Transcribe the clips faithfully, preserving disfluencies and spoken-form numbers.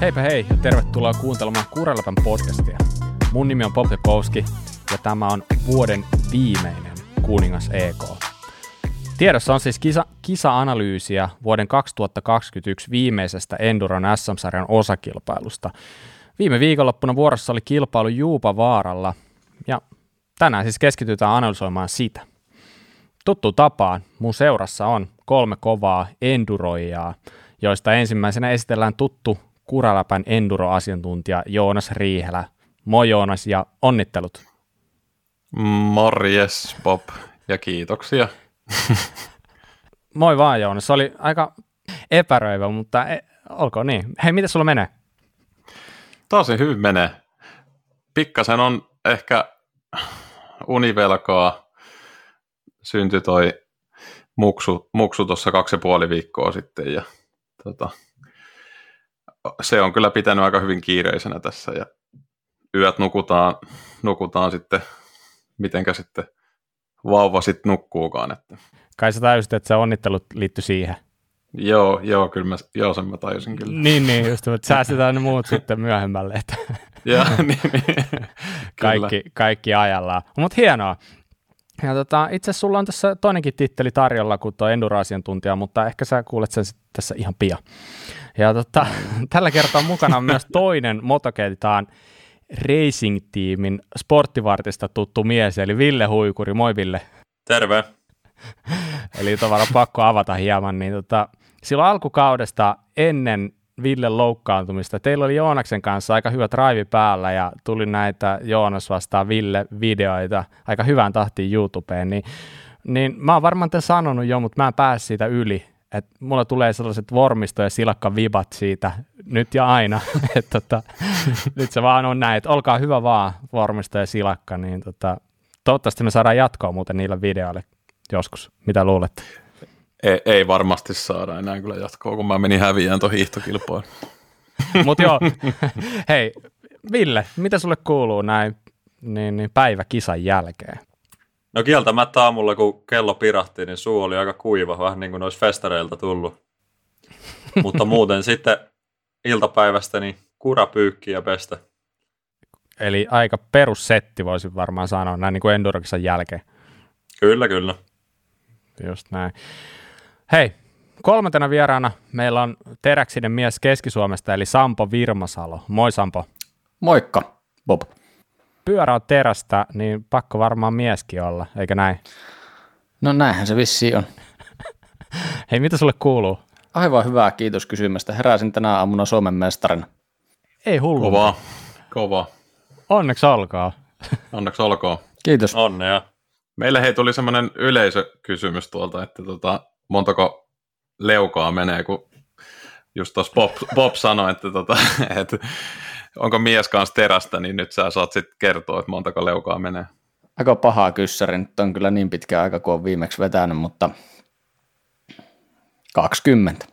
Heipä hei ja tervetuloa kuuntelemaan Kureläpän podcastia. Mun nimi on Bob Tekowski ja tämä on vuoden viimeinen Kuningas E K. Tiedossa on siis kisa, kisa-analyysiä vuoden kaksituhattakaksikymmentäyksi viimeisestä Enduron S M-sarjan osakilpailusta. Viime viikonloppuna vuorossa oli kilpailu Juupavaaralla ja tänään siis keskitytään analysoimaan sitä. Tuttuun tapaan mun seurassa on kolme kovaa enduroijaa, joista ensimmäisenä esitellään tuttu Kureläpän enduro-asiantuntija Joonas Riihelä. Moi Joonas ja onnittelut. Morjes Bob ja kiitoksia. Moi vaan Joonas, se oli aika epäröivä, mutta e- olkoon niin. Hei, miten sulla menee? Tosi hyvin menee. Pikkasen on ehkä univelkaa. Syntyi toi muksu, muksu tuossa kaksi ja puoli viikkoa sitten ja tota, se on kyllä pitänyt aika hyvin kiireisenä tässä ja yöt nukutaan, nukutaan sitten, mitenkä sitten vauva sitten nukkuukaan. Että. Kai sä täysit, että se onnittelut liittyi siihen. Joo, joo, kyllä mä, joo, sen mä tajusin kyllä. Niin, niin, just, että säästetään ne muut sitten myöhemmälle. Että ja, niin, niin. kaikki, kaikki ajallaan. Mutta hienoa. Ja tota, itse asiassa sulla on tässä toinenkin titteli tarjolla kuin tuo enduro-asiantuntija, mutta ehkä sä kuulet sen tässä ihan pian. Ja tota, tällä kertaa mukana on myös toinen MotoGP:n Racing-tiimin sporttivartista tuttu mies, eli Ville Huikuri. Moi Ville. Terve. Eli tavallaan pakko avata hieman. Niin tota, silloin alkukaudesta ennen Villen loukkaantumista teillä oli Joonaksen kanssa aika hyvä drive päällä ja tuli näitä Joonas vastaan Ville videoita aika hyvään tahtiin YouTubeen, niin, niin mä oon varmaan tämän sanonut jo, mutta mä en pääse siitä yli, että mulla tulee sellaiset vormisto- ja silakkavibat siitä nyt ja aina, että tota, nyt se vaan on näin, että olkaa hyvä vaan vormisto ja silakka, niin tota, toivottavasti me saadaan jatkoa muuten niillä videoille joskus, mitä luulette? Ei, ei varmasti saada enää kyllä jatkoa, kun mä menin häviään tuon hiihtokilpaan. Mutta joo, hei Ville, mitä sulle kuuluu näin niin, niin päiväkisan jälkeen? No kieltämättä aamulla, kun kello pirahti, niin suu oli aika kuiva, vähän niin kuin olisi festareilta tullut. Mutta muuten sitten iltapäivästä niin kura, pyykki ja pestä. Eli aika perussetti voisin varmaan sanoa näin niin kuin Endurokisan jälkeen. Kyllä, kyllä. Just näin. Hei, kolmantena vieraana meillä on teräksinen mies Keski-Suomesta, eli Sampo Virmasalo. Moi Sampo. Moikka, Bob. Pyörä on terästä, niin pakko varmaan mieskin olla, eikä näin? No näinhän se vissiin on. Hei, mitä sulle kuuluu? Aivan hyvää, kiitos kysymästä. Heräsin tänä aamuna Suomen mestarina. Ei hullu. Kovaa, kovaa. Onneksi olkoon. Onneksi olkoon. Kiitos. Onnea. Meille hei tuli semmoinen yleisökysymys tuolta, että tota, montako leukaa menee, kun just tuossa Bob, Bob sanoi, että, tota, että onko mies kanssa terästä, niin nyt sä saat sitten kertoa, että montako leukaa menee. Aika pahaa kyssäri, nyt on kyllä niin pitkä aika kuin on viimeksi vetänyt, mutta kaksikymmentä.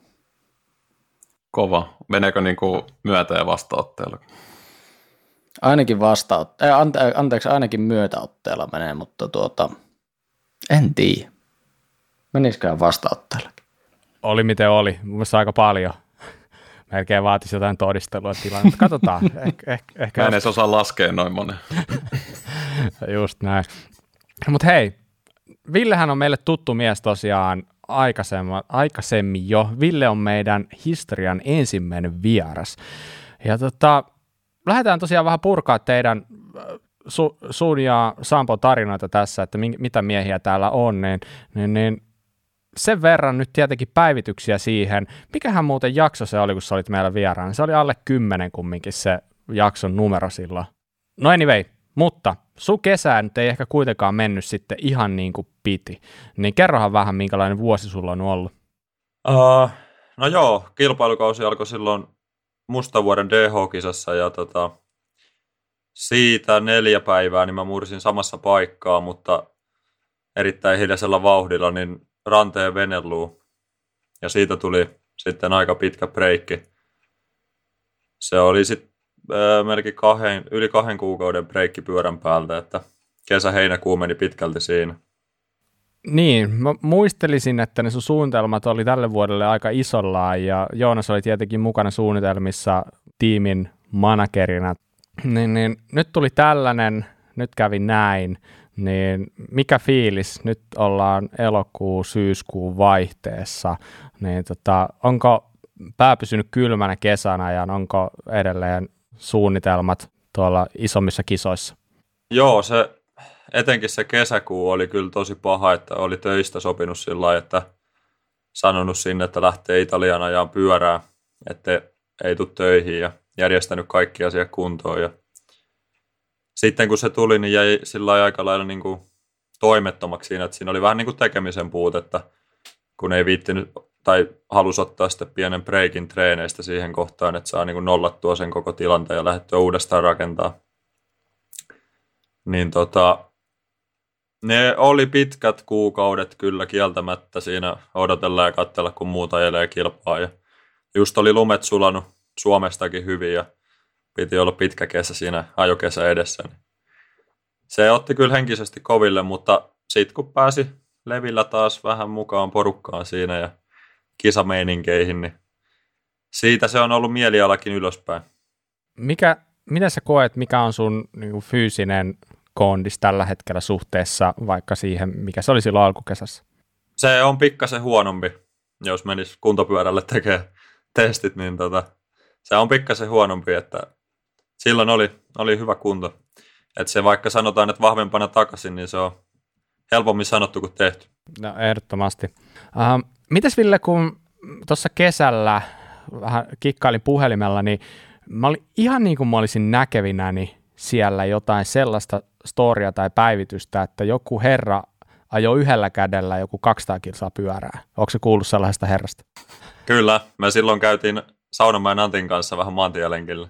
Kova. Meneekö niinku myötä- ja vastaotteella? Ainakin vastaotteella, ante, anteeksi, ainakin myötäotteella menee, mutta tuota, en tiedä. Menisikään vastaotteella? Oli miten oli, mun mielestä aika paljon. Melkein vaatisi jotain todistelua tilannetta. Katsotaan. Eh, eh, ehkä Mä en edes osaa laskea noin monen. Just näin. Mutta hei, Villehän on meille tuttu mies tosiaan aikaisemmin jo. Ville on meidän historian ensimmäinen vieras. Ja tota, lähdetään tosiaan vähän purkaa teidän su, sun ja Sampon tarinoita tässä, että mi, mitä miehiä täällä on, niin, niin, niin sen verran nyt tietenkin päivityksiä siihen. Mikähän muuten jakso se oli, kun sä olit meillä vieraana? Se oli alle kymmenen kumminkin se jakson numero silloin. No anyway, mutta sun kesään nyt ei ehkä kuitenkaan mennyt sitten ihan niin kuin piti. Niin kerrohan vähän, minkälainen vuosi sulla on ollut. Uh, no joo, kilpailukausi alkoi silloin Mustavuoren D H-kisassa ja tota, siitä neljä päivää niin mä mursin samassa paikkaa, mutta erittäin hiljaisella vauhdilla niin ranteen venelluun. Ja siitä tuli sitten aika pitkä breikki. Se oli sitten äh, melkein kahden, yli kahden kuukauden breikki pyörän päältä, että kesä-heinäkuu meni pitkälti siinä. Niin, mä muistelisin, että ne sun suunnitelmat oli tälle vuodelle aika isollaan, ja Joonas oli tietenkin mukana suunnitelmissa tiimin managerina. Niin, niin, nyt tuli tällainen, nyt kävi näin, niin mikä fiilis? Nyt ollaan elokuu, syyskuun vaihteessa, niin tota, onko pää pysynyt kylmänä kesän ajan, onko edelleen suunnitelmat tuolla isommissa kisoissa? Joo, se, etenkin se kesäkuu oli kyllä tosi paha, että oli töistä sopinut sillä lailla, että sanonut sinne, että lähtee Italian ajaan pyörää, että ei tule töihin ja järjestänyt kaikki asiat kuntoon. Ja sitten kun se tuli, niin jäi sillä lailla aika lailla niin kuin toimettomaksi siinä, että siinä oli vähän niin kuin tekemisen puutetta, kun ei viittinyt tai halusi ottaa sitten pienen breikin treeneistä siihen kohtaan, että saa niin kuin nollattua sen koko tilanteen ja lähdettyä uudestaan rakentaa. Niin tota, ne oli pitkät kuukaudet kyllä kieltämättä siinä odotella ja katsella, kun muuta ajelee kilpaa. Ja just oli lumet sulanut Suomestakin hyvin ja piti olla pitkä kesä siinä ajokesä edessä. Se otti kyllä henkisesti koville, mutta sitten kun pääsi levillä taas vähän mukaan porukkaan siinä ja kisameininkeihin, niin siitä se on ollut mielialakin ylöspäin. Mikä, mitä sä koet, mikä on sun niin kuin fyysinen kondis tällä hetkellä suhteessa vaikka siihen, mikä se oli silloin alkukesässä? Se on pikkasen huonompi, jos menisi kuntopyörälle tekemään testit, niin tota, se on pikkasen huonompi, että silloin oli, oli hyvä kunto. Että se vaikka sanotaan, että vahvempana takaisin, niin se on helpommin sanottu kuin tehty. No ehdottomasti. Uh, mites Ville, kun tuossa kesällä vähän kikkailin puhelimella, niin mä olin ihan niin kuin mä olisin näkevinäni siellä jotain sellaista storia tai päivitystä, että joku herra ajoi yhdellä kädellä joku kaksisataa kilsaa pyörää. Onko se kuullut sellaisesta herrasta? Kyllä, me silloin käytiin Saunamäen Antin kanssa vähän maantielenkillä.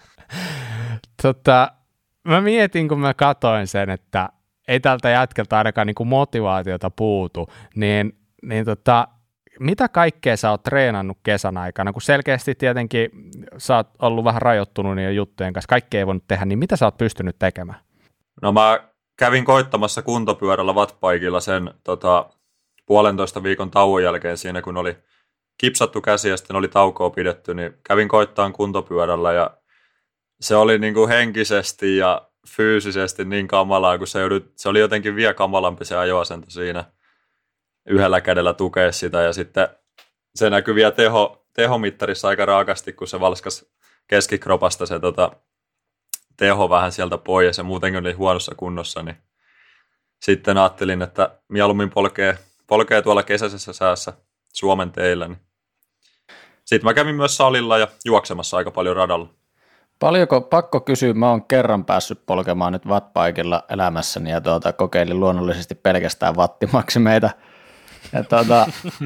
Tota, mä mietin, kun mä katoin sen, että ei tältä jätkältä ainakaan niin kuin motivaatiota puutu, niin, niin tota, mitä kaikkea sä oot treenannut kesän aikana, kun selkeästi tietenkin sä oot ollut vähän rajoittunut niiden juttujen kanssa, kaikkea ei voinut tehdä, niin mitä sä oot pystynyt tekemään? No mä kävin koittamassa kuntopyörällä wattbikella sen tota, puolentoista viikon tauon jälkeen siinä, kun oli kipsattu käsi ja sitten oli taukoa pidetty, niin kävin koittaan kuntopyörällä ja se oli niin kuin henkisesti ja fyysisesti niin kamalaa, kun se, joudut, se oli jotenkin vielä kamalampi se ajoasento siinä yhdellä kädellä tukea sitä ja sitten se näkyi vielä teho, tehomittarissa aika raakasti, kun se valskas keskikropasta se tota, teho vähän sieltä pois ja muutenkin oli huonossa kunnossa, niin sitten ajattelin, että mieluummin polkee, polkee tuolla kesäisessä säässä Suomen teillä. Niin. Sitten mä kävin myös salilla ja juoksemassa aika paljon radalla. Paljonko, pakko kysyä, mä oon kerran päässyt polkemaan nyt wattbikella elämässäni ja tuota, kokeilin luonnollisesti pelkästään wattimaksimeita. Ja tuota,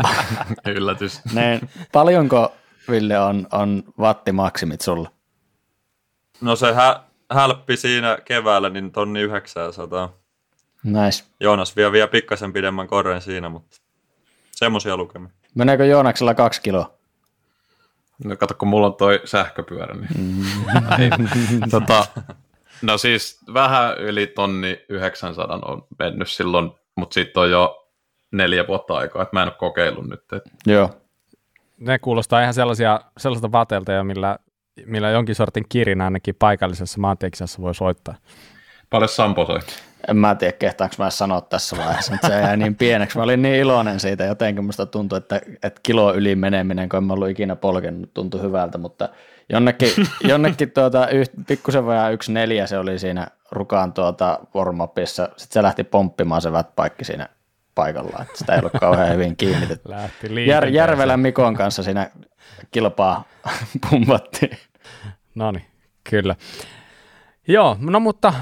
Yllätys. Niin, paljonko, Ville, on, on wattimaksimit sulla? No se hä, hälppi siinä keväällä niin tonni yhdeksänsataa. Nice. Joonas vie vielä pikkasen pidemmän korren siinä, mutta semmoisia lukemia. Meneekö Joonaksella kaksi kiloa? No kato, kun mulla on toi sähköpyörä, niin ei. tota, no siis vähän yli tonni yhdeksänsataa on mennyt silloin, mutta siitä on jo neljä vuotta aikaa, että mä en ole kokeillut nyt. Et. Joo. Ne kuulostaa ihan sellaisia, sellaiselta vateelta jo, millä, millä jonkin sortin kirin ainakin paikallisessa maantiekisessä voi soittaa. Paljon Sampo soi? En mä tiedä, kehtaanko mä sanoa tässä vaiheessa, mutta se jäi niin pieneksi. Mä olin niin iloinen siitä, jotenkin musta tuntui, että, että kilo yli meneminen, kun en mä ollut ikinä polkenut, tuntui hyvältä, mutta jonnekin, jonnekin tuota, yht, pikkusen vajaa yksi neljä se oli siinä Rukaan tuota warm-upissa. Sitten se lähti pomppimaan se wattbike siinä paikallaan, että sitä ei ollut kauhean hyvin kiinnitetty. Jär, Järvelän Mikon kanssa siinä kilpaa pumpattiin. No niin, kyllä. Joo, no mutta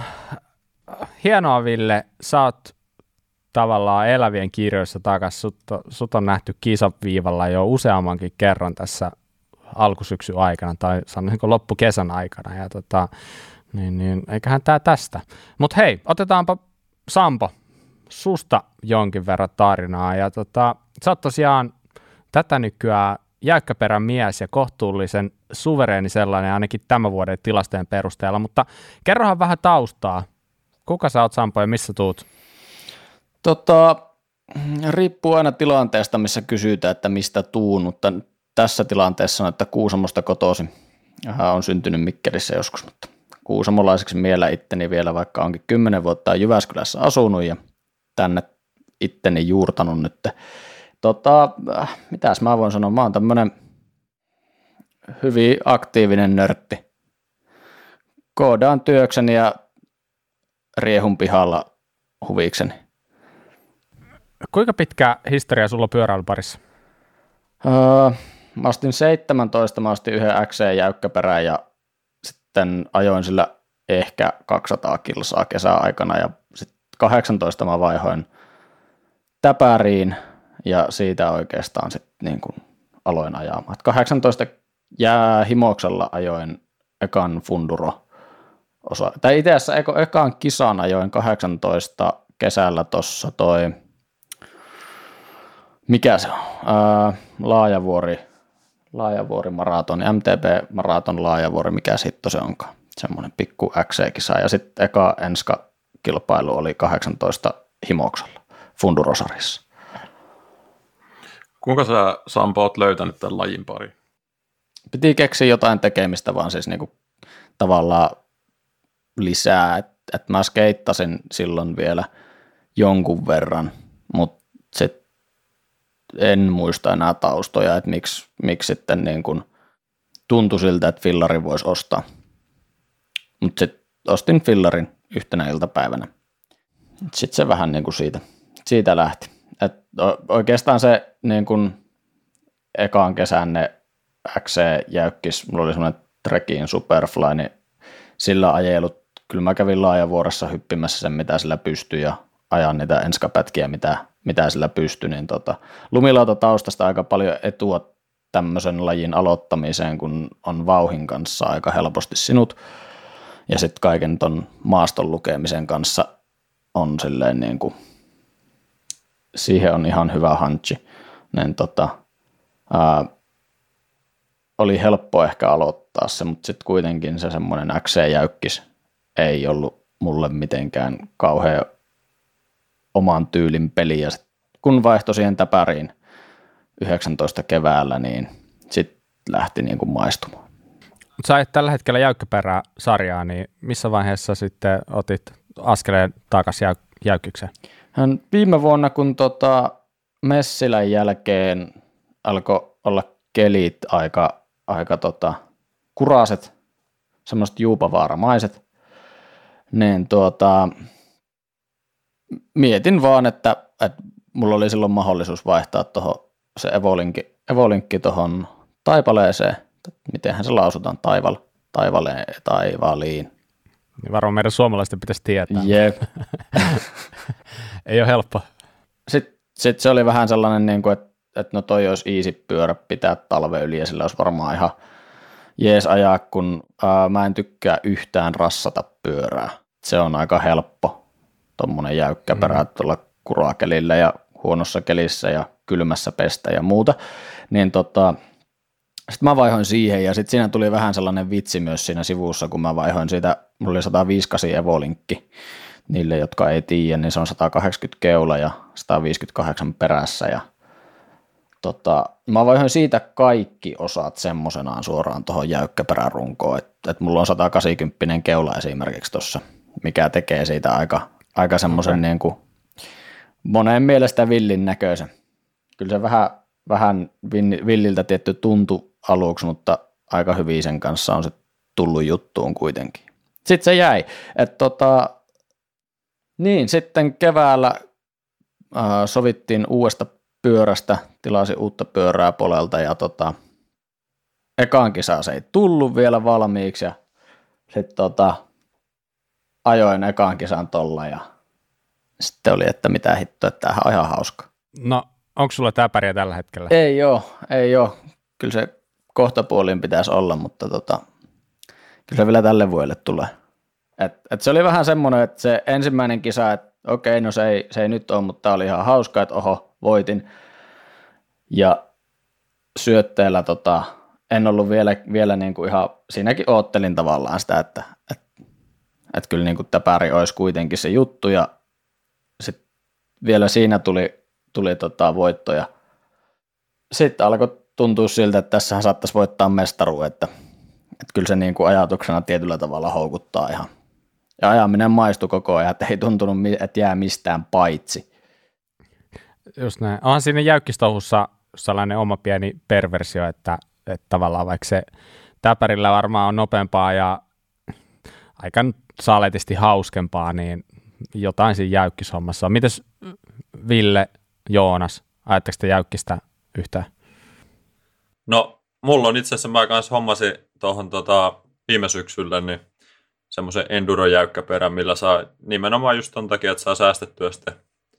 hienoa, Ville, sä oot tavallaan elävien kirjoissa takaisin. Sut, sut on nähty kisaviivalla jo useammankin kerran tässä alkusyksyn aikana tai sanoisinko loppukesän aikana. Ja tota, niin, niin, eiköhän tää tästä. Mutta hei, otetaanpa Sampo susta jonkin verran tarinaa. Ja tota, sä oot tosiaan tätä nykyään jäykkäperän mies ja kohtuullisen suvereeni sellainen ainakin tämän vuoden tilastojen perusteella, mutta kerrohan vähän taustaa. Kuka sä oot, Sampo, ja missä tuut? Tota, riippuu aina tilanteesta, missä kysytään, että mistä tuun, mutta tässä tilanteessa on, että Kuusamosta kotoisin. Aha, on syntynyt Mikkelissä joskus, mutta kuusamolaiseksi miellä itteni vielä, vaikka onkin kymmenen vuotta Jyväskylässä asunut ja tänne itteni juurtanut nyt. Tota, mitäs mä voin sanoa, mä oon tämmönen hyvin aktiivinen nörtti. Koodaan työkseni ja riehun pihalla huvikseni. Kuinka pitkä historia sulla on pyöräilyparissa? Öö, mä ostin seitsemäntoista, mä ostin yhden X C-jäykkäperän ja sitten ajoin sillä ehkä kaksisataa kilsaa kesäaikana ja sitten kahdeksantoista mä vaihoin täpäriin ja siitä oikeastaan sitten niin kuin aloin ajamaan. kahdeksantoista jää himoksella ajoin ekan funduro osa. Tai itse asiassa ekan kisan ajoin kahdeksantoista kesällä tuossa toi, mikä se on, Ää, Laajavuori, Laajavuori maraton, M T B maraton Laajavuori, mikä sitten se onkaan, semmoinen pikku X C-kisa. Ja sitten eka Enska-kilpailu oli kahdeksantoista himoksella Fundurosarissa. Kuinka sä, Sampo, oot löytänyt tämän lajin pari? Piti keksiä jotain tekemistä vaan siis niinku tavallaan lisää, että et mä skeittasin silloin vielä jonkun verran, mutta sitten en muista enää taustoja, että miksi, miksi sitten niin kun tuntui siltä, että fillari voisi ostaa. Mutta sitten ostin fillarin yhtenä iltapäivänä. Sitten se vähän niin kuin siitä, siitä lähti. Et oikeastaan se niin kun ekaan kesän ne X C-jäykkis, mulla oli semmoinen Trekin Superfly, niin sillä ajelut, kyllä mä kävin Laajavuoressa hyppimässä sen, mitä sillä pystyi ja ajan niitä enskapätkiä, mitä, mitä sillä pystyi, niin tota, lumilauta taustasta aika paljon etua tämmöisen lajin aloittamiseen, kun on vauhin kanssa aika helposti sinut, ja sitten kaiken ton maaston lukemisen kanssa on silleen niin kuin, siihen on ihan hyvä hanchi, niin tota, ää, oli helppo ehkä aloittaa se, mutta sitten kuitenkin se semmoinen X C-jäykkis ei ollut mulle mitenkään kauhean oman tyylin peli, ja sit kun vaihtoi siihen täpäriin yhdeksäntoista keväällä, niin sitten lähti niin kuin maistumaan. Sä ajat tällä hetkellä jäykkäperä-sarjaa, niin missä vaiheessa sitten otit askeleen takaisin jäy- jäykkykseen? Hän viime vuonna, kun tota Messilän jälkeen alkoi olla kelit aika, aika tota kuraset, semmoiset juupavaaramaiset, niin tuota, mietin vaan, että, että mulla oli silloin mahdollisuus vaihtaa toho, se Evolinkki, Evolinkki tuohon taipaleeseen, mitenhän se lausutaan, taival, taivaleen, taivaliin. Niin varmaan meidän suomalaisten pitäisi tietää. Jep. Ei ole helppo. Sitten sit se oli vähän sellainen, niin kuin, että, että no toi olisi easy pyörä pitää talven yli ja sillä olisi varmaan ihan jees ajaa, kun ää, mä en tykkää yhtään rassata pyörää. Se on aika helppo, tommonen jäykkä perä mm. tuolla kurakelillä ja huonossa kelissä ja kylmässä pestä ja muuta. Niin tota, sitten mä vaihoin siihen ja sitten siinä tuli vähän sellainen vitsi myös siinä sivussa, kun mä vaihoin siitä, mulla oli sata viisikymmentäkahdeksan Evolinkki. Niille, jotka ei tiedä, niin se on sata kahdeksankymmentä keula ja sata viisikymmentäkahdeksan perässä ja tota, mä vaihoin siitä kaikki osat semmoisenaan suoraan tuohon jäykkäperärunkoon, että et mulla on sata kahdeksankymmentä keula esimerkiksi tuossa, mikä tekee siitä aika, aika semmoisen okay. niin kuin monen mielestä villin näköisen. Kyllä se vähän, vähän villiltä tietty tuntu aluksi, mutta aika hyvin sen kanssa on se tullut juttuun kuitenkin. Sitten se jäi, että tota, niin sitten keväällä äh, sovittiin uudesta pyörästä, tilasin uutta pyörää Polelta ja tota, ekaan kisaan se ei tullut vielä valmiiksi ja sitten tota, ajoin ekaan kisan tolla ja sitten oli, että mitä hittoa, että tämähän on ihan hauska. No, onko sulla täpäriä tällä hetkellä? Ei oo, ei oo. Kyllä se kohtapuoliin pitäisi olla, mutta tota, kyllä se vielä tälle vuodelle tulee. Et, et se oli vähän semmoinen, että se ensimmäinen kisa, että okei, no se ei, se ei nyt ole, mutta tämä oli ihan hauska, että oho, voitin. Ja syötteellä tota, en ollut vielä, vielä niin kuin ihan, siinäkin oottelin tavallaan sitä, että et, et kyllä niin kuin täpäri olisi kuitenkin se juttu. Ja sitten vielä siinä tuli tuli tota voittoja. Sitten alkoi tuntua siltä, että tässähän saattaisi voittaa mestaruus, että, että kyllä se niin kuin ajatuksena tietyllä tavalla houkuttaa ihan. Ja ajaminen maistui koko ajan, että ei tuntunut, että jää mistään paitsi. Just näin. Onhan siinä jäykkistouhussa sellainen oma pieni perversio, että, että tavallaan vaikka se täpärillä varmaan on nopeampaa ja aika saletisti hauskempaa, niin jotain siinä jäykkishommassa on. Mites Ville, Joonas, ajatteko te jäykkistä yhtään? No, mulla on itse asiassa, mä kanssa hommasin tuohon tota, viime syksyllä niin semmoisen enduro-jäykkäperän, millä saa nimenomaan just ton takia, että saa säästettyä sitten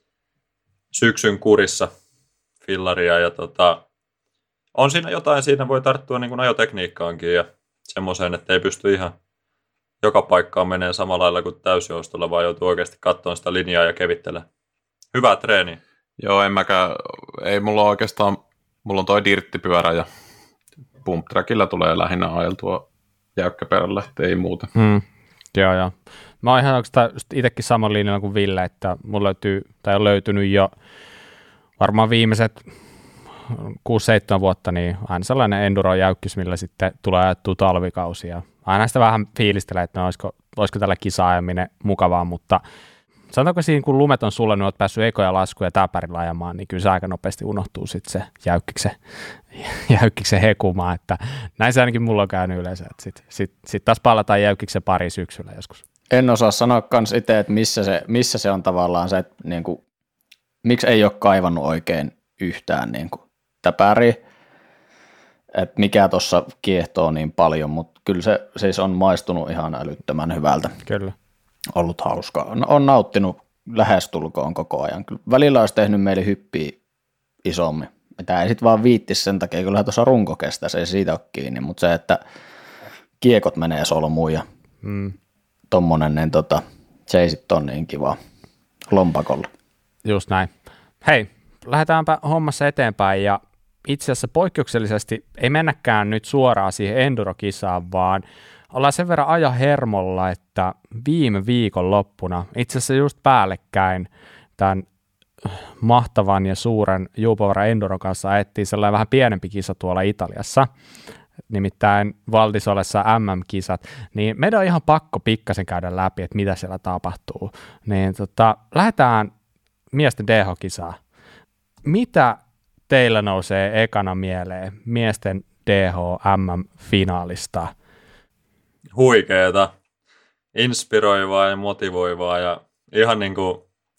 syksyn kurissa fillaria. Ja tota, on siinä jotain, siinä voi tarttua niin kuin ajotekniikkaankin ja semmoiseen, että ei pysty ihan joka paikkaan menee samalla lailla kuin täysjoustolla, vaan joutuu oikeasti katsomaan sitä linjaa ja kevittelemään. Hyvää treeniä. Joo, en mäkään, ei mulla oikeastaan, mulla on toi dirttipyörä ja pump trackillä tulee lähinnä ajeltua jäykkäperällä, ei muuta. Hmm. Joo, joo. Mä oon ihan oikeastaan itsekin saman linjalla kuin Ville, että mulla löytyy, tai on löytynyt jo varmaan viimeiset kuusi seitsemän vuotta, niin aina sellainen enduro-jäykkis, millä sitten tulee ajettua talvikausia. Aina sitä vähän fiilistelee, että no, olisiko, olisiko tällä kisa-ajaminen mukavaa, mutta sanotaanko siinä, kun lumet on sulle, niin olet päässyt ekoja laskuja täpärillä ajamaan, niin kyllä se aika nopeasti unohtuu sitten se jäykkiksen, jäykkiksen hekumaan, että näin se ainakin mulla on käynyt yleensä, että sitten sit, sit taas palataan jäykkiksen pari syksyllä joskus. En osaa sanoa kans itse, että missä se, missä se on tavallaan se, että niin kuin, miksi ei ole kaivannut oikein yhtään niin kuin täpäriä, että mikä tuossa kiehtoo niin paljon, mutta kyllä se siis on maistunut ihan älyttömän hyvältä. Kyllä. Ollut hauskaa. No, on nauttinut lähestulkoon koko ajan. Kyllä välillä olisi tehnyt meille hyppiä isommin. Mitä ei sitten vaan viittisi sen takia, kyllä tuossa runko kestää, se ei siitä ole kiinni, mutta se, että kiekot menee solmuun ja mm. tommonen, niin tota, se ei sitten ole niin kiva lompakolla. Just näin. Hei, lähdetäänpä hommassa eteenpäin ja itse asiassa poikkeuksellisesti ei mennäkään nyt suoraan siihen endurokisaan, vaan ollaan sen verran aja hermolla, että viime viikon loppuna, itse asiassa just päällekkäin tämän mahtavan ja suuren Juupavaara Enduron kanssa ajettiin sellainen vähän pienempi kisa tuolla Italiassa, nimittäin Valdisolessa M M-kisat, niin meidän on ihan pakko pikkasen käydä läpi, että mitä siellä tapahtuu. Niin tota, lähdetään miesten D H-kisaan. Mitä teillä nousee ekana mieleen miesten D H M M-finaalista? Huikeeta, inspiroivaa ja motivoivaa ja ihan niin kuin,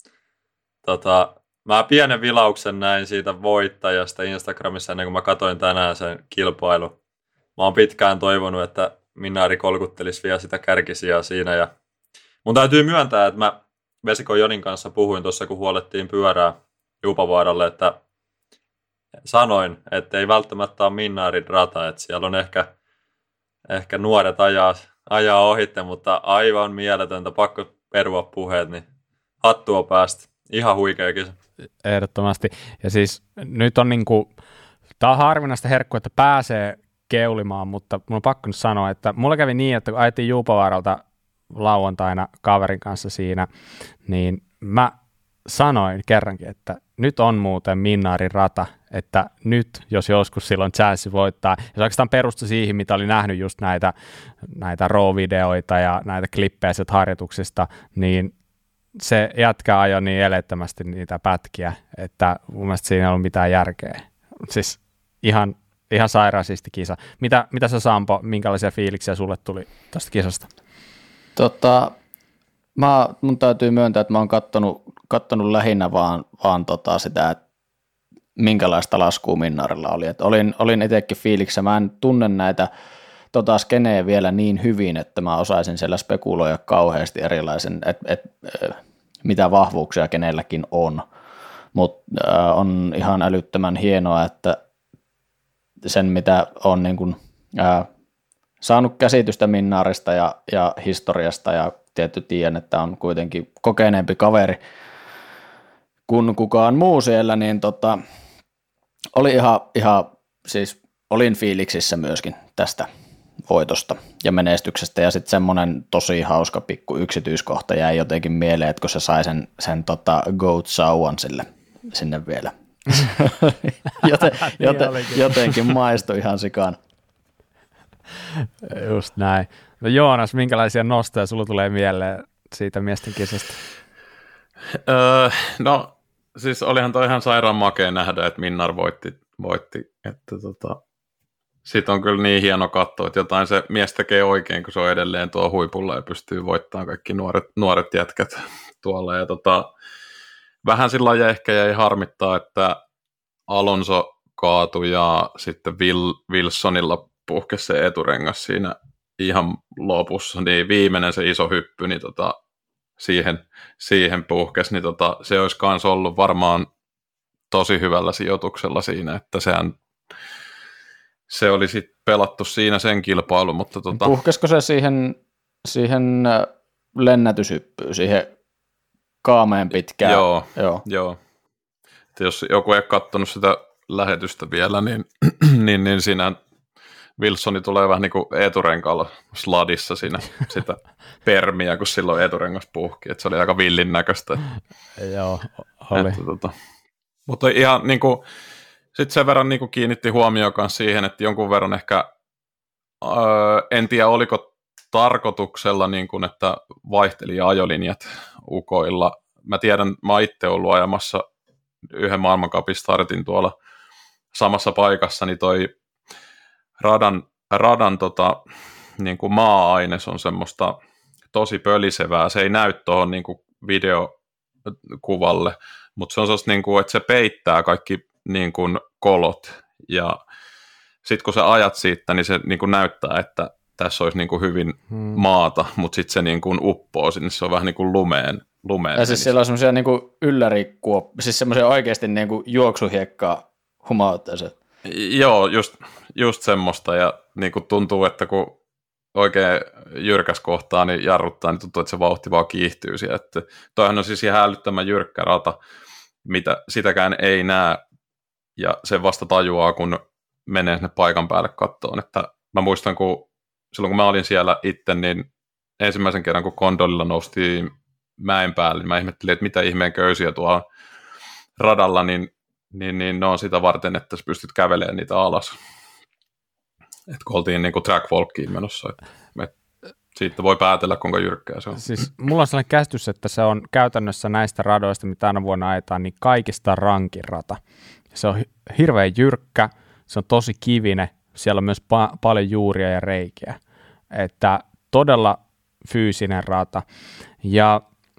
tota, mä pienen vilauksen näin siitä voittajasta Instagramissa ennen kuin mä katsoin tänään sen kilpailu. Mä oon pitkään toivonut, että Minnaari kolkuttelisi vielä sitä kärkisijaa siinä ja mun täytyy myöntää, että mä Vesikon Jonin kanssa puhuin tuossa, kun huolettiin pyörää Juupavaaralle, että sanoin, että ei välttämättä ole Minnaarin rata, että siellä on ehkä Ehkä nuoret ajaa, ajaa ohitte, mutta aivan mieletöntä, pakko perua puheet, niin hattua päästä. Ihan huikea kisa. Ehdottomasti. Ja siis nyt on niinku, tää on harvinaista herkkua, että pääsee keulimaan, mutta mun on pakko nyt sanoa, että mulla kävi niin, että kun ajettiin Juupavaaralta lauantaina kaverin kanssa siinä, niin mä sanoin kerrankin, että nyt on muuten Minnaarin rata, että nyt, jos joskus silloin chanssi voittaa, ja se oikeastaan perustui siihen, mitä oli nähnyt just näitä, näitä raw-videoita ja näitä klippejä harjoituksista, niin se jätkä ajoi niin elettömästi niitä pätkiä, että mun mielestä siinä ei ollut mitään järkeä. Siis ihan, ihan sairaan siisti kisa. Mitä, mitä sä, Sampo, minkälaisia fiiliksiä sulle tuli tästä kisasta? Tota, mä, mun täytyy myöntää, että mä oon kattonut, kattonut lähinnä vaan, vaan tota sitä, että minkälaista laskua Minnaarilla oli. Et olin, olin itsekin fiiliksissä, mä en tunne näitä tota skeneä vielä niin hyvin, että mä osaisin siellä spekuloida kauheasti erilaisen, että et, mitä vahvuuksia kenelläkin on, mutta äh, on ihan älyttömän hienoa, että sen mitä on niin kun, äh, saanut käsitystä Minnaarista ja, ja historiasta ja tietty tiedän, että on kuitenkin kokeneempi kaveri kuin kukaan muu siellä, niin tota, oli ihan, ihan, siis olin fiiliksissä myöskin tästä voitosta ja menestyksestä ja sitten semmoinen tosi hauska pikku yksityiskohta jäi jotenkin mieleen, että kun se sai sen, sen tota goat sauvan sille sinne vielä. joten, joten, jotenkin maistui ihan sikana. Just näin. No Joonas, minkälaisia nostoja sulla tulee mieleen siitä miesten kisasta? Öö, no siis olihan toi ihan sairaan makea nähdä, että Minnaar voitti, voitti. Että tota, sit on kyllä niin hieno katsoa, että jotain se mies tekee oikein, kun se on edelleen tuo huipulla ja pystyy voittamaan kaikki nuoret, nuoret jätkät tuolla. Ja tota, vähän sillä lailla ehkä jäi harmittaa, että Alonso kaatui ja sitten Will, Wilsonilla puhkesi se eturengas siinä ihan lopussa, niin viimeinen se iso hyppy, niin tota, siihen, siihen puhkesi, niin tota, se olisi myös ollut varmaan tosi hyvällä sijoituksella siinä, että sehän, se oli sitten pelattu siinä sen kilpailu, mutta tota... Puhkesiko se siihen, siihen lennätyshyppyyn, siihen kaameen pitkään? Joo, joo. joo. Että jos joku ei ole katsonut sitä lähetystä vielä, niin, niin, niin siinä Wilsoni tulee vähän niin kuin eturenkaalla sladissa siinä sitä permiä, kun silloin eturengas puhki, että se oli aika villin näköistä. Joo, oli. Että, tota, mutta ihan niin kuin, sitten sen verran niin kuin kiinnitti huomioon myös siihen, että jonkun verran ehkä, öö, en tiedä oliko tarkoituksella, niin kuin, että vaihteli ajolinjat ukoilla. Mä tiedän, mä itse ollut ajamassa yhden maailmancupin startin tuolla samassa paikassa, niin toi radan, radan tota, niin kuin maa-aines on semmoista tosi pölisevää. Se ei näy tuohon niin kuin videokuvalle, mutta se on sellaista, niin kuin, että se peittää kaikki niin kuin kolot. Ja sitten kun sä ajat siitä, niin se niin kuin näyttää, että tässä olisi niin kuin hyvin hmm. maata, mutta sitten se niin kuin uppoo sinne. Se on vähän niin kuin lumeen. lumeen ja siis siellä on semmoisia niin kuin yllärikuoppia, siis semmoisia oikeasti niin kuin juoksuhiekkaa humautteessa. Joo, just, just semmoista, ja niin kuin tuntuu, että kun oikein jyrkäs kohtaa, niin jarruttaa, niin tuntuu, että se vauhti vaan kiihtyy siellä. Että toihan on siis ihan älyttömän jyrkkä rata, mitä sitäkään ei näe, ja se vasta tajuaa, kun menee sinne paikan päälle kattoon. Että mä muistan, kun silloin kun mä olin siellä itse, niin ensimmäisen kerran, kun Kondolilla noustiin mäen päälle, niin mä ihmettelin, että mitä ihmeen köysiä tuolla radalla, niin Niin, niin ne on sitä varten, että sä pystyt kävelemään niitä alas. Että kun oltiin niin kuin track walkiin menossa. Et siitä voi päätellä, kuinka jyrkkää se on. Siis mulla on sellainen käsitys, että se on käytännössä näistä radoista, mitä aina vuonna ajetaan, niin kaikista rankin rata. Se on hirveän jyrkkä, se on tosi kivinen, siellä on myös pa- paljon juuria ja reikiä. Että todella fyysinen rata. Ja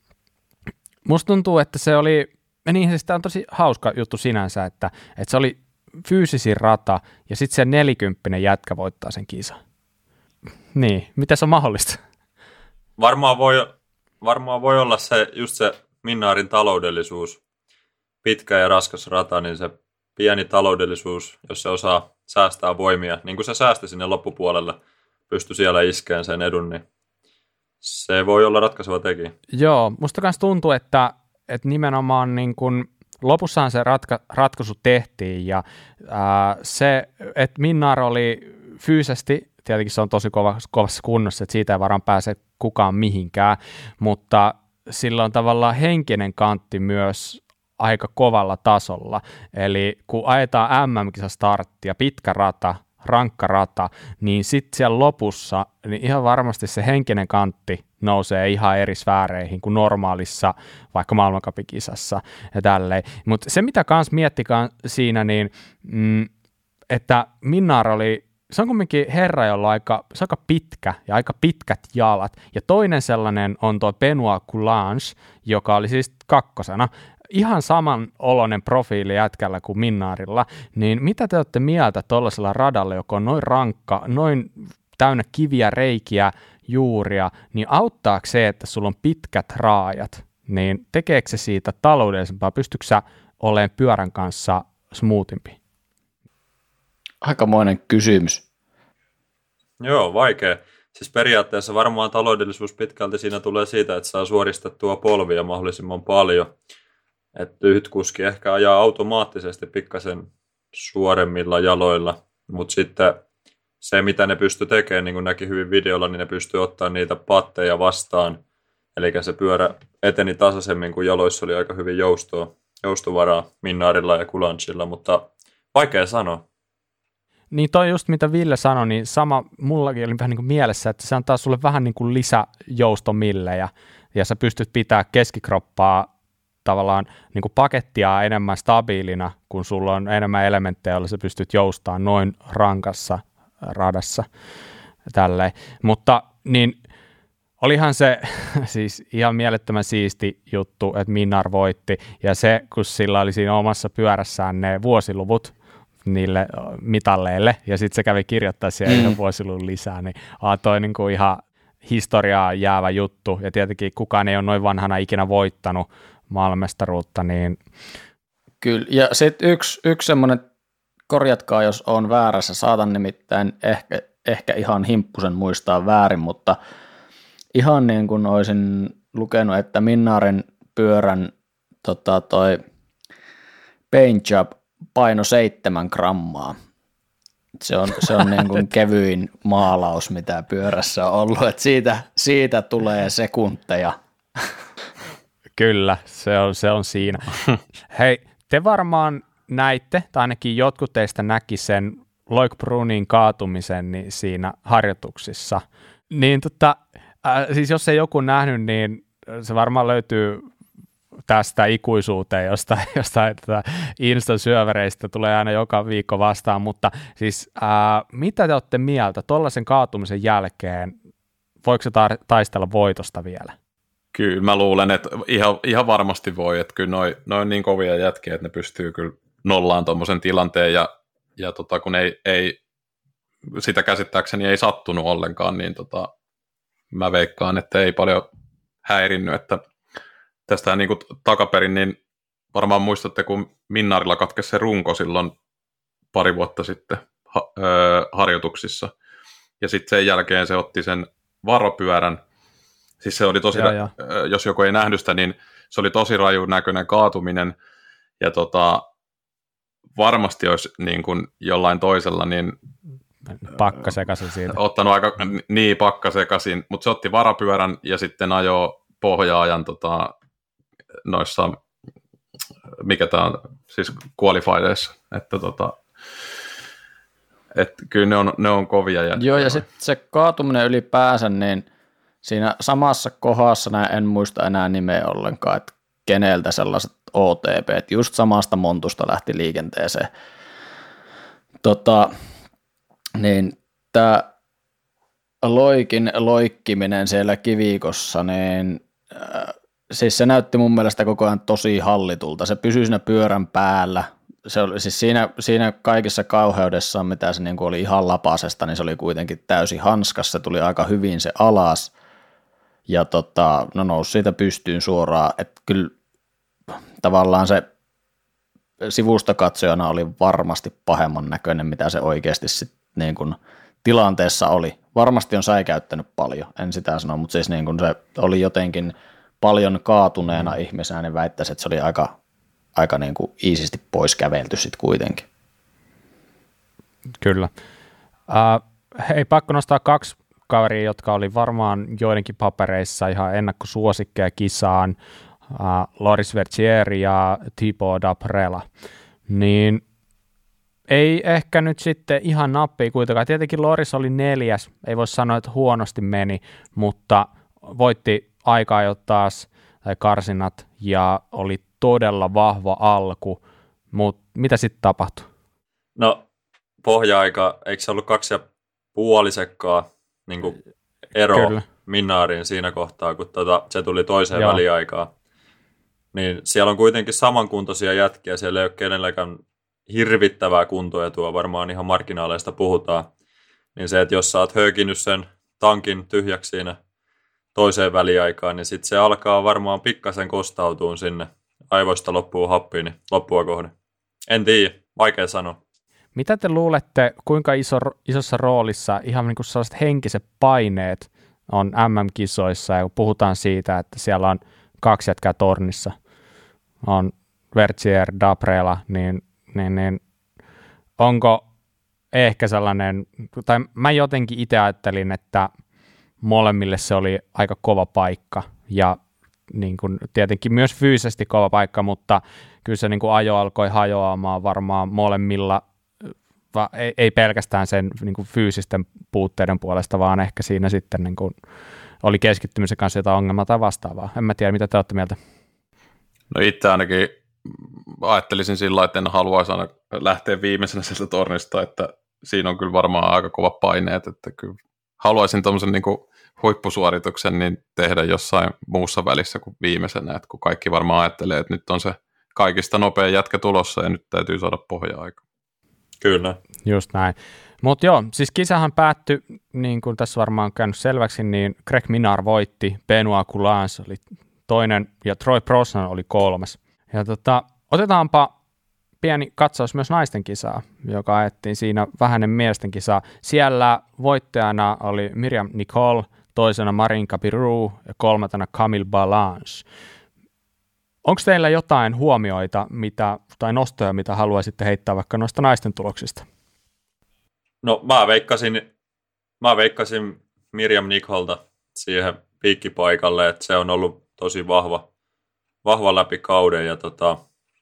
musta tuntuu, että se oli... Niin, siis tämä on tosi hauska juttu sinänsä, että, että se oli fyysisin rata ja sitten se nelikymppinen jätkä voittaa sen kisan. Niin, miten se on mahdollista? Varmaan voi, varmaan voi olla se, just se Minnaarin taloudellisuus, pitkä ja raskas rata, niin se pieni taloudellisuus, jos se osaa säästää voimia, niin kuin se säästi sinne loppupuolelle, pystyi siellä iskeen sen edun, niin se voi olla ratkaiseva tekijä. Joo, musta myös tuntuu, että että nimenomaan niin kun lopussahan se ratka, ratkaisu tehtiin ja ää, se, että Minnaar oli fyysisesti, tietenkin se on tosi kova, kovassa kunnossa, että siitä ei varmaan pääse kukaan mihinkään, mutta sillä on tavallaan henkinen kantti myös aika kovalla tasolla, eli kun ajetaan M M-kisastarttia, pitkä rata, rankka rata, niin sitten siellä lopussa niin ihan varmasti se henkinen kantti nousee ihan eri sfääreihin kuin normaalissa vaikka maailmancupikisassa ja tälleen. Mutta se mitä kans miettikään siinä, niin mm, että Minnaar oli, se on kuitenkin herra, jolla on aika, se on aika pitkä ja aika pitkät jalat. Ja toinen sellainen on tuo Benoit Coulange, joka oli siis kakkosena. Ihan saman oloinen profiili jätkällä kuin Minnaarilla, niin mitä te olette mieltä tuollaisella radalla, joka on noin rankka, noin täynnä kiviä, reikiä, juuria, niin auttaako se, että sulla on pitkät raajat, niin tekeekö se siitä taloudellisempaa, pystyykö sä olemaan pyörän kanssa smoothimpi? Aikamoinen kysymys. Joo, vaikea. Siis periaatteessa varmaan taloudellisuus pitkälti siinä tulee siitä, että saa suoristettua polvia mahdollisimman paljon. Että lyhytkuski ehkä ajaa automaattisesti pikkasen suoremmilla jaloilla, mutta sitten se, mitä ne pystyy tekemään, niin kuin näki hyvin videolla, niin ne pystyy ottaa niitä patteja vastaan. Eli se pyörä eteni tasaisemmin, kun jaloissa oli aika hyvin joustoa. joustovaraa Minnaarilla ja Coulangeilla, mutta vaikea sanoa. Niin toi just mitä Ville sanoi, niin sama mullakin oli vähän niin kuin mielessä, että se antaa sulle vähän niin kuin lisäjoustomillejä ja sä pystyt pitää keskikroppaa tavallaan niin kuin pakettia enemmän stabiilina, kun sulla on enemmän elementtejä, joilla sä pystyt joustamaan noin rankassa radassa. Tälleen. Mutta niin olihan se siis ihan mielettömän siisti juttu, että Minnaar voitti ja se, kun sillä oli siinä omassa pyörässään ne vuosiluvut niille mitalleille ja sitten se kävi kirjoittaa siihen mm. yhden vuosiluvun lisää, niin a, toi niinku ihan historiaa jäävä juttu ja tietenkin kukaan ei ole noin vanhana ikinä voittanut maailmanmestaruutta. Niin... Kyllä, ja sitten yksi, yksi semmoinen, korjatkaa jos on väärässä, saatan nimittäin ehkä, ehkä ihan himppusen muistaa väärin, mutta ihan niin kuin olisin lukenut, että Minnaaren pyörän tota, toi paint job paino seitsemän grammaa. Se on, se on niin kuin kevyin maalaus, mitä pyörässä on ollut, että siitä, siitä tulee sekunteja. Kyllä, se on, se on siinä. Hei, te varmaan näitte, tai ainakin jotkut teistä näki sen Loic Brunin kaatumisen niin siinä harjoituksissa. Niin tota, äh, siis jos ei joku nähnyt, niin se varmaan löytyy tästä ikuisuuteen, josta, jostain tätä Insta-syövereistä tulee aina joka viikko vastaan, mutta siis ää, mitä te olette mieltä tuollaisen kaatumisen jälkeen, voiko se ta- taistella voitosta vielä? Kyllä mä luulen, että ihan, ihan varmasti voi, että kyllä noi, noi on niin kovia jätkiä, että ne pystyy kyllä nollaan tuommoisen tilanteen ja, ja tota, kun ei, ei sitä käsittääkseni ei sattunut ollenkaan, niin tota, mä veikkaan, että ei paljon häirinnyt, että tästä niin kuin takaperin, niin varmaan muistatte, kun Minnaarilla katkesi se runko silloin pari vuotta sitten ha- öö, harjoituksissa. Ja sitten sen jälkeen se otti sen varopyörän. Siis se oli tosi, ja, ja. jos joku ei nähnyt sitä, niin se oli tosi raju näköinen kaatuminen. Ja tota, varmasti olisi niin kuin jollain toisella, niin pakka sekaisin siitä. Ottanut aika, niin pakka sekaisin, mutta se otti varapyörän ja sitten ajoi pohjaajan tota, noissa, mikä tämä on, siis qualifiereissa, että tota, että kyllä ne on, ne on kovia. Ja, Joo, ja sitten se kaatuminen ylipäänsä, niin siinä samassa kohdassa, en muista enää nimeä ollenkaan, että keneltä sellaiset O T P, just samasta montusta lähti liikenteeseen. Tota, niin tämä Loikin loikkiminen siellä kivikossa, niin äh, siis se näytti mun mielestä koko ajan tosi hallitulta. Se pysyi siinä pyörän päällä. Se oli, siis siinä, siinä kaikissa kauheudessaan, mitä se niin kuin oli ihan lapasesta, niin se oli kuitenkin täysin hanskas. Se tuli aika hyvin se alas ja tota, no nousi siitä pystyyn suoraan. Että kyllä tavallaan se sivustakatsojana oli varmasti pahemman näköinen, mitä se oikeasti sit niin kuin tilanteessa oli. Varmasti on säikäyttänyt paljon, en sitä sano, mutta siis niin kuin se oli jotenkin paljon kaatuneena mm. ihmisenä, niin väittäisi, että se oli aika, aika niin kuin iisisti pois kävelty sitten kuitenkin. Kyllä. Uh, hei, pakko nostaa kaksi kaveria, jotka oli varmaan joidenkin papereissa ihan ennakkosuosikkeja kisaan, uh, Loris Vertier ja Thibaut Daprela. Niin ei ehkä nyt sitten ihan nappia kuitenkaan. Tietenkin Loris oli neljäs, ei voi sanoa, että huonosti meni, mutta voitti aikaa jo taas tai karsinat ja oli todella vahva alku, mutta mitä sitten tapahtui? No pohja-aika, eikö se ollut kaksi ja puolisekkaa niin kuin ero Kyllä. Minnaariin siinä kohtaa, kun tota, se tuli toiseen Joo. väliaikaan. Niin siellä on kuitenkin samankuntoisia jätkiä, siellä ei ole kenelläkään hirvittävää kuntoetua, varmaan ihan marginaaleista puhutaan. Niin se, että jos sä oot höykinyt sen tankin tyhjäksi siinä toiseen väliaikaan, niin sitten se alkaa varmaan pikkasen kostautuun sinne. Aivoista loppuu happiin, niin loppua kohden. En tiedä, vaikea sanoa. Mitä te luulette, kuinka iso, isossa roolissa ihan niin kuin sellaiset henkiset paineet on M M-kisoissa, ja kun puhutaan siitä, että siellä on kaksi jätkää tornissa, on Vertier, Daprela, niin, niin, niin onko ehkä sellainen, tai mä jotenkin itse ajattelin, että molemmille se oli aika kova paikka, ja niin kuin, tietenkin myös fyysisesti kova paikka, mutta kyllä se niin kuin ajo alkoi hajoamaan varmaan molemmilla, va, ei, ei pelkästään sen niin kuin fyysisten puutteiden puolesta, vaan ehkä siinä sitten niin kuin oli keskittymisen kanssa jotain ongelmaa tai vastaavaa. En mä tiedä, mitä te olette mieltä. No itse ainakin ajattelisin sillä lailla, että en haluaisi aina lähteä viimeisenä sieltä tornista, että siinä on kyllä varmaan aika kova paineet, että kyllä haluaisin tuommoisen niin kuin huippusuorituksen niin tehdä jossain muussa välissä kuin viimeisenä, että kun kaikki varmaan ajattelee, että nyt on se kaikista nopea jätkä tulossa ja nyt täytyy saada pohja-aika. Kyllä. Just näin. Mutta joo, siis kisahan päättyi, niin kuin tässä varmaan on käynyt selväksi, niin Greg Minnaar voitti, Benoit Coulans oli toinen ja Troy Brosnan oli kolmas. Ja tota, otetaanpa pieni katsaus myös naisten kisaa, joka ajettiin siinä vähäinen miesten kisaa. Siellä voittajana oli Miriam Nicole, toisena Marinka Birou ja kolmantena Camille Balanche. Onko teillä jotain huomioita mitä, tai nostoja, mitä haluaisitte heittää vaikka noista naisten tuloksista? No mä veikkasin, mä veikkasin Miriam Nicolta siihen piikkipaikalle, että se on ollut tosi vahva, vahva läpi kauden ja tota,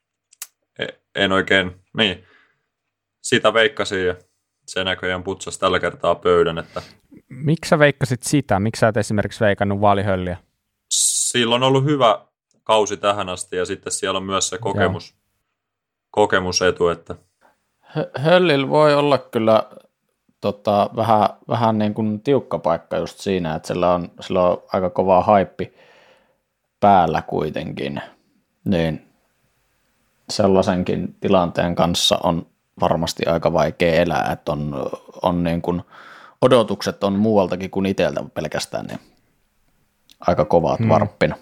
en oikein, niin, sitä veikkasin ja se näköjään putsasi tällä kertaa pöydän. Että miksi sä veikkasit sitä? Miksi sä et esimerkiksi veikannut Vaalihölliä? Sillä on ollut hyvä kausi tähän asti ja sitten siellä on myös se kokemus, kokemusetu. Että Höllillä voi olla kyllä tota, vähän, vähän niin kuin tiukka paikka just siinä, että sillä on, sillä on aika kova haippi päällä kuitenkin, niin sellaisenkin tilanteen kanssa on varmasti aika vaikea elää, että on, on niin kuin, odotukset on muualtakin kuin itseltä pelkästään, niin aika kovat hmm. varppina.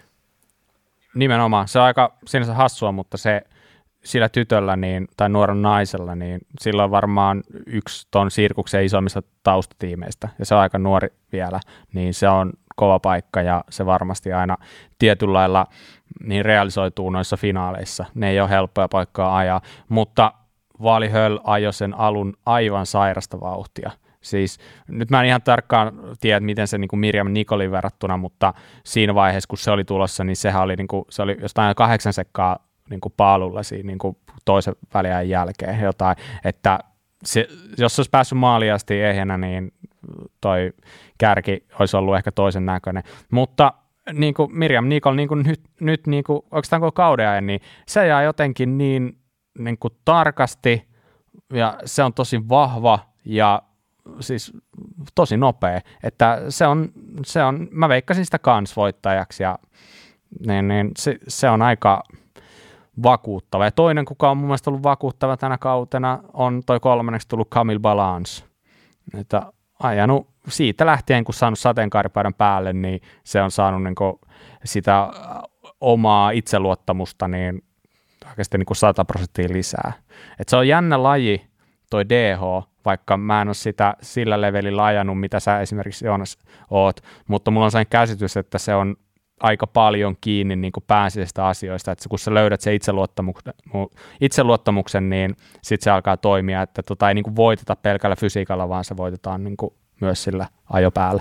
Nimenomaan, se on aika sinänsä hassua, mutta se sillä tytöllä niin, tai nuoren naisella, niin sillä on varmaan yksi ton sirkuksen isommista taustatiimeistä, ja se on aika nuori vielä, niin se on kova paikka, ja se varmasti aina tietyllä lailla niin realisoituu noissa finaaleissa. Ne ei ole helppoja paikkaa ajaa, mutta Vaalihöll ajoi sen alun aivan sairasta vauhtia. Siis nyt mä en ihan tarkkaan tiedä, miten se niin kuin Miriam Nicolin verrattuna, mutta siinä vaiheessa, kun se oli tulossa, niin sehän oli, niin kuin, se oli jostain kahdeksan sekkaa niin kuin paalulla siinä niin kuin toisen väliajan jälkeen jotain, että se, jos se olisi päässyt maaliin asti ehjänä, niin toi kärki olisi ollut ehkä toisen näköinen, mutta niin kuin Miriam Nicol niin kuin nyt, nyt niin kuin, oikeastaan koko kauden ajan, niin se jää jotenkin niin, niin kuin tarkasti ja se on tosi vahva ja siis tosi nopea, että se on, se on mä veikkasin sitä kans voittajaksi ja niin, niin se, se on aika vakuuttava. Ja toinen, kuka on mun mielestä ollut vakuuttava tänä kautena, on toi kolmanneksi tullut Camille Balanche. Että ajanut siitä lähtien, kun saanut sateenkaaripaidan päälle, niin se on saanut niin kuin sitä omaa itseluottamusta niin oikeasti niin kuin sata prosenttia lisää. Et se on jännä laji, toi D H, vaikka mä en ole sitä sillä levelillä ajanut, mitä sä esimerkiksi Joonas oot, mutta mulla on sellainen käsitys, että se on aika paljon kiinni niin kuin pääsiäisistä asioista, että kun sä löydät sen itseluottamuksen, itseluottamuksen niin sitten se alkaa toimia, että tota ei niin kuin voiteta pelkällä fysiikalla, vaan se voitetaan niin kuin myös sillä ajopäällä.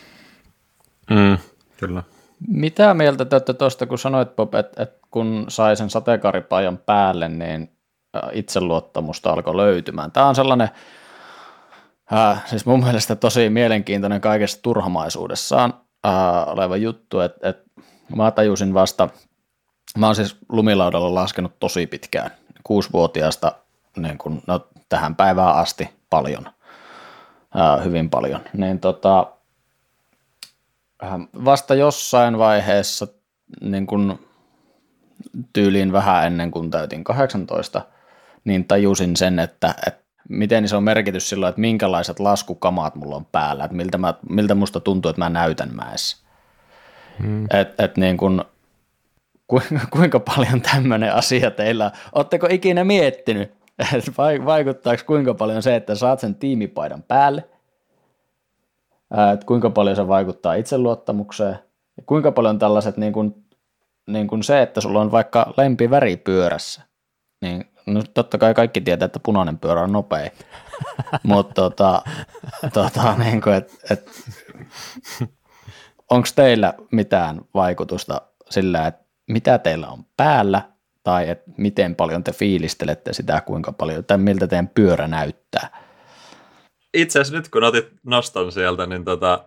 Mm, kyllä. Mitä mieltä te olette tuosta, kun sanoit, Bob, että, että kun sai sen sateenkaaripajan päälle, niin itseluottamusta alkoi löytymään. Tämä on sellainen, äh, siis mun mielestä tosi mielenkiintoinen kaikessa turhamaisuudessaan äh, oleva juttu, että, että mä tajusin vasta, mä oon siis lumilaudalla laskenut tosi pitkään, kuusivuotiaasta niin kun, no, tähän päivään asti paljon, äh, hyvin paljon, niin tota, äh, vasta jossain vaiheessa niin kun tyyliin vähän ennen kuin täytin kahdeksantoista, niin tajusin sen, että, että miten iso merkitys sillä on, että minkälaiset laskukamat mulla on päällä, että miltä, mä, miltä musta tuntuu, että mä näytän mäessä. Hmm. Että et niin kun, kuinka paljon tämmöinen asia teillä on? Ootteko ikinä miettinyt, että vaikuttaako kuinka paljon se, että saat sen tiimipaidan päälle, että kuinka paljon se vaikuttaa itseluottamukseen, ja kuinka paljon tällaiset niin kun, niin kun se, että sulla on vaikka lempiväri pyörässä, niin no totta kai kaikki tietää, että punainen pyörä on nopea, mutta tota, tota, niin kuin, et, et, onko teillä mitään vaikutusta sillä, että mitä teillä on päällä, tai että miten paljon te fiilistelette sitä, kuinka paljon, tai miltä teidän pyörä näyttää? Itse asiassa nyt kun otit noston sieltä, niin tota,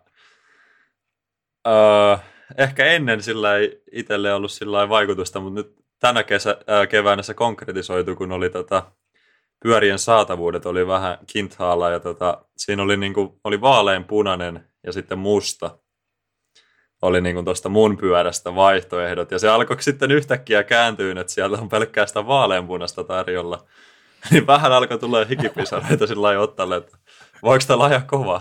öö, ehkä ennen sillä ei itselle ollut sillä vaikutusta, mutta nyt tänä kesä, ää, keväänä se konkretisoitu, kun oli tota, pyörien saatavuudet oli vähän kinthaalla ja tota, siinä oli, niinku, oli vaaleanpunainen ja sitten musta oli niinku tuosta mun pyörästä vaihtoehdot ja se alkoi sitten yhtäkkiä kääntyä, että siellä on pelkkää sitä vaaleanpunasta tarjolla. Niin vähän alkoi tulla hikipisareita sillä lailla ottalle, että voiko täällä ajaa kovaa?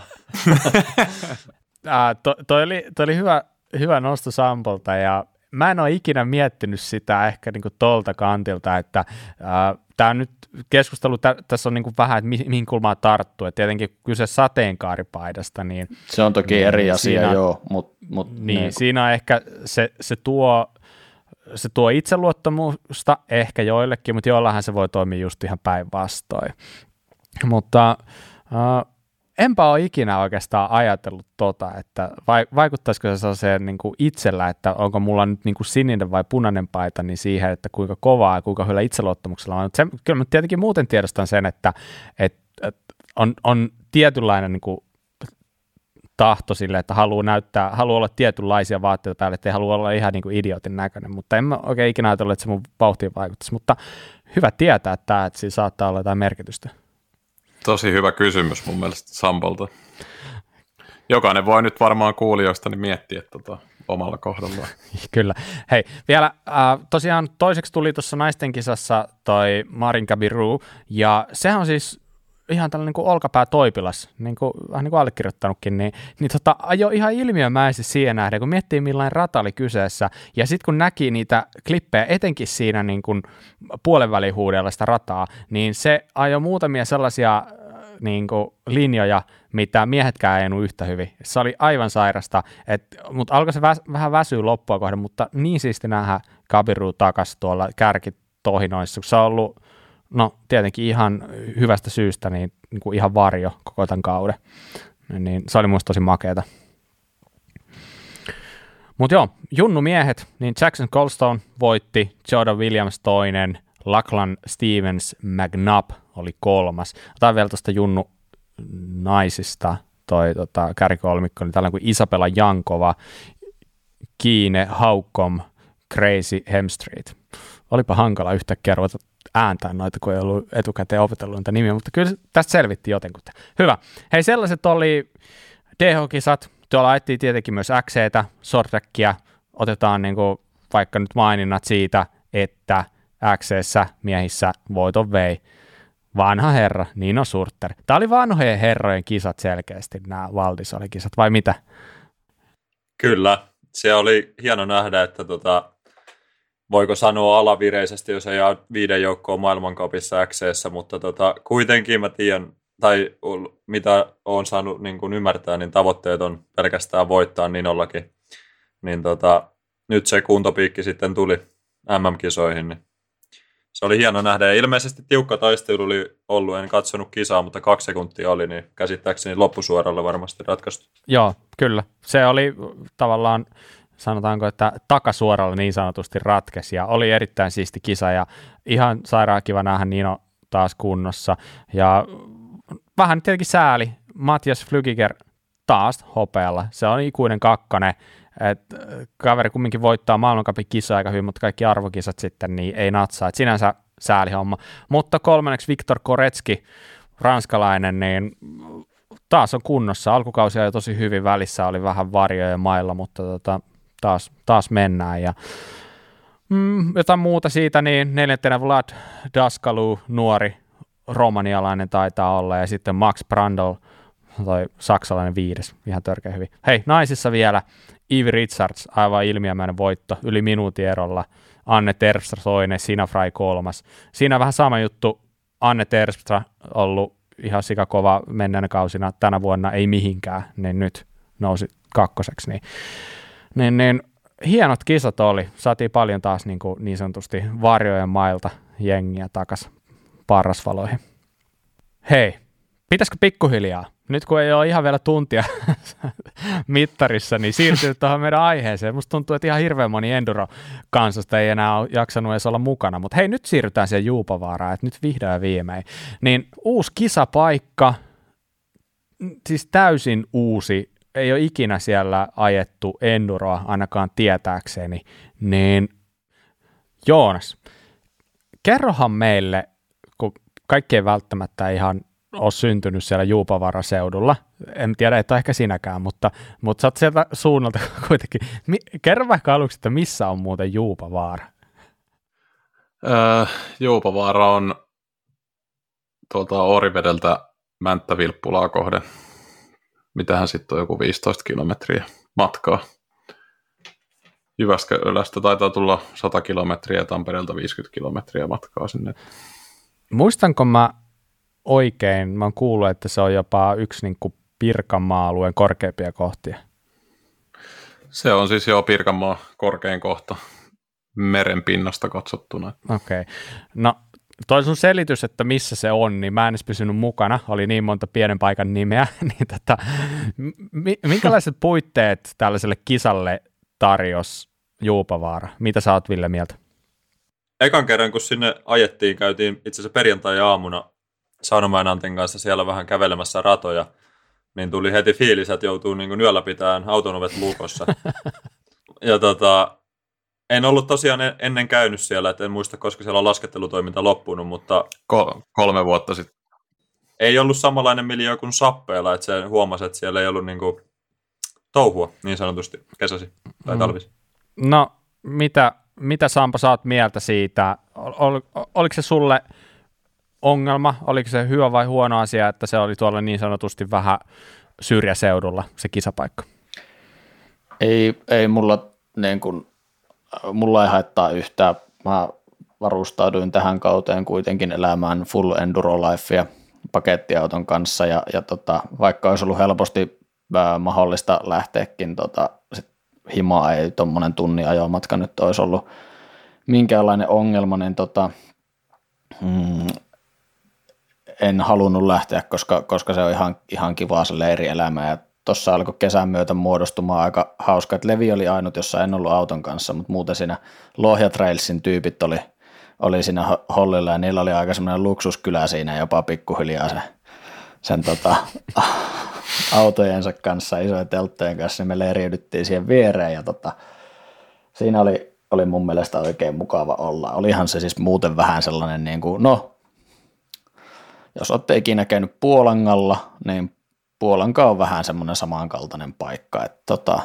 Äh, to, toi, oli, toi oli hyvä, hyvä nosto Sampolta ja mä en ole ikinä miettinyt sitä ehkä niinku tolta kantilta, että äh, tämä nyt keskustelu, tä, tässä on niinku vähän, että mi, mihin kulmaan tarttuu, että tietenkin kyse sateenkaaripaidasta. Niin, se on toki niin eri asia, siinä, joo. Mut, mut niin, ne... siinä on ehkä se, se tuo se tuo itseluottamusta ehkä joillekin, mutta joillahan se voi toimia just ihan päinvastoin. Mutta äh, enpä ole ikinä oikeastaan ajatellut tota, että vaikuttaisiko se sellaiseen niin kuin itsellä, että onko mulla nyt niin kuin sininen vai punainen paita, niin siihen, että kuinka kovaa ja kuinka hyvä itseluottamuksella on. Mutta se, kyllä mä tietenkin muuten tiedostan sen, että, että, että on, on tietynlainen niin kuin tahto sille, että haluaa näyttää, haluaa olla tietynlaisia vaatteita päälle, ettei halua olla ihan niin kuin idiotin näköinen, mutta en mä oikein ikinä ajatellut, että se mun vauhtiin vaikuttaisi, mutta hyvä tietää, että, että siinä saattaa olla jotain merkitystä. Tosi hyvä kysymys mun mielestä Sampolta. Jokainen voi nyt varmaan kuulijoista niin miettiä tota omalla kohdallaan. Kyllä. Hei, vielä äh, tosiaan toiseksi tuli tuossa naisten kisassa toi Marin Gabiru, ja sehän on siis ihan tällainen niin kuin olkapäätoipilas, niin kuin, vähän niin kuin allekirjoittanutkin, niin, niin tota, ajoi ihan ilmiömäisesti siihen nähden, kun miettii millainen rata oli kyseessä, ja sitten kun näki niitä klippejä, etenkin siinä niin kuin puolen välin huudella sitä rataa, niin se ajoi muutamia sellaisia niin kuin linjoja, mitä miehetkään ei enää yhtä hyvin. Se oli aivan sairasta, mutta alkoi se väs, vähän väsyä loppua kohden, mutta niin siisti nähdä Gabiru takaisin tuolla kärkitohinoissa, kun se on ollut no tietenkin ihan hyvästä syystä niin, niin kuin ihan varjo koko tämän kauden. Niin se oli musta tosi makeata. Mutta joo, junnu miehet, niin Jackson Goldstone voitti, Jordan Williams toinen, Lachlan Stevens McNabb oli kolmas. Otetaan vielä tuosta junnu naisista toi tota, kärkikolmikko, niin tällainen kuin Isabella Jankova, Kiine Haukom, Crazy Hemstreet. Olipa hankala yhtäkkiä ruveta ääntää noita, kun ei ollut etukäteen opetellut niitä nimiä, mutta kyllä tästä selvitti jotenkuten. Hyvä. Hei, sellaiset oli D H-kisat. Tuolla ajettiin tietenkin myös X C:tä, Sortrekkiä. Otetaan niin kuin vaikka nyt maininnat siitä, että X C:ssä miehissä voiton vei vanha herra Nino Surter. Tämä oli vanhojen herrojen kisat selkeästi, nämä Valdisolle-kisat, vai mitä? Kyllä. Se oli hieno nähdä, että tota, voiko sanoa alavireisesti, jos ei ole viiden joukkoa maailmankapissa X C:ssä, mutta tota, kuitenkin mä tiedän, tai mitä olen saanut niin kuin ymmärtää, niin tavoitteet on pelkästään voittaa Ninollakin. Niin tota, nyt se kuntopiikki sitten tuli M M-kisoihin, niin se oli hieno nähdä. Ja ilmeisesti tiukka taistelu oli ollut, en katsonut kisaa, mutta kaksi sekuntia oli, niin käsittääkseni loppusuoralla varmasti ratkaistu. Joo, kyllä. Se oli tavallaan, sanotaanko, että takasuoralla niin sanotusti ratkesi, ja oli erittäin siisti kisa, ja ihan sairaan kiva nähdä Nino taas kunnossa. Ja vähän tietenkin sääli, Matthias Flygiger taas hopealla. Se on ikuinen kakkonen, että kaveri kumminkin voittaa maailmancupin kisaa aika hyvin, mutta kaikki arvokisat sitten niin ei natsaa. Et sinänsä sääli homma. Mutta kolmanneksi Viktor Koretski, ranskalainen, niin taas on kunnossa. Alkukausia jo tosi hyvin, välissä oli vähän varjoja mailla, mutta tota, taas, taas mennään. Ja mm, jotain muuta siitä, niin neljäntenä Vlad Daskalu, nuori romanialainen taitaa olla, ja sitten Max Brandl, toi saksalainen viides, ihan törkeä hyvin. Hei, naisissa vielä Ivy Richards, aivan ilmiömäinen voitto, yli minuutin erolla. Anne Terpstra toinen, Sina Fry kolmas. Siinä vähän sama juttu, Anne Terpstra ollut ihan sikakova menneenä kausina, tänä vuonna ei mihinkään, niin nyt nousi kakkoseksi. Niin, niin, niin hienot kisat oli, saatiin paljon taas niin, kuin niin sanotusti varjojen mailta jengiä takas parrasvaloihin. Hei, pitäisikö pikkuhiljaa nyt kun ei ole ihan vielä tuntia mittarissa, niin siirtyy tuohon meidän aiheeseen. Musta tuntuu, että ihan hirveän moni Enduro-kansasta ei enää ole jaksanut edes olla mukana, mutta hei, nyt siirrytään siihen Juupavaaraan, että nyt vihdoin ja viimein. Niin uusi kisapaikka, siis täysin uusi, ei ole ikinä siellä ajettu Enduroa ainakaan tietääkseni, niin Joonas, kerrohan meille, kun kaikki ei välttämättä ihan ole syntynyt siellä Juupavaara-seudulla, en tiedä, että ehkä sinäkään, mutta, mutta sä oot sieltä suunnalta kuitenkin. Mi- kerro vaikka aluksi, että missä on muuten Juupavaara? Öö, Juupavaara on tuolta Orivedeltä Mänttä-Vilppulaa kohden. Mitähän sitten on joku viisitoista kilometriä matkaa. Jyväskylästä taitaa tulla sata kilometriä ja Tampereelta viisikymmentä kilometriä matkaa sinne. Muistanko mä oikein, mä oon kuullut, että se on jopa yksi niin kuin Pirkanmaa-alueen korkeimpia kohtia. Se on siis jo Pirkanmaa korkein kohta meren pinnasta katsottuna. Okei. Okay. No toi sun selitys, että missä se on, niin mä en edes pysynyt mukana, oli niin monta pienen paikan nimeä, niin tota, mi- minkälaiset puitteet tällaiselle kisalle tarjosi Juupavaara? Mitä sä oot, Ville, mieltä? Ekan kerran, kun sinne ajettiin, käytiin itse asiassa perjantai-aamuna Saunomäen Antin kanssa siellä vähän kävelemässä ratoja, niin tuli heti fiilis, että joutuu niin kuin yöllä pitämään auton ovet lukossa. Ja tota, en ollut tosiaan ennen käynyt siellä, että en muista, koska siellä on laskettelutoiminta loppunut, mutta Kol- kolme vuotta sitten. Ei ollut samanlainen miljö kuin Sappeella, että se huomasi, että siellä ei ollut niin kuin touhua niin sanotusti kesäsi tai talvisi. No, mitä, mitä Sampo, sä oot mieltä siitä? Ol, oliko se sulle ongelma? Oliko se hyvä vai huono asia, että se oli tuolla niin sanotusti vähän syrjäseudulla se kisapaikka? Ei, ei mulla, niin kun, mulla ei haittaa yhtään. Mä varustauduin tähän kauteen kuitenkin elämään full enduro lifea pakettiauton kanssa ja, ja tota, vaikka olisi ollut helposti ää, mahdollista lähteäkin, tota, sit himaa ei tuommoinen tunnin ajomatka nyt olisi ollut minkäänlainen ongelma, niin tota, mm, en halunnut lähteä, koska, koska se on ihan, ihan kivaa se leirielämä ja tuossa alkoi kesän myötä muodostumaan aika hauska, että Levi oli ainut, jossa en ollut auton kanssa, mutta muuten siinä Lohja Trailsin tyypit oli, oli siinä hollilla ja niillä oli aika semmoinen luksuskylä siinä jopa pikkuhiljaa se, sen tota, autojensa kanssa, isojen telttojen kanssa, niin me leiriydyttiin siihen viereen ja tota, siinä oli, oli mun mielestä oikein mukava olla. Olihan se siis muuten vähän sellainen, niin kuin, no, jos olette ikinä käynyt Puolangalla, niin Puolanka on vähän semmoinen samankaltainen paikka. Että tota.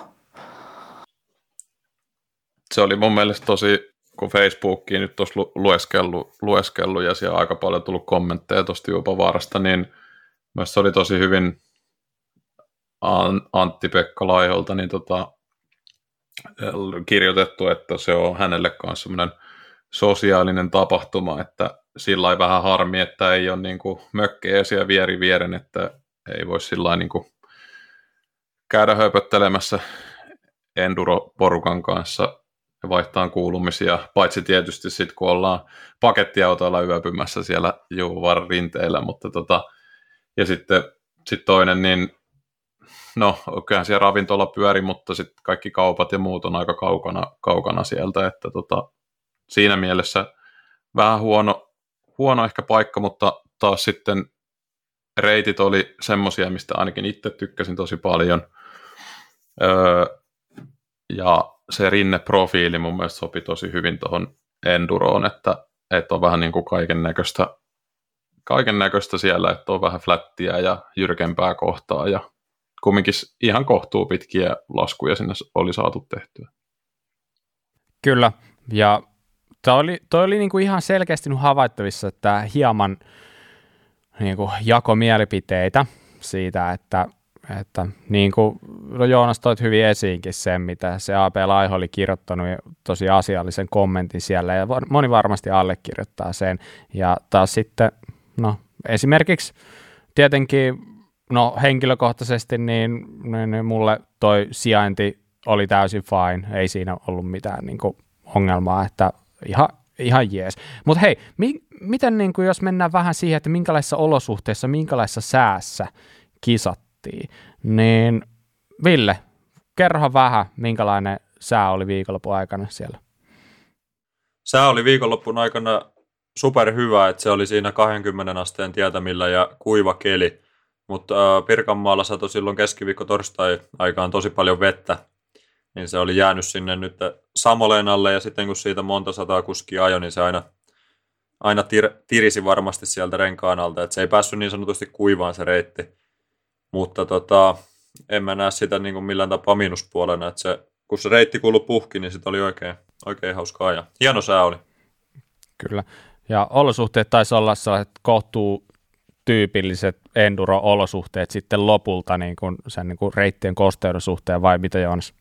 Se oli mun mielestä tosi, kun Facebookiin nyt tuossa lueskellut, lueskellut ja siellä on aika paljon tullut kommentteja tuosta Juupavaarasta, niin myös se oli tosi hyvin Antti-Pekka Laiholta niin tota, kirjoitettu, että se on hänelle kanssa semmoinen sosiaalinen tapahtuma, että sillä lailla vähän harmi, että ei ole niin kuin mökkejä siellä vieri vieren, että ei voi sillä lailla niin kuin käydä höpöttelemässä enduro-porukan kanssa ja vaihtaa kuulumisia, paitsi tietysti sitten kun ollaan pakettiautoilla yöpymässä siellä Juupavaaran rinteillä, mutta tota, ja sitten sit toinen, niin no, kyllähän siellä ravintola pyöri, mutta sitten kaikki kaupat ja muut on aika kaukana, kaukana sieltä, että tota, siinä mielessä vähän huono, huono ehkä paikka, mutta taas sitten reitit oli semmoisia, mistä ainakin itse tykkäsin tosi paljon. Öö, ja se rinneprofiili mun mielestä sopi tosi hyvin tuohon enduroon, että, että on vähän niin kuin kaiken näköistä, kaiken näköistä siellä, että on vähän flättiä ja jyrkempää kohtaa ja kumminkin ihan kohtuu pitkiä laskuja sinne oli saatu tehtyä. Kyllä, ja toi oli, toi oli niinku ihan selkeästi havaittavissa, että hieman niinku jako mielipiteitä siitä, että, että niin kuin no Joonas toit hyvin esiinkin sen, mitä se A P Laiho oli kirjoittanut tosi asiallisen kommentin siellä, ja moni varmasti allekirjoittaa sen, ja taas sitten, no esimerkiksi tietenkin, no henkilökohtaisesti, niin, niin mulle toi sijainti oli täysin fine, ei siinä ollut mitään niin kuin ongelmaa, että ihan, ihan jees. Mutta hei, mi- miten niin kuin, jos mennään vähän siihen, että minkälaisissa olosuhteissa, minkälaisessa säässä kisattiin. Niin Ville, kerrohan vähän, minkälainen sää oli viikonlopun aikana siellä? Sää oli viikonloppun aikana superhyvä, että se oli siinä kaksikymmentä asteen tietämillä ja kuiva keli, mutta äh, Pirkanmaalla satoi silloin keskiviikko torstai aikaan tosi paljon vettä, niin se oli jäänyt sinne nyt Samoleen alle, ja sitten kun siitä monta sataa kuskia ajoi, niin se aina, aina tir, tirisi varmasti sieltä renkaan alta, että se ei päässyt niin sanotusti kuivaan se reitti, mutta tota, en mä näe sitä niin kuin millään tapaa miinuspuolena, että se, kun se reitti kuului puhki, niin sit oli oikein, oikein hauskaa ajaa. Hieno sää oli. Kyllä, ja olosuhteet taisi olla sellaiset kohtuu tyypilliset enduro-olosuhteet sitten lopulta niin kuin sen niin kuin reittien kosteuden suhteen, vai mitä Joonas?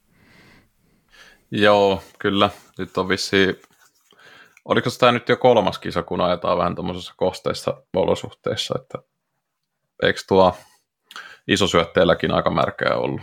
Joo, kyllä. Nyt on vissiin, oliko tämä nyt jo kolmas kisa, kun ajetaan vähän tuommoisessa kosteissa olosuhteissa, että eikö tuo isosyötteelläkin aika märkää ollut?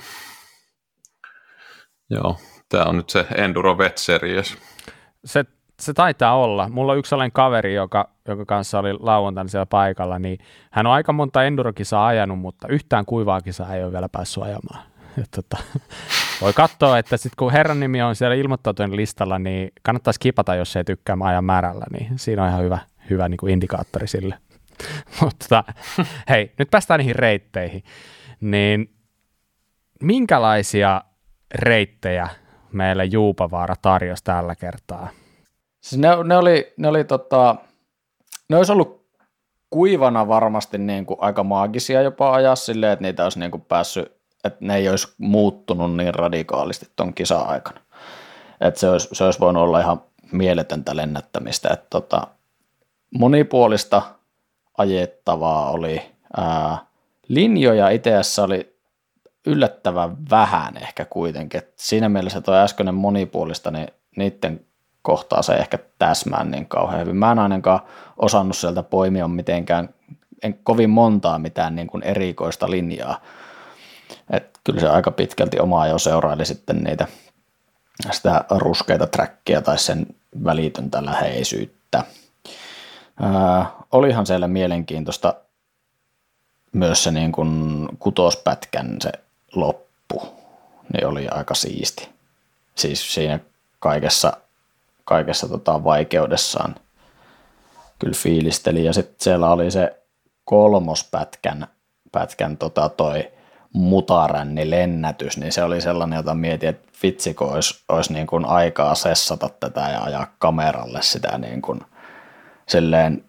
Joo, tämä on nyt se Enduro Wet Series. Se, se taitaa olla. Mulla on yksi sellainen kaveri, joka, joka kanssa oli lauantaina siellä paikalla, niin hän on aika monta endurokisaa ajanut, mutta yhtään kuivaa kisaa ei ole vielä päässyt ajamaan. Tota, voi katsoa, että sitten kun herran nimi on siellä ilmoittautujen listalla, niin kannattaa skipata, jos ei tykkää ajan määrällä, niin siinä on ihan hyvä, hyvä niin kuin indikaattori sille. Mutta hei, nyt päästään niihin reitteihin. Niin minkälaisia reittejä meille Juupavaara tarjosi tällä kertaa? Siis ne, ne oli, ne oli tota, ne olisi ollut kuivana varmasti niin kuin aika maagisia jopa ajaa silleen, että niitä olisi niin kuin päässyt, että ne ei olisi muuttunut niin radikaalisti ton kisan aikana. Että se olisi, se olisi voinut olla ihan mieletöntä lennättämistä. Että tota, monipuolista ajettavaa oli. Ää, linjoja itse asiassa oli yllättävän vähän ehkä kuitenkin. Et siinä mielessä tuo äskeinen monipuolista, niin niiden kohtaa se ehkä täsmää niin kauhean hyvin. Mä en ainakaan osannut sieltä poimia mitenkään, en kovin montaa mitään niin kuin erikoista linjaa. Et kyllä se aika pitkälti omaa jo seuraili sitten niitä sitä ruskeita trackia tai sen välitöntä läheisyyttä. Ää, olihan siellä mielenkiintoista myös se niin kuin kutospätkän se loppu, niin oli aika siisti. Siis siinä kaikessa, kaikessa tota vaikeudessaan kyllä fiilisteli. Ja sitten siellä oli se kolmospätkän pätkän tota toi mutaränni lennätys, niin se oli sellainen, jota mietin, että vitsikö olisi, olisi niin kuin aikaa sessata tätä ja ajaa kameralle sitä niin kuin silleen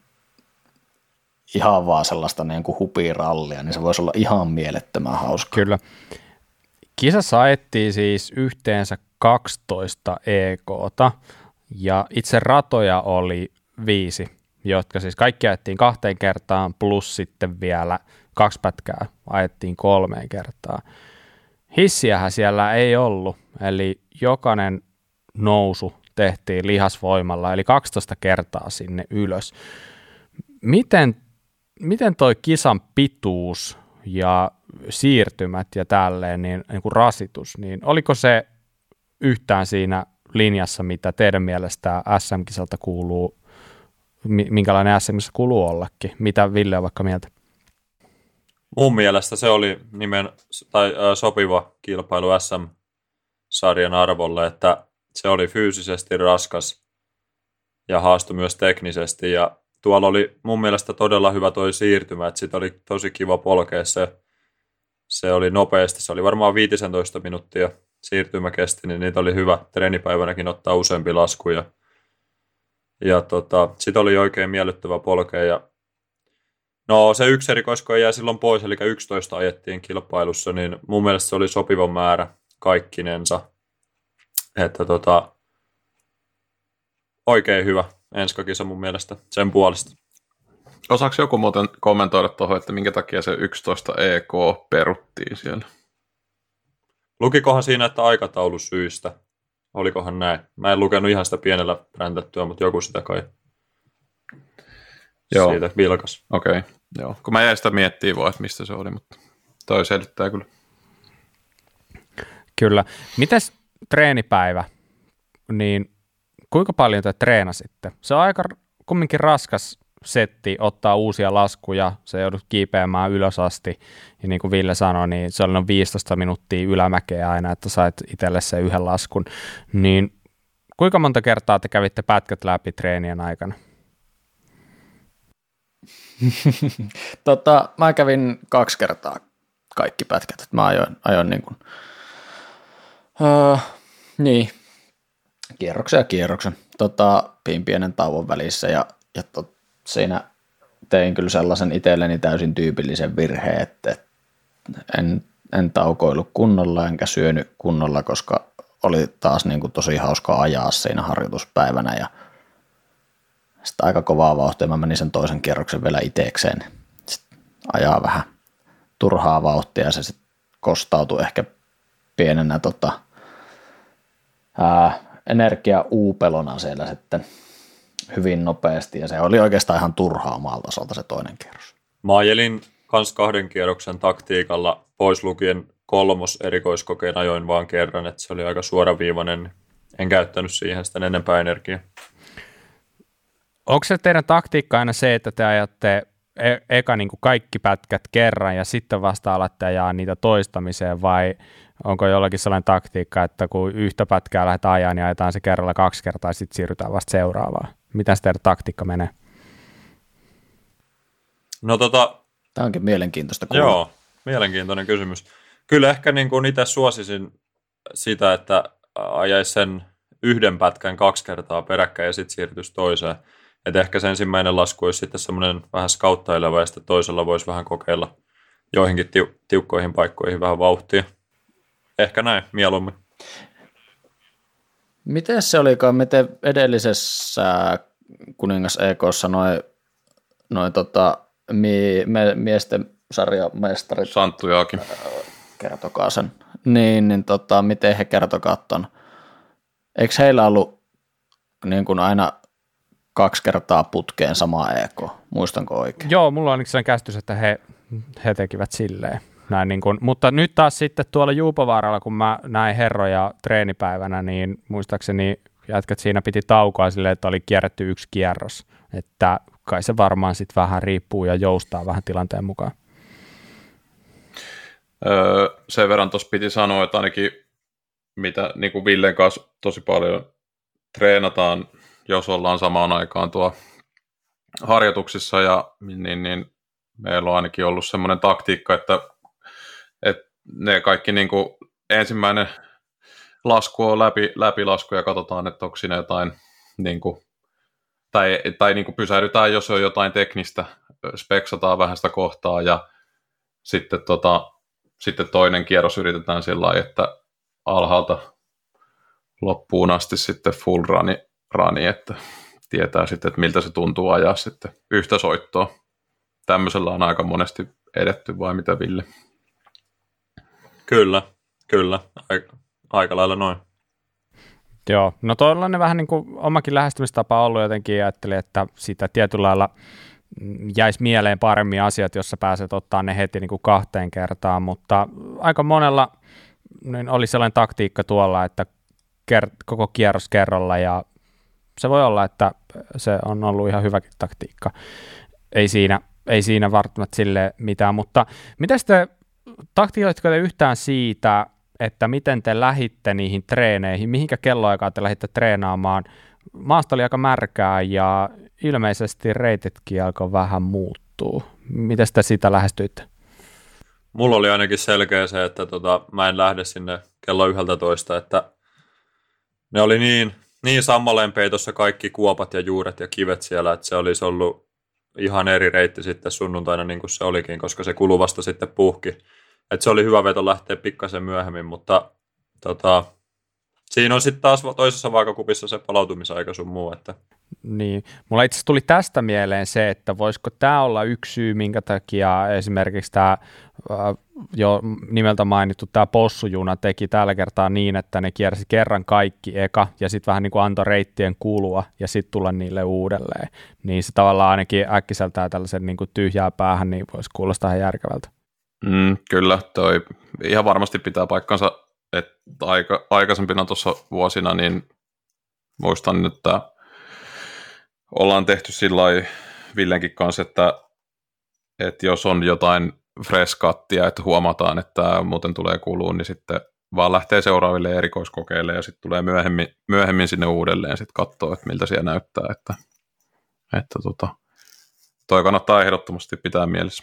ihan vaan sellaista niin kuin hupirallia, niin se voisi olla ihan mielettömän hauska. Kyllä. Kisassa ajettiin siis yhteensä kaksitoista E K:ta ja itse ratoja oli viisi, jotka siis kaikki ajettiin kahteen kertaan plus sitten vielä kaksi pätkää ajettiin kolmeen kertaan. Hissiähän siellä ei ollut, eli jokainen nousu tehtiin lihasvoimalla, eli kaksitoista kertaa sinne ylös. Miten, miten toi kisan pituus ja siirtymät ja tälleen, niin, niin kuin rasitus, niin oliko se yhtään siinä linjassa, mitä teidän mielestä S M-kisalta kuuluu, minkälainen S M-kisa kuuluu ollakin? Mitä Ville on vaikka mieltä? Mun mielestä se oli nimen, tai, äh, sopiva kilpailu S M-sarjan arvolle, että se oli fyysisesti raskas ja haastoi myös teknisesti. Ja tuolla oli mun mielestä todella hyvä toi siirtymä, että siitä oli tosi kiva polkea se. Se oli nopeasti, se oli varmaan viisitoista minuuttia siirtymä kesti, niin niitä oli hyvä treenipäivänäkin ottaa useampi lasku. Ja, ja tota, sitten oli oikein miellyttävä polkea ja no se yksi erikoisko jäi silloin pois, eli yksitoista ajettiin kilpailussa, niin mun mielestä se oli sopiva määrä kaikkinensa. Että tota, oikein hyvä enskakisa mun mielestä sen puolesta. Osaako joku muuten kommentoida tuohon, että minkä takia se yksitoista E K peruttiin siellä? Lukikohan siinä, että aikataulusyistä? Olikohan näin? Mä en lukenut ihan sitä pienellä präntättyä, mutta joku sitä kai Joo. siitä vilkas. Okei, okay. Joo. Kun mä jäin sitä miettimään vaan, että mistä se oli, mutta toi selittää kyllä. Kyllä. Mites treenipäivä, niin kuinka paljon te treenasitte? Se on aika kumminkin raskas setti ottaa uusia laskuja, sä joudut kiipeämään ylös asti, ja niin kuin Ville sanoi, niin se oli noin viisitoista minuuttia ylämäkeä aina, että sait itselle sen yhden laskun, niin kuinka monta kertaa te kävitte pätkät läpi treenien aikana? tota, mä kävin kaksi kertaa kaikki pätkät, että mä ajoin, ajoin niin kuin, öö, niin, kierroksen ja kierroksen, tota, pidin pienen tauon välissä ja, ja tot, siinä tein kyllä sellaisen itselleni täysin tyypillisen virheen, että en, en taukoillut kunnolla enkä syönyt kunnolla, koska oli taas niin kuin tosi hauska ajaa siinä harjoituspäivänä ja sitten aika kovaa vauhtia. Mä menin sen toisen kierroksen vielä itekseen. Sitten ajaa vähän turhaa vauhtia ja se sitten kostautui ehkä pienenä tota, ää, energiauupelona siellä sitten hyvin nopeasti ja se oli oikeastaan ihan turhaa omalta tasolta se toinen kierros. Mä ajelin kans kahden kierroksen taktiikalla pois lukien kolmos erikoiskokeen ajoin vaan kerran, että se oli aika suoraviivainen. En käyttänyt siihen sitä enempää energiaa. Onko se teidän taktiikka aina se, että te ajatte e- eka niin kuin kaikki pätkät kerran ja sitten vasta alatte ajaa niitä toistamiseen vai onko jollakin sellainen taktiikka, että kun yhtä pätkää lähdetään ajaa, niin ajetaan se kerralla kaksi kertaa ja sitten siirrytään vasta seuraavaan? Miten se teidän taktiikka menee? No tota... Tämä onkin mielenkiintoista kuulla. Joo, mielenkiintoinen kysymys. Kyllä ehkä niin kuin itse suosisin sitä, että ajaisi sen yhden pätkän kaksi kertaa peräkkäin ja sitten siirtyisi toiseen. Että ehkä se ensimmäinen lasku olisi sitten semmoinen vähän skauttaileva ja sitten toisella voisi vähän kokeilla joihinkin tiu- tiukkoihin paikkoihin vähän vauhtia. Ehkä näin, mieluummin. Miten se olikaan, miten edellisessä Kuningas E K:ssa noin noi tota, mie- me- miesten sarjamestarit Santtu Jaakin. Kertokaa sen. Niin, niin tota, miten he kertokaa ton? Eikö heillä ollut niin kuin aina kaksi kertaa putkeen sama E K? Muistanko oikein? Joo, mulla on sellainen käsitys, että he, he tekivät silleen. Näin niin kuin, mutta nyt taas sitten tuolla Juupovaaralla, kun mä näin herroja treenipäivänä, niin muistaakseni jätkät siinä piti taukoa silleen, että oli kierretty yksi kierros. Että kai se varmaan sitten vähän riippuu ja joustaa vähän tilanteen mukaan. Öö, sen verran tuossa piti sanoa, että ainakin mitä niin kuin Villen kanssa tosi paljon treenataan, jos ollaan samaan aikaan tuo harjoituksissa, ja, niin, niin meillä on ainakin ollut semmoinen taktiikka, että, että ne kaikki niin kuin ensimmäinen lasku on läpi, läpilasku ja katsotaan, että onko siinä jotain, niin kuin, tai, tai niin kuin pysähdytään, jos on jotain teknistä, speksataan vähän sitä kohtaa ja sitten, tota, sitten toinen kierros yritetään sillä lailla, että alhaalta loppuun asti sitten full runi, runi, että tietää sitten, että miltä se tuntuu ajaa sitten yhtä soittoa. Tämmöisellä on aika monesti edetty, vai mitä Ville? Kyllä, kyllä. Aika, aika lailla noin. Joo, no toillainen vähän niin kuin omakin lähestymistapa on ollut jotenkin, ajattelin, että sitä tietyllä lailla jäisi mieleen paremmin asiat, jos sä pääset ottaa ne heti niin kuin kahteen kertaan, mutta aika monella niin oli sellainen taktiikka tuolla, että ker- koko kierros kerralla, ja se voi olla, että se on ollut ihan hyväkin taktiikka. Ei siinä, ei siinä välttämättä sille mitään, mutta miten te taktioitko te yhtään siitä, että miten te lähitte niihin treeneihin, mihinkä kelloaikaan te lähditte treenaamaan? Maasta oli aika märkää ja ilmeisesti reititkin alkoi vähän muuttua. Miten te sitä lähestyitte? Mulla oli ainakin selkeä se, että tota, mä en lähde sinne kello yksitoista, että ne oli niin, niin sammaleen peitossa kaikki kuopat ja juuret ja kivet siellä, että se olisi ollut ihan eri reitti sitten sunnuntaina niin kuin se olikin, koska se kuluvasta sitten puhki. Että se oli hyvä veto lähteä pikkasen myöhemmin, mutta tota, siinä on sitten taas toisessa vaakakupissa se palautumisaika sun muu. Että. Niin, mulla itse asiassa tuli tästä mieleen se, että voisiko tämä olla yksi syy, minkä takia esimerkiksi tämä jo nimeltä mainittu tämä possujuna teki tällä kertaa niin, että ne kiersi kerran kaikki eka ja sitten vähän niin kuin antoi reittien kulua ja sitten tulla niille uudelleen. Niin se tavallaan ainakin äkkiseltään tällaisen niin kuin tyhjää päähän, niin voisi kuulostaa ihan järkevältä. Mm, kyllä, toi ihan varmasti pitää paikkansa, että aika, aikaisempina tuossa vuosina, niin muistan, että ollaan tehty sillä lailla Villenkin kanssa, että, että jos on jotain fresh-kattia, että huomataan, että tämä muuten tulee kuluun, niin sitten vaan lähtee seuraaville erikoiskokeille ja sitten tulee myöhemmin, myöhemmin sinne uudelleen sitten katsoa, että miltä siellä näyttää, että, että tota, toi kannattaa ehdottomasti pitää mielessä.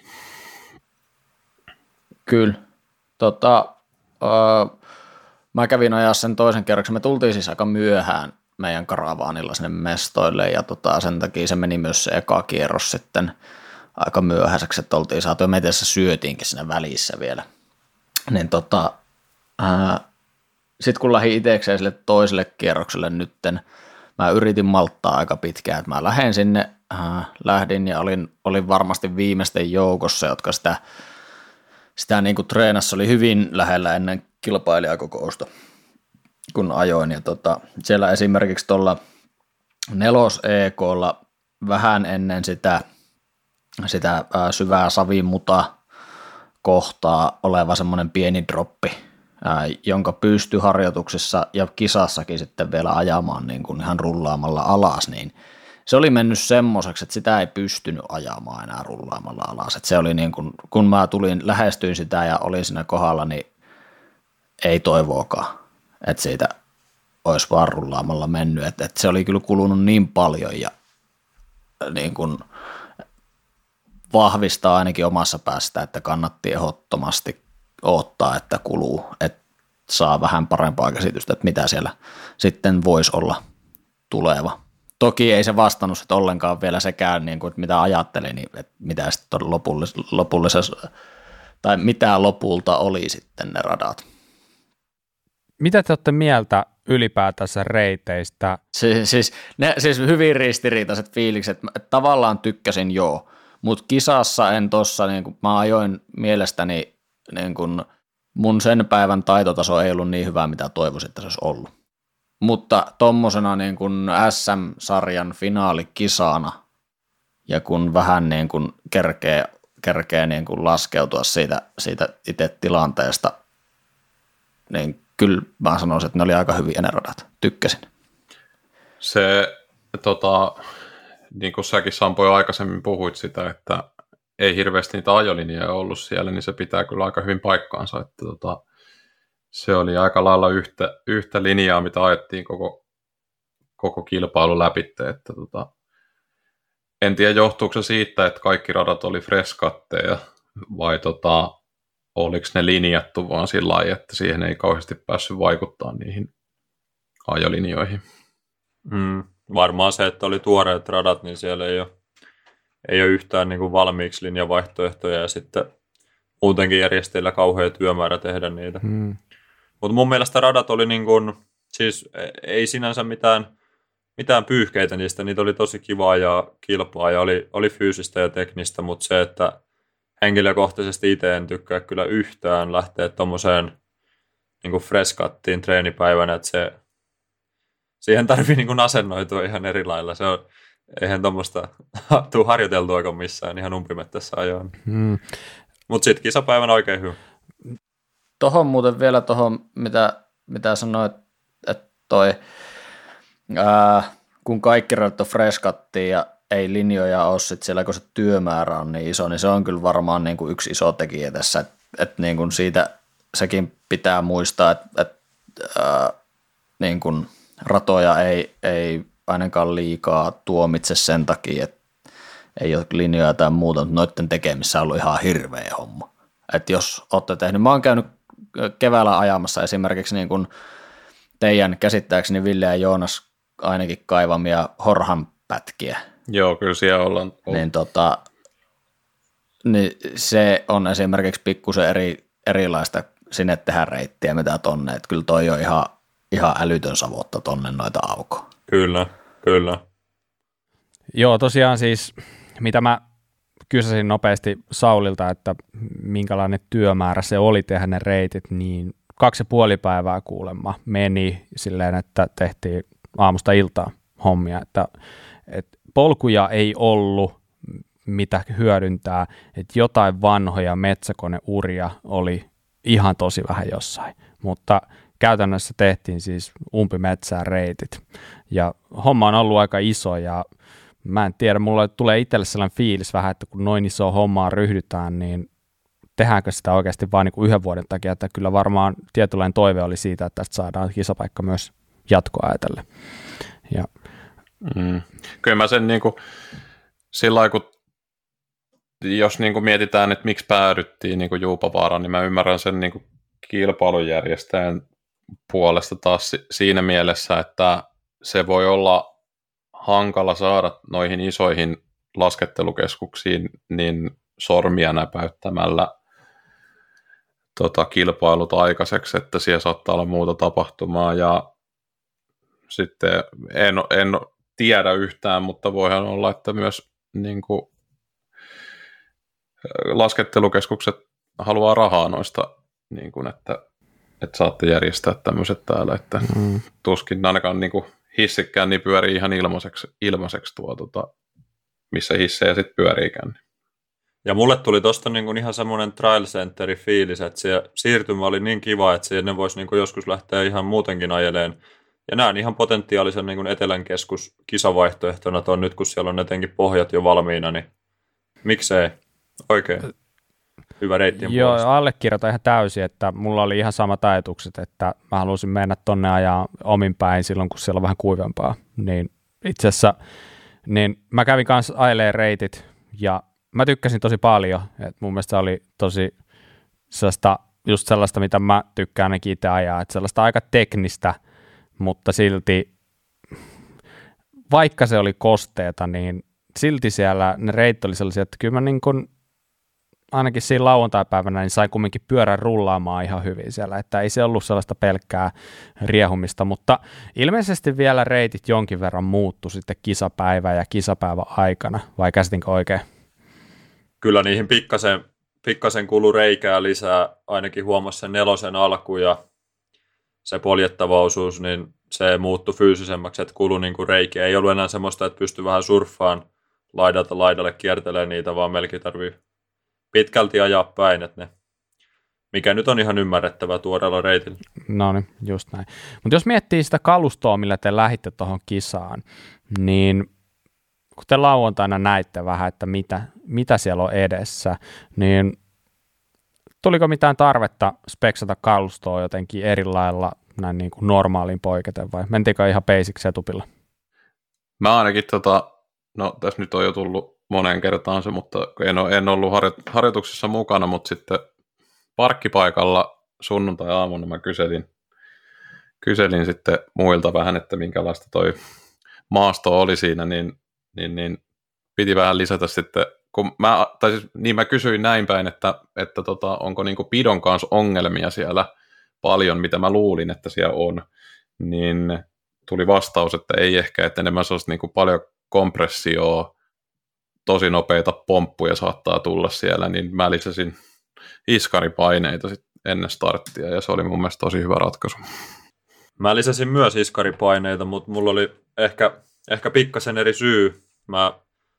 Kyllä. Tota, öö, mä kävin ajaa sen toisen kerroksen. Me tultiin siis aika myöhään meidän karavaanilla sinne mestoille ja tota, sen takia se meni myös se eka kierros sitten aika myöhäiseksi, että oltiin saatu ja meitä syötiinkin siinä välissä vielä. Niin tota, sitten kun lähdin itsekseen sille toiselle kierrokselle nytten, mä yritin malttaa aika pitkään, että mä lähdin sinne, äh, lähdin ja olin, olin varmasti viimeisten joukossa, jotka sitä, sitä niin kuin treenassa oli hyvin lähellä ennen kilpailijakokousta, kun ajoin. Ja tota, siellä esimerkiksi tuolla nelos E K:lla vähän ennen sitä, sitä äh, syvää savimuta kohtaa oleva semmoinen pieni droppi, ää, jonka pystyi harjoituksissa ja kisassakin sitten vielä ajamaan niin kuin ihan rullaamalla alas, niin se oli mennyt semmoiseksi, että sitä ei pystynyt ajamaan enää rullaamalla alas. Että se oli niin kuin, kun mä tulin, lähestyin sitä ja olin siinä kohdalla, niin ei toivoakaan, että siitä olisi vaan rullaamalla mennyt. Että, että se oli kyllä kulunut niin paljon ja niin kuin vahvistaa ainakin omassa päästä, että kannatti ehdottomasti odottaa, että kuluu, että saa vähän parempaa käsitystä, että mitä siellä sitten voisi olla tuleva. Toki ei se vastannut että ollenkaan vielä sekään, niin kuin, että mitä ajattelin, niin että mitä sitten lopullis- lopullisessa, tai mitä lopulta oli sitten ne radat. Mitä te olette mieltä ylipäätänsä reiteistä? Siis, siis, ne, siis hyvin ristiriitaiset fiilikset, että tavallaan tykkäsin joo, mutta kisassa en tossa, niin kun mä ajoin mielestäni, niin kun mun sen päivän taitotaso ei ollut niin hyvä, mitä toivoisin, että se olisi ollut. Mutta tommosena niin kun S M-sarjan finaalikisana, ja kun vähän niin kun kerkee, kerkee niin kun laskeutua siitä, siitä itse tilanteesta, niin kyllä mä sanoisin, että ne oli aika hyviä ne radat. Tykkäsin. Se, tota, niin kuin säkin Sampo jo aikaisemmin puhuit sitä, että ei hirveästi niitä ajolinjoja ollut siellä, niin se pitää kyllä aika hyvin paikkaansa. Että, tota, se oli aika lailla yhtä, yhtä linjaa, mitä ajettiin koko, koko kilpailu läpi. Että, tota, en tiedä, johtuuko se siitä, että kaikki radat oli freskatteja vai tota, oliko ne linjattu vaan sillä lailla, että siihen ei kauheasti päässyt vaikuttaa niihin ajolinjoihin. Mm, varmaan se, että oli tuoreet radat, niin siellä ei ole, ei ole yhtään niin kuin valmiiksi linjavaihtoehtoja ja sitten muutenkin järjestäjillä kauhea työmäärä tehdä niitä. Mm. Mutta mun mielestä radat oli niin kuin, siis ei sinänsä mitään, mitään pyyhkeitä niistä, niitä oli tosi kivaa ja kilpaa ja oli, oli fyysistä ja teknistä, mutta se, että henkilökohtaisesti itse en tykkää kyllä yhtään lähteä tuommoiseen niin freskattiin treenipäivänä, että se, siihen tarvii niin asennoitua ihan eri lailla. Se on, eihän tuommoista tule harjoiteltua missään ihan umpimettässä ajoin. Hmm. Mutta sitten kisapäivänä oikein hyvä. Tuohon muuten vielä tuohon, mitä, mitä sanoit, että toi, ää, kun kaikki radat on freskattiin ja ei linjoja ole sit siellä, kun se työmäärä on niin iso, niin se on kyllä varmaan niin kuin yksi iso tekijä tässä, että et niin kuin siitä sekin pitää muistaa, että et, niin kuin ratoja ei, ei ainakaan liikaa tuomitse sen takia, että ei ole linjoja tai muuta, mutta noiden tekemissä on ollut ihan hirveä homma. Että jos olette tehnyt, mä oon käynyt keväällä ajamassa esimerkiksi niin kuin teidän käsittääkseni Ville ja Joonas ainakin kaivamia Horhan pätkiä. Joo, kyllä siellä ollaan. Niin, tota, niin se on esimerkiksi pikkusen eri, erilaista sinne tehdä reittiä, mitä tonne. Että kyllä toi on ihan, ihan älytön savotta tonne noita aukoa. Kyllä, kyllä. Joo, tosiaan siis, mitä mä kysäsin nopeasti Saulilta, että minkälainen työmäärä se oli tehdä ne reitit, niin kaksi ja puoli päivää kuulemma meni silleen, että tehtiin aamusta iltaan hommia, että, että polkuja ei ollut mitä hyödyntää, että jotain vanhoja metsäkoneuria oli ihan tosi vähän jossain, mutta käytännössä tehtiin siis umpimetsään reitit ja homma on ollut aika iso ja mä en tiedä, mulla tulee itselle sellainen fiilis vähän, että kun noin iso hommaa ryhdytään, niin tehdäänkö sitä oikeasti vain niin yhden vuoden takia, että kyllä varmaan tietynlainen toive oli siitä, että tästä saadaan kisapaikka myös jatkoa ajatellen. Ja. Mm. Kyllä mä sen niin kuin, sillä lailla, kun jos niin kuin mietitään, että miksi päädyttiin niin kuin Juupavaaraan, niin mä ymmärrän sen niin kuin kilpailujärjestäjän puolesta taas siinä mielessä, että se voi olla hankala saada noihin isoihin laskettelukeskuksiin niin sormia näpäyttämällä tota, kilpailut aikaiseksi, että siellä saattaa olla muuta tapahtumaa ja sitten en, en tiedä yhtään, mutta voihan olla, että myös niin kuin, laskettelukeskukset haluaa rahaa noista, niin kuin, että, että saatte järjestää tämmöiset täällä, että mm. tuskin ainakaan niin kuin hissikkään niin pyörii ihan ilmaiseksi, ilmaiseksi tuo, tota, missä hissejä sitten pyöriikään. Ja mulle tuli tuosta niinku ihan semmoinen trial centeri fiilis, että se siirtymä oli niin kiva, että sinne voisi niinku joskus lähteä ihan muutenkin ajeleen. Ja näen ihan potentiaalisen niinku Etelän keskus kisavaihtoehtona tuon nyt, kun siellä on etenkin pohjat jo valmiina, niin miksei oikein hyvä reittien Joo, puolesta. allekirjoitan ihan täysin, että mulla oli ihan samat ajatukset, että mä halusin mennä tonne ajaa omin päin silloin, kun siellä on vähän kuivempaa. Niin itse asiassa niin mä kävin kanssa aileen reitit ja mä tykkäsin tosi paljon, että mun mielestä se oli tosi sellaista, just sellaista, mitä mä tykkään ainakin itse ajaa, että sellaista aika teknistä, mutta silti, vaikka se oli kosteeta, niin silti siellä ne reitit oli sellaisia, että kyllä mä niin kuin, ainakin siinä lauantai-päivänä niin sain kumminkin pyörän rullaamaan ihan hyvin siellä, että ei se ollut sellaista pelkkää riehumista, mutta ilmeisesti vielä reitit jonkin verran muuttu sitten kisapäivä ja kisapäivän aikana, vai käsitinkö oikein? Kyllä niihin pikkasen, pikkasen kulu reikää lisää, ainakin huomasi sen nelosen alku ja se poljettava osuus, niin se muuttui fyysisemmäksi, että kulu niin kuin reikiä. Ei ollut enää semmoista, että pystyi vähän surffaan laidalta laidalle kiertelemään niitä, vaan melkein tarvii pitkälti ajaa päin, että ne, mikä nyt on ihan ymmärrettävää tuoreella reitillä. No niin, just näin. Mutta jos miettii sitä kalustoa, millä te lähditte tuohon kisaan, niin kun te lauantaina näitte vähän, että mitä, mitä siellä on edessä, niin tuliko mitään tarvetta speksata kalustoa jotenkin eri lailla näin niin kuin normaalin poiketen vai mentiinkö ihan basic setupilla? Mä ainakin, tota, no tässä nyt on jo tullut moneen kertaan se, mutta en, ole, en ollut harjo, harjoituksessa mukana, mutta sitten parkkipaikalla sunnuntai-aamuna mä kyselin, kyselin sitten muilta vähän, että minkälaista toi maasto oli siinä, niin, niin, niin piti vähän lisätä sitten, kun mä, tai siis, niin mä kysyin näin päin, että, että tota, onko niinku pidon kanssa ongelmia siellä paljon, mitä mä luulin, että siellä on, niin tuli vastaus, että ei ehkä, että enemmän sellaista niinku paljon kompressioa, tosi nopeita pomppuja saattaa tulla siellä, niin mä lisäsin iskaripaineita sit ennen starttia, ja se oli mun mielestä tosi hyvä ratkaisu. Mä lisäsin myös iskaripaineita, mutta mulla oli ehkä, ehkä pikkasen eri syy. Mä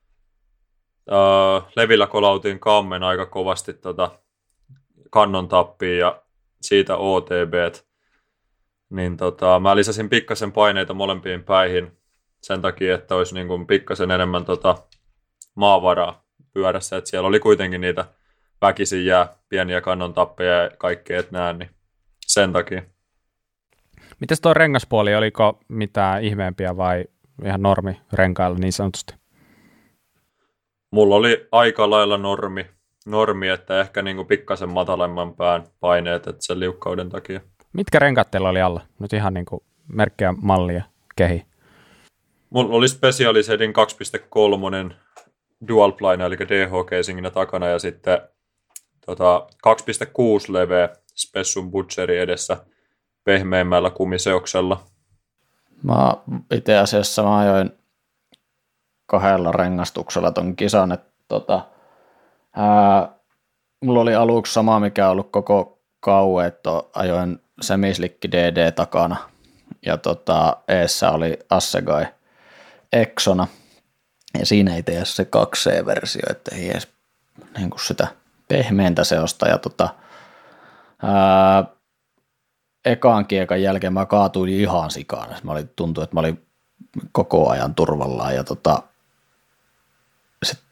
ää, levillä kolautin kammen aika kovasti tota kannon tappiin ja siitä O T B:t. Niin tota, mä lisäsin pikkasen paineita molempiin päihin sen takia, että olisi niin kuin pikkasen enemmän tota maavaraa pyörässä, että siellä oli kuitenkin niitä väkisin jää pieniä kannon tappeja ja kaikkea, et näe, niin sen takia. Mites tuo rengaspuoli, oliko mitään ihmeempiä vai ihan normi renkailla niin sanotusti? Mulla oli aika lailla normi, normi että ehkä niinku pikkasen matalemman pään paineet, että sen liukkauden takia. Mitkä renkaat teillä oli alla? Nyt ihan niinku merkkiä, mallia, kehi. Mulla oli Specialisedin kaksi pilkku kolme dual plane, eli D H-casinginä takana, ja sitten tota, kaksi pilkku kuusi leveä Spessum Butcheri edessä pehmeämmällä kumiseoksella. Mä itse asiassa mä ajoin kahdella rengastuksella ton kisan, että tota, ää, mulla oli aluksi sama, mikä on ollut koko kauan, että ajoin semislikki D D takana, ja tota, eessä oli Assegai Exona, ja siinä ei tee se kaksi C-versio, että ei edes niin kuin sitä pehmeintä seosta, ja tota, ää, ekaan kiekan jälkeen mä kaatuin ihan sikaan. Mä olin, tuntui, että mä olin koko ajan turvallaan, ja tota,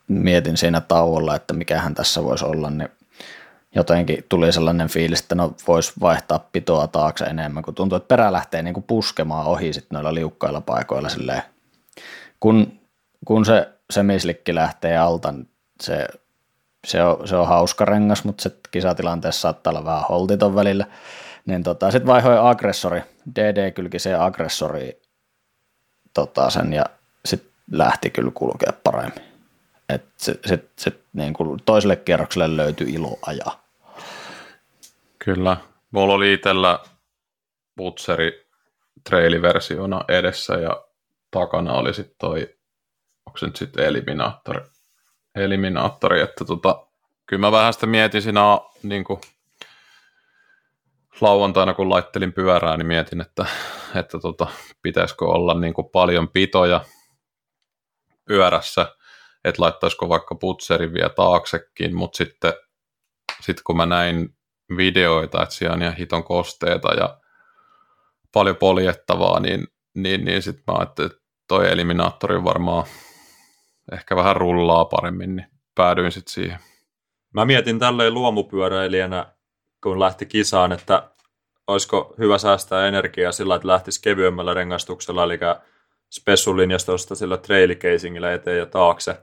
mietin siinä tauolla, että mikähän tässä voisi olla, niin jotenkin tuli sellainen fiilis, että no voisi vaihtaa pitoa taakse enemmän, kun tuntuu, että perä lähtee niin kuin puskemaan ohi sit noilla liukkailla paikoilla silleen. Kun, kun se semislikki lähtee alta, niin se, se, on, se on hauska rengas, mutta se kisatilanteessa saattaa olla vähän holtiton välillä. Niin tota, sitten vaihoin aggressori, D D-kylkiseen aggressoriin tota sen, ja sitten lähti kyllä kulkea paremmin. Et sit, sit, sit, niin kuin toiselle kierrokselle löytyi ilo ajaa. Kyllä. Mulla oli itsellä Butseri trailiversiona edessä ja takana oli sitten toi, onko se nyt sitten eliminaattori, eliminaattori, että tota, kyllä mä vähän sitä mietin siinä niin kuin lauantaina, kun laittelin pyörää, niin mietin, että, että tota, pitäisikö olla niin kuin paljon pitoja pyörässä, että laittaisiko vaikka Butserin vielä taaksekin, mutta sitten sit kun mä näin videoita, että siellä on ihan hiton kosteita ja paljon poljettavaa, niin, niin, niin sitten mä ajattelin, että toi eliminaattori varmaan ehkä vähän rullaa paremmin, niin päädyin sitten siihen. Mä mietin tälleen luomupyöräilijänä, kun lähti kisaan, että olisiko hyvä säästää energiaa sillä, että lähtisi kevyemmällä rengastuksella, eli spessulinjastosta sillä trailikeisingillä eteen ja taakse,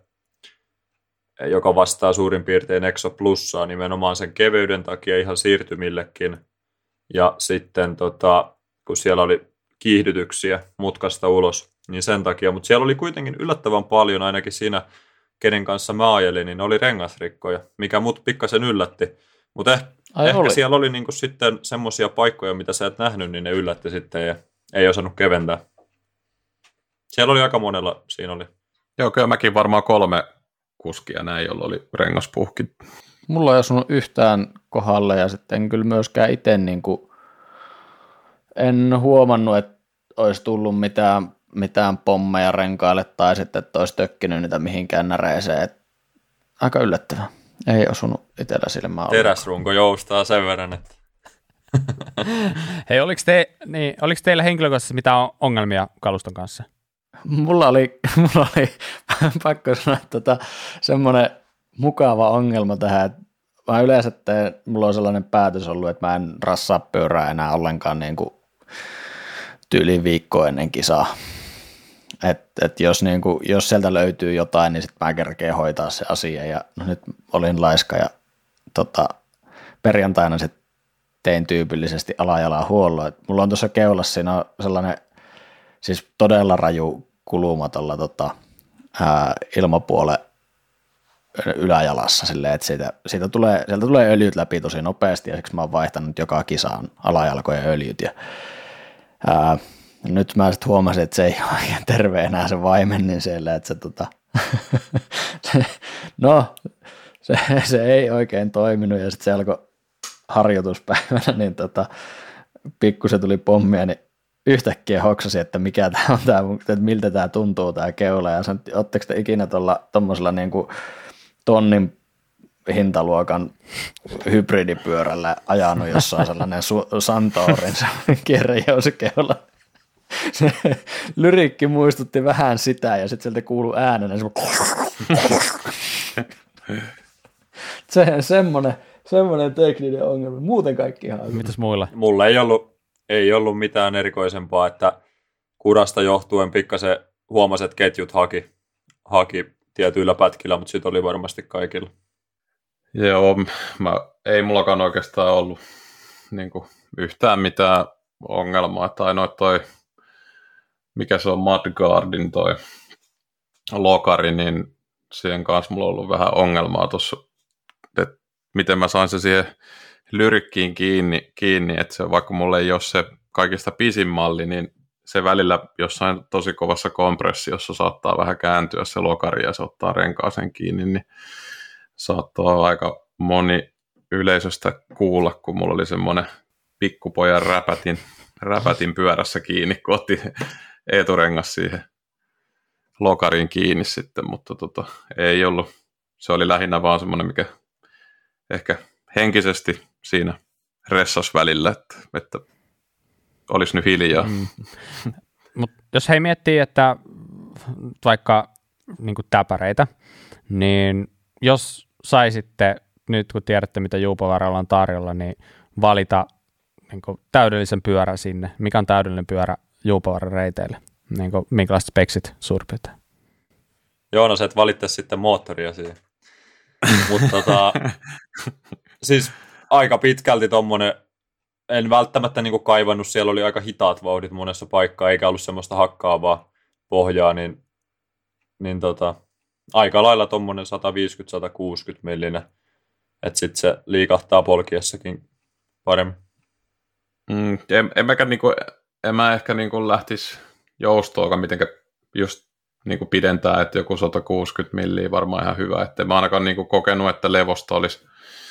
joka vastaa suurin piirtein Exo Plussaa nimenomaan sen keveyden takia ihan siirtymillekin. Ja sitten tota, kun siellä oli kiihdytyksiä mutkasta ulos, niin sen takia. Mutta siellä oli kuitenkin yllättävän paljon, ainakin siinä, kenen kanssa mä ajelin, niin oli rengasrikkoja, mikä mut pikkasen yllätti. Mutta eh, ehkä oli. Siellä oli niinku sitten semmoisia paikkoja, mitä sä et nähnyt, niin ne yllätti sitten ja ei osannut keventää. Siellä oli aika monella, siinä oli. Joo, kyllä mäkin varmaan kolme kuskia näin, jolla oli rengaspuhki. Mulla ei osunut yhtään kohdalle ja sitten en kyllä myöskään itse niin kuin, en huomannut, että olisi tullut mitään, mitään pommeja renkaille tai sitten, että olisi tökkinyt niitä mihinkään näreeseen. Et aika yllättävää. Ei osunut itsellä silmään. Teräsrunko joustaa sen verran, että... Hei, oliko, te, niin, oliko teillä henkilökohtaisesti mitään ongelmia kaluston kanssa? Mulla oli, mulla oli pakko sanoa, että tota, semmoinen mukava ongelma tähän, että mä yleensä teen, mulla on sellainen päätös ollut, että mä en rassaa pyörää enää ollenkaan niin kuin tyyliin viikkoa ennen kisaa. Että et jos, niin kuin, jos sieltä löytyy jotain, niin sitten mä kerkeen hoitaa se asia. Ja no nyt olin laiska ja tota, perjantaina sitten tein tyypillisesti alajalan huollon. Et mulla on tuossa keulassa siinä on sellainen siis todella raju kuluma tuolla tota, ilmapuolen yläjalassa silleen, että siitä, siitä tulee, sieltä tulee öljyt läpi tosi nopeasti ja siksi mä oon vaihtanut joka kisaan alajalkojen öljyt ja ää, nyt mä sitten huomasin, että se ei ole oikein terve enää se vaimen, niin siellä, että se tota, no se, se ei oikein toiminut ja sitten se alkoi harjoituspäivänä, niin tota, pikkusen tuli pommia, niin yhtäkkiä hoksasi, että mikä tämä on tämä, että miltä tämä tuntuu tämä keula ja sanoin, että ootteko te ikinä tuolla tuommoisella niin kuin tonnin hintaluokan hybridipyörällä ajanut jossain sellainen su- Santoorin kierrejousukeula. Se lyrikki muistutti vähän sitä ja sitten sieltä kuului äänenä se semmoinen, semmoinen tekninen ongelma. Muuten kaikki ihan hyvin. Mitäs muilla? Mulla ei ollut, ei ollut mitään erikoisempaa, että kurasta johtuen pikkasen huomasi, että ketjut haki, haki tietyillä pätkillä, mutta sitten oli varmasti kaikilla. Joo, mä, ei mullakaan oikeastaan ollut niin kuin, yhtään mitään ongelmaa, että ainoa toi, mikä se on Mudguardin toi lokari, niin siihen kanssa mulla on ollut vähän ongelmaa tuossa, että miten mä sain se siihen lyrikkiin kiinni, kiinni, että se, vaikka mulla ei ole se kaikista pisin malli, niin se välillä jossain tosi kovassa kompressiossa saattaa vähän kääntyä se lokari ja se ottaa renkaaseen kiinni, niin saattaa aika moni yleisöstä kuulla, kun mulla oli semmoinen pikkupojan räpätin, räpätin pyörässä kiinni, kun otti eturengas siihen lokariin kiinni sitten, mutta tota, ei ollut. Se oli lähinnä vaan semmoinen, mikä ehkä henkisesti siinä ressas välillä, että, että olisi nyt hiljaa. Mm. Mut jos hei miettii, että vaikka niin kuin täpäreitä, niin jos saisitte nyt, kun tiedätte, mitä Juupavaralla on tarjolla, niin valita niin kuin täydellisen pyörän sinne. Mikä on täydellinen pyörä Juupavaran reiteille? Niin kuin, minkälaiset speksit suurin piirtein? Joonas, et valittaisi sitten moottoria siihen. Mutta tota, siis aika pitkälti tommonen, en välttämättä niinku kaivannut, siellä oli aika hitaat vauhdit monessa paikkaa, eikä ollut semmoista hakkaavaa pohjaa, niin, niin tota, aika lailla tommonen sata viisikymmentä sata kuusikymmentä millinen, että sitten se liikahtaa polkiessakin paremmin. Mm, en, en, mäkään niinku, en mä ehkä niinku lähtisi joustoakaan mitenkään just niinku pidentää, että joku sata kuusikymmentä milliä varmaan ihan hyvä, että mä ainakaan niinku kokenut, että levosta olisi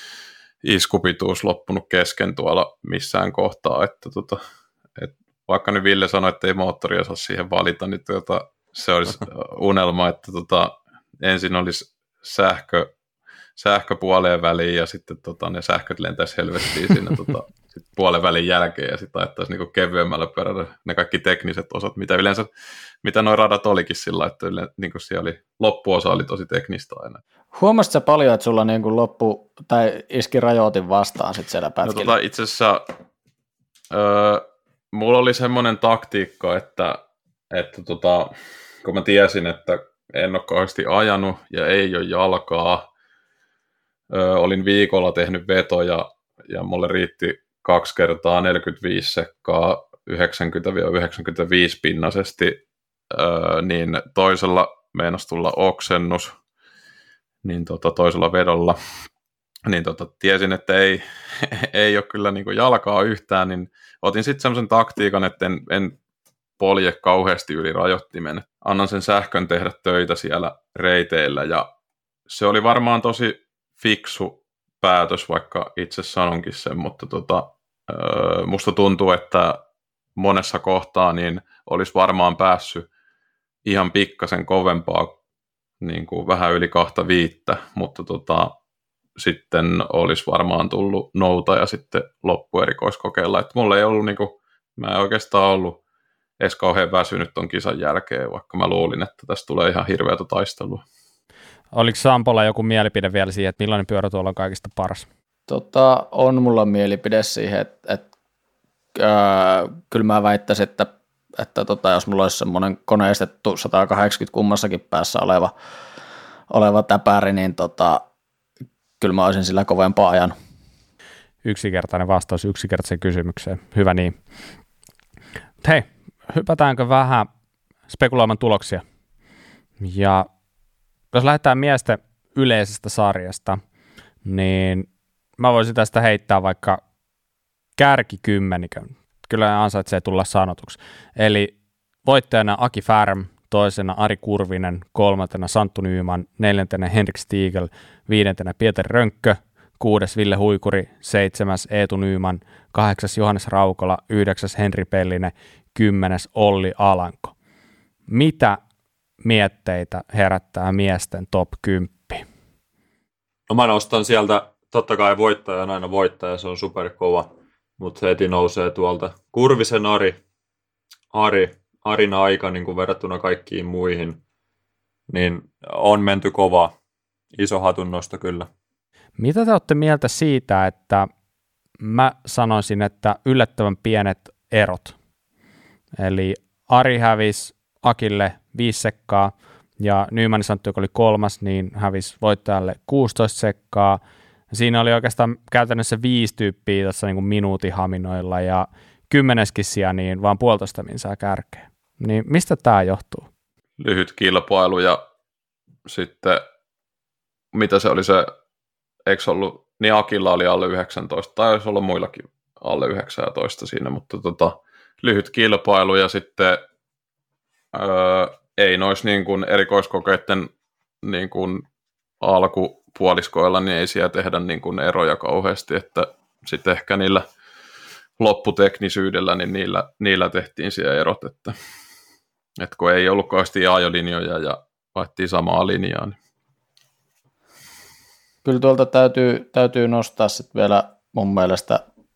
iskupituus loppunut kesken tuolla missään kohtaa, että tota, et vaikka nyt Ville sanoi, että ei moottoria saa siihen valita, niin tota, se olisi unelma, että tota, ensin olisi sähkö, sähkö puoleen väliin ja sitten tota, ne sähköt lentäisi helvettiin siinä tota, sit puolen välin jälkeen ja sitten ajattaisiin niinku kevyemmällä perällä ne kaikki tekniset osat, mitä yleensä, mitä nuo radat olikin sillä, että yle, niinku siellä oli, loppuosa oli tosi teknistä aina. Huomasitko sä paljon, että sulla niinku loppu, tai iski rajoitin vastaan sit siellä pätkillä? No tota, itse asiassa öö, mulla oli semmoinen taktiikka, että, että tota, kun mä tiesin, että en ole kauheasti ajanut ja ei ole jalkaa, öö, olin viikolla tehnyt vetoja ja mulle riitti kaksi kertaa neljäkymmentäviisi sekkaa yhdeksänkymmentä yhdeksänkymmentäviisi pinnasesti, öö, niin toisella meinasi tulla oksennus, niin tota, toisella vedolla, niin tota, tiesin, että ei, ei ole kyllä niin kuin jalkaa yhtään, niin otin sitten semmoisen taktiikan, että en, en polje kauheasti yli rajoittimen. Annan sen sähkön tehdä töitä siellä reiteillä, ja se oli varmaan tosi fiksu päätös, vaikka itse sanonkin sen, mutta tota, musta tuntuu, että monessa kohtaa niin olisi varmaan päässyt ihan pikkasen kovempaa, niin kuin vähän yli kahta viittä, mutta tota, sitten olisi varmaan tullut nouta ja sitten loppuerikoiskokeilla. Että mulla ei ollut, niin kuin, mä en oikeastaan ollut edes kauhean väsynyt ton kisan jälkeen, vaikka mä luulin, että tästä tulee ihan hirveätä taistelua. Oliko Sampolla joku mielipide vielä siihen, että millainen pyörä tuolla on kaikista paras? Tota, on mulla mielipide siihen, että, että äh, kyllä mä väittäisin, että, että tota, jos mulla olisi semmoinen koneistettu sata kahdeksankymmentä kummassakin päässä oleva, oleva täpäri, niin tota, kyllä mä olisin sillä kovempaa ajanut. Yksinkertainen vastaus yksinkertaiseen kysymykseen. Hyvä niin. Hei, hypätäänkö vähän spekuloimaan tuloksia? Ja jos lähdetään miesten yleisestä sarjasta, niin mä voisin tästä heittää vaikka kärkikymmenikön. Kyllä ansaitsee tulla sanotuksi. Eli voittajana Aki Färm, toisena Ari Kurvinen, kolmantena Santtu Nyman, neljäntenä Henrik Stiegel, viidentenä Pietari Rönkkö, kuudes Ville Huikuri, seitsemäs Eetu Nyman, kahdeksas Johannes Raukola, yhdeksäs Henri Pellinen, kymmenes Olli Alanko. Mitä mietteitä herättää miesten top kymmenen? No mä nostan sieltä, totta kai voittaja on aina voittaja, se on superkova, mutta heti nousee tuolta Kurvisen Ari, Ari Arin aika niin kuin verrattuna kaikkiin muihin, niin on menty kova, iso hatunnosto kyllä. Mitä te olette mieltä siitä, että mä sanoisin, että yllättävän pienet erot? Eli Ari hävisi Akille viisi sekkaa ja Nyman Santtu, joka oli kolmas, niin hävisi voittajalle kuusitoista sekkaa. Siinä oli oikeastaan käytännössä viisi tyyppiä tässä niin kuin minuutin haminoilla ja kymmeneskin sija niin vaan puolitoista minsää kärkeä. Niin mistä tämä johtuu? Lyhyt kilpailu ja sitten mitä se oli se, eikö ollut, niin Akilla oli alle yhdeksäntoista, tai olisi ollut muillakin alle yhdeksäntoista siinä, mutta tota, lyhyt kilpailu ja sitten öö, ei noissa niin kuin erikoiskokeiden niin kuin alkupuoliskoilla, niin ei siellä tehdä niin kuin eroja kauheasti, että sitten ehkä niillä lopputeknisyydellä, niin niillä, niillä tehtiin siellä erot, että, että kun ei ollut kauheasti ajolinjoja ja vaihtiin samaa linjaa. Niin. Kyllä tuolta täytyy, täytyy nostaa sitten vielä mun mielestä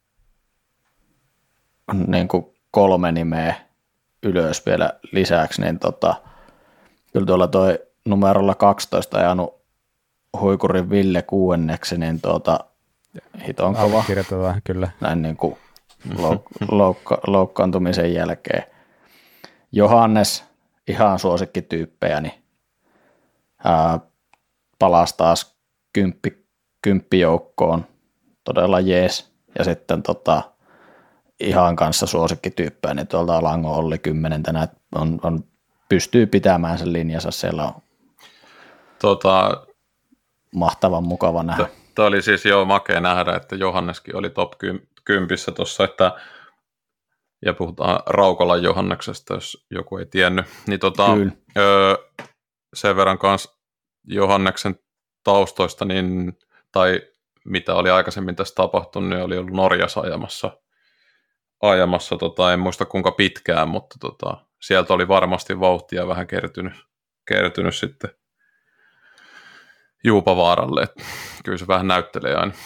niin kuin kolme nimeä ylös vielä lisäksi, niin tota, kyllä tuolla toi numerolla kaksitoista ajanut Huikurin Ville kuuenneksi, niin tuota, hiton kova. Kirjoitetaan, kyllä. Näin niin kuin louk- loukka- loukkaantumisen jälkeen. Johannes, ihan suosikkityyppejä, niin ää, palasi taas kymppi, kymppijoukkoon, todella jees. Ja sitten tota, ihan kanssa suosikkityyppejä, niin tuolta Alango Olli kymmenentenä on, on, pystyy pitämään sen linjansa, siellä on tota, mahtavan mukava nähdä. Tämä oli siis jo makea nähdä, että Johanneskin oli top kympissä tuossa, että ja puhutaan Raukolan Johanneksesta, jos joku ei tiennyt, niin tota, öö, sen verran kanssa Johanneksen taustoista, niin, tai mitä oli aikaisemmin tässä tapahtunut, niin oli ollut Norjassa ajamassa, ajamassa tota, en muista kuinka pitkään, mutta tota, sieltä oli varmasti vauhtia vähän kertynyt, kertynyt sitten Juupavaaralle, että kyllä se vähän näyttelee aina.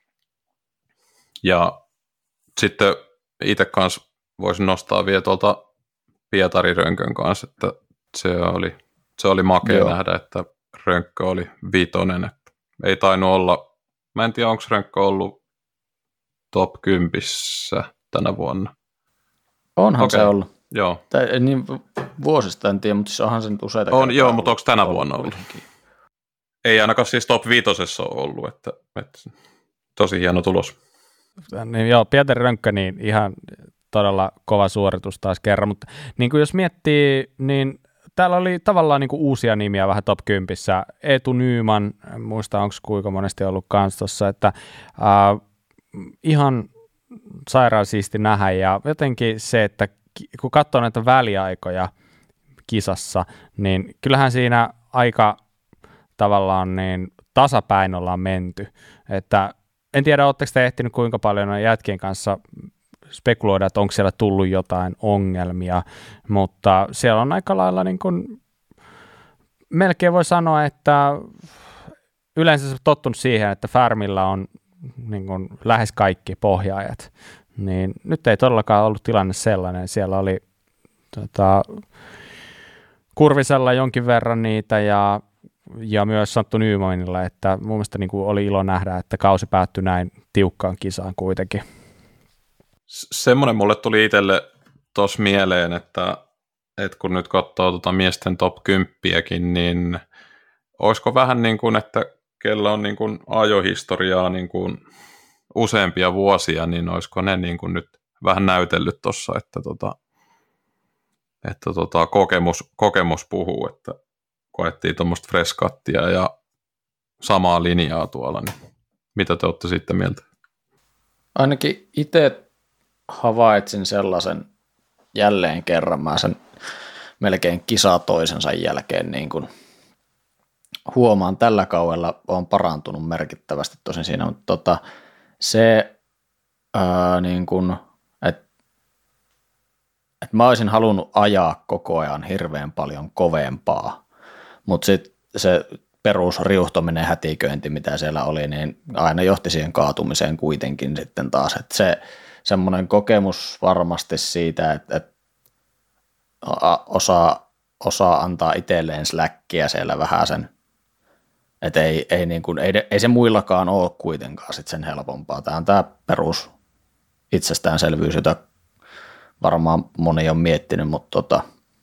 Ja sitten itse kanssa voisin nostaa vielä tuolta Pietari Rönkön kanssa, että se oli, se oli makea Joo. nähdä, että Rönkkö oli viitonen, että ei tainnut olla, mä en tiedä onko Rönkkö ollut top kympissä tänä vuonna. Onhan okay. se ollut. Joo. Tai, niin vuosista en tiedä, mutta siis onhan se nyt useita on, Joo, ollut. Mutta onko tänä vuonna ollut? Ei ainakaan siis top viitosessa ole ollut, että, että tosi hieno tulos. Niin joo, Pietari Rönkkö, niin ihan todella kova suoritus taas kerran, mutta niin kuin jos miettii, niin täällä oli tavallaan niin kuin uusia nimiä vähän top kympissä. Eetu Nyman, en muista onko kuinka monesti ollut kanssa tuossa, että äh, ihan sairaan siisti nähdä ja jotenkin se, että kun katsoo näitä väliaikoja kisassa, niin kyllähän siinä aika tavallaan niin tasapäin ollaan menty, että en tiedä, oletteko te ehtinyt kuinka paljon on jätkien kanssa spekuloida, että onko siellä tullut jotain ongelmia, mutta siellä on aika lailla niin kuin, melkein voi sanoa, että yleensä se on tottunut siihen, että Färmillä on niin kuin lähes kaikki pohjaajat, niin nyt ei todellakaan ollut tilanne sellainen, siellä oli tota, Kurvisella jonkin verran niitä ja ja myös Santtu Nymanilla, että mun mielestä niin kuin oli ilo nähdä, että kausi päättyi näin tiukkaan kisaan kuitenkin. Semmoinen mulle tuli itselle tuossa mieleen, että, että kun nyt katsoo tuota miesten top kymppiäkin, niin olisiko vähän niin kuin, että kellä on niin kuin ajohistoriaa niin kuin useampia vuosia, niin olisiko ne niin kuin nyt vähän näytellyt tuossa, että, tota, että tota, kokemus, kokemus puhuu, että koettiin tuommoista freskattia ja samaa linjaa tuolla, niin mitä te olette sitten mieltä? Ainakin itse havaitsin sellaisen jälleen kerran, mä sen melkein kisa toisensa jälkeen niin kun huomaan tällä kaudella on parantunut merkittävästi tosin siinä, mutta tota, se ää, niin kun, että et mä olisin halunnut ajaa koko ajan hirveän paljon kovempaa. Mutta sitten se perusriuhtominen hätiköinti, mitä siellä oli, niin aina johti siihen kaatumiseen kuitenkin sitten taas. Et se semmoinen kokemus varmasti siitä, että et osaa, osaa antaa itselleen släkkiä siellä vähän sen, että ei, ei, niin kuin, ei, ei se muillakaan ole kuitenkaan sit sen helpompaa. Tämä on tämä perus itsestäänselvyys, jota varmaan moni on miettinyt, mutta tota,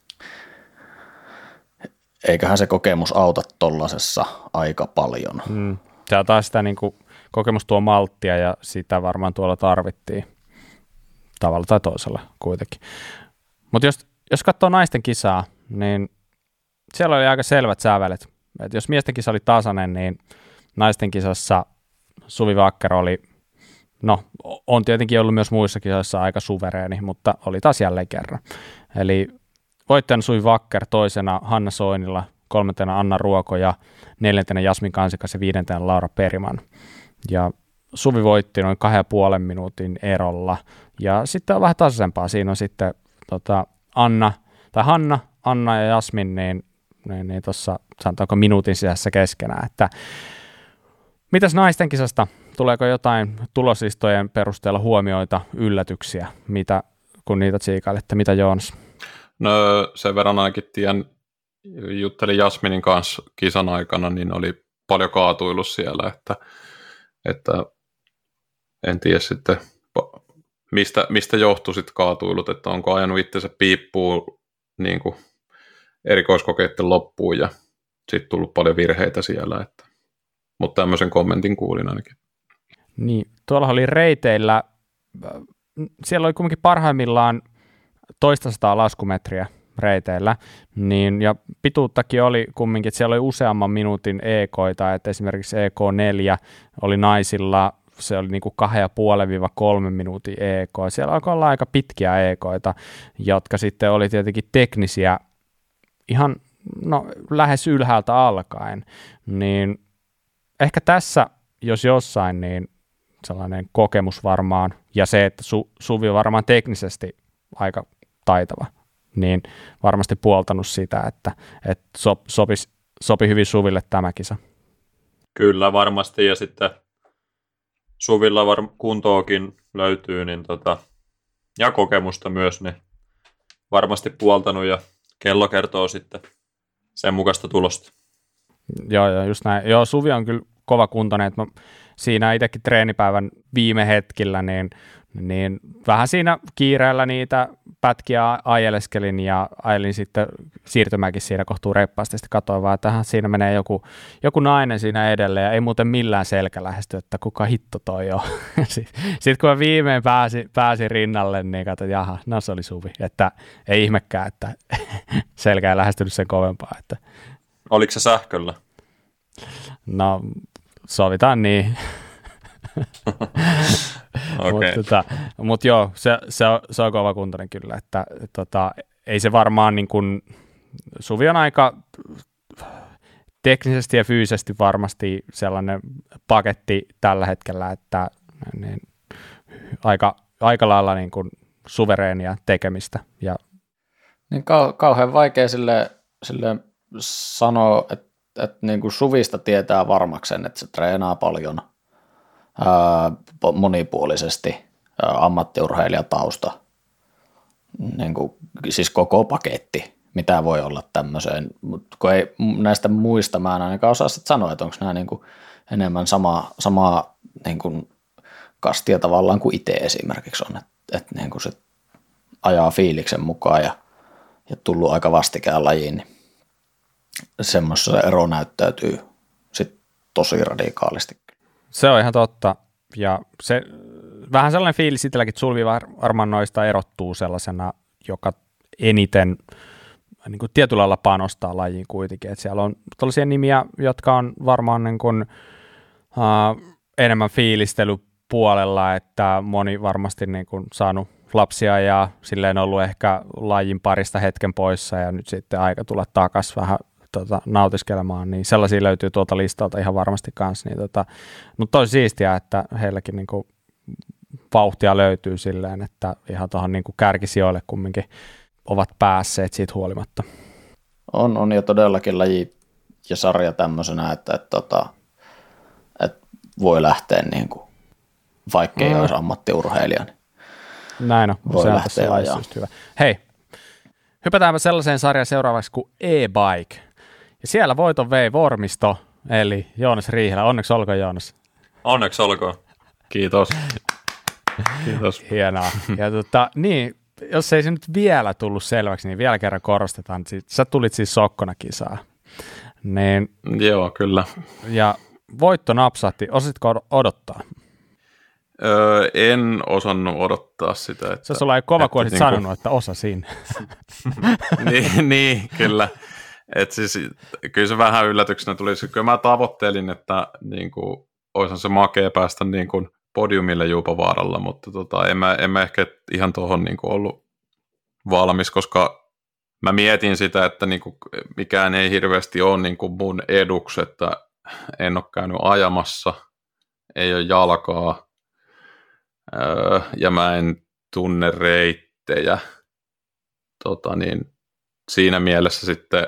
eiköhän se kokemus auta tollasessa aika paljon. Hmm. Se on taas sitä niin kuin, kokemus tuo malttia ja sitä varmaan tuolla tarvittiin tavalla tai toisella kuitenkin. Mutta jos, jos katsoo naisten kisaa, niin siellä oli aika selvät sävelet. Et jos miesten kisa oli tasainen, niin naisten kisassa Suvi Vakker oli, no on tietenkin ollut myös muissa kisoissa aika suvereeni, mutta oli taas jälleen kerran. Eli voittajana Suvi Vakker, toisena Hanna Soinila, kolmantena Anna Ruoko ja neljäntenä Jasmin Kansikas ja viidentenä Laura Periman. Ja Suvi voitti noin kahden ja puolen minuutin erolla. Ja sitten on vähän tasaisempaa. Siinä on sitten tota, Anna, tai Hanna, Anna ja Jasmin, niin, niin, niin tuossa sanotaanko minuutin sisässä keskenään. Että mitäs naisten kisasta? Tuleeko jotain tuloslistojen perusteella huomioita, yllätyksiä, mitä, kun niitä tsiikailette? Mitä Joonas? No sen verran ainakin tiedän juttelin Jasminin kanssa kisan aikana, niin oli paljon kaatuillut siellä, että, että en tiedä sitten, mistä, mistä johtui sitten kaatuilut, että onko ajanut itsensä piippuun niin kuin erikoiskokeiden loppuun ja sitten tullut paljon virheitä siellä, että, mutta tämmöisen kommentin kuulin ainakin. Niin, tuolla oli reiteillä, siellä oli kuitenkin parhaimmillaan toista sataa laskumetriä reiteillä, niin, ja pituuttakin oli kumminkin, että siellä oli useamman minuutin E K:ita, että esimerkiksi E K neljä oli naisilla, se oli niin kuin kahden pilkku viisi kolmen minuutin E K, siellä alkoi olla aika pitkiä E K:ita, jotka sitten oli tietenkin teknisiä ihan no, lähes ylhäältä alkaen, niin ehkä tässä, jos jossain, niin sellainen kokemus varmaan, ja se, että Su- Suvi on varmaan teknisesti aika taitava, niin varmasti puoltanut sitä, että, että so, sopisi, sopi hyvin Suville tämä kisa. Kyllä varmasti, ja sitten Suvilla var- kuntoakin löytyy, niin tota, ja kokemusta myös, niin varmasti puoltanut, ja kello kertoo sitten sen mukaista tulosta. Joo, joo, just näin. Joo, Suvi on kyllä kova kuntoinen, että mä siinä itsekin treenipäivän viime hetkillä, niin, niin vähän siinä kiireellä niitä pätkiä ajeleskelin ja ajelin sitten siirtymäkin siinä kohtuu reippaasti, sitten katsoin vaan, että siinä menee joku, joku nainen siinä edelleen ja ei muuten millään selkä lähesty, että kuka hitto toi on. Sitten kun mä viimein pääsin, pääsin rinnalle, niin katsoin, että jaha, no se oli Suvi, että ei ihmekään, että selkä ei lähestynyt sen kovempaa. Että. Oliko se sähköllä? No, sovitaan niin. Okay. Mutta tota, mut joo, se, se, on, se on kova kuntoinen kyllä, että tota, ei se varmaan niin kuin, Suvi on aika teknisesti ja fyysisesti varmasti sellainen paketti tällä hetkellä, että niin, aika, aika lailla niin kuin suvereenia tekemistä. Ja niin kau- kauhean vaikea sille, sille sanoa, että että niin kuin Suvista tietää varmaksen, että se treenaa paljon ää, monipuolisesti, ää, ammattiurheilijatausta, niin kuin, siis koko paketti, mitä voi olla tämmöiseen, mutta kun ei näistä muista mä en ainakaan osaa sitten sanoa, että onko nämä niin kuin enemmän sama, samaa niin kuin kastia tavallaan kuin itse esimerkiksi on, että, että niin kuin se ajaa fiiliksen mukaan ja, ja tullut aika vastikään lajiin, niin semmoisessa ero näyttäytyy sit tosi radikaalisti. se on ihan totta. Ja se, vähän sellainen fiilis itselläkin, että Sulvi varmaan noista erottuu sellaisena, joka eniten niin kuin tietyllä lailla panostaa lajiin kuitenkin. Että siellä on tällaisia nimiä, jotka on varmaan niin kuin, uh, enemmän fiilistelypuolella, että moni varmasti niin kuin saanut lapsia ja silleen ollut ehkä lajin parista hetken poissa ja nyt sitten aika tulla takaisin vähän tota, nautiskelemaan, niin sellaisia löytyy tuolta listalta ihan varmasti kanssa. Niin, tota, mutta tosi siistiä, että heilläkin niin kuin vauhtia löytyy silleen, että ihan tuohon niin kuin kärkisijoille kumminkin ovat päässeet siitä huolimatta. On, on ja todellakin laji ja sarja tämmöisenä, että, että, että, että voi lähteä niin kuin, vaikka ei mm. olisi ammattiurheilija. Niin näin on, voi se on lähteä ajaa. Hyvä. Hei, hypätäänpä sellaiseen sarjaan seuraavaksi kuin e-bike. Ja siellä voiton vei Vormisto, eli Joonas Riihilä. Onneksi olkoon, Joonas. Onneksi olkoon. Kiitos. Kiitos. Hienoa. Ja tota, niin, jos ei se nyt vielä tullut selväksi, niin vielä kerran korostetaan. Sä tulit siis sokkona kisaa. Niin, Joo, kyllä. ja voitto napsahti. Ositko odottaa? Öö, en osannut odottaa sitä. Että, Se sulla ei kova, kun olisit niinku, sanonut, että osasin. niin, niin, kyllä. Et siis, kyllä se vähän yllätyksenä tuli. Kyllä mä tavoittelin, että niin kuin, olisihan se makea päästä niin kuin, podiumille Juupavaaralla, mutta tota, en, mä, en mä ehkä ihan tuohon niin kuin, ollut valmis, koska mä mietin sitä, että niin kuin, mikään ei hirveästi ole niin kuin mun eduksi, että en ole käynyt ajamassa, ei ole jalkaa, öö, ja mä en tunne reittejä. Tota, niin, siinä mielessä sitten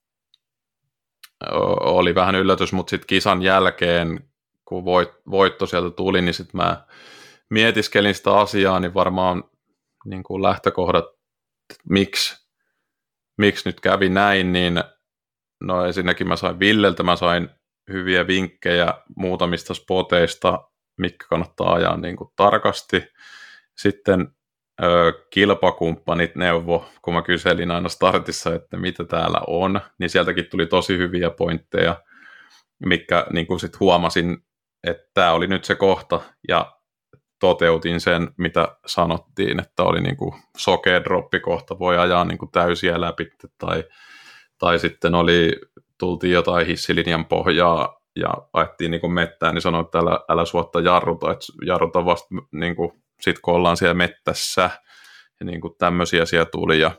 oli vähän yllätys, mutta sitten kisan jälkeen, kun voit, voitto sieltä tuli, niin sitten mä mietiskelin sitä asiaa, niin varmaan niin kuin lähtökohdat, miksi, miksi nyt kävi näin, niin no ensinnäkin mä sain Villeltä, mä sain hyviä vinkkejä muutamista spoteista, mitkä kannattaa ajaa niin kuin tarkasti. Sitten ö, kilpakumppanit neuvo, kun mä kyselin aina startissa, että mitä täällä on, niin sieltäkin tuli tosi hyviä pointteja, mitkä niin kuin sit huomasin, että tämä oli nyt se kohta, ja toteutin sen, mitä sanottiin, että oli niin kuin sokea droppikohta, voi ajaa niin kuin täysiä läpi, tai, tai sitten oli, tultiin jotain hissilinjan pohjaa, ja ajettiin niin kuin mettään, niin sanoin, että älä, älä suotta jarruta, että jarruta vasta niin kuin sit kun ollaan siellä mettässä, ja niin kuin tämmöisiä siellä tuli, ja,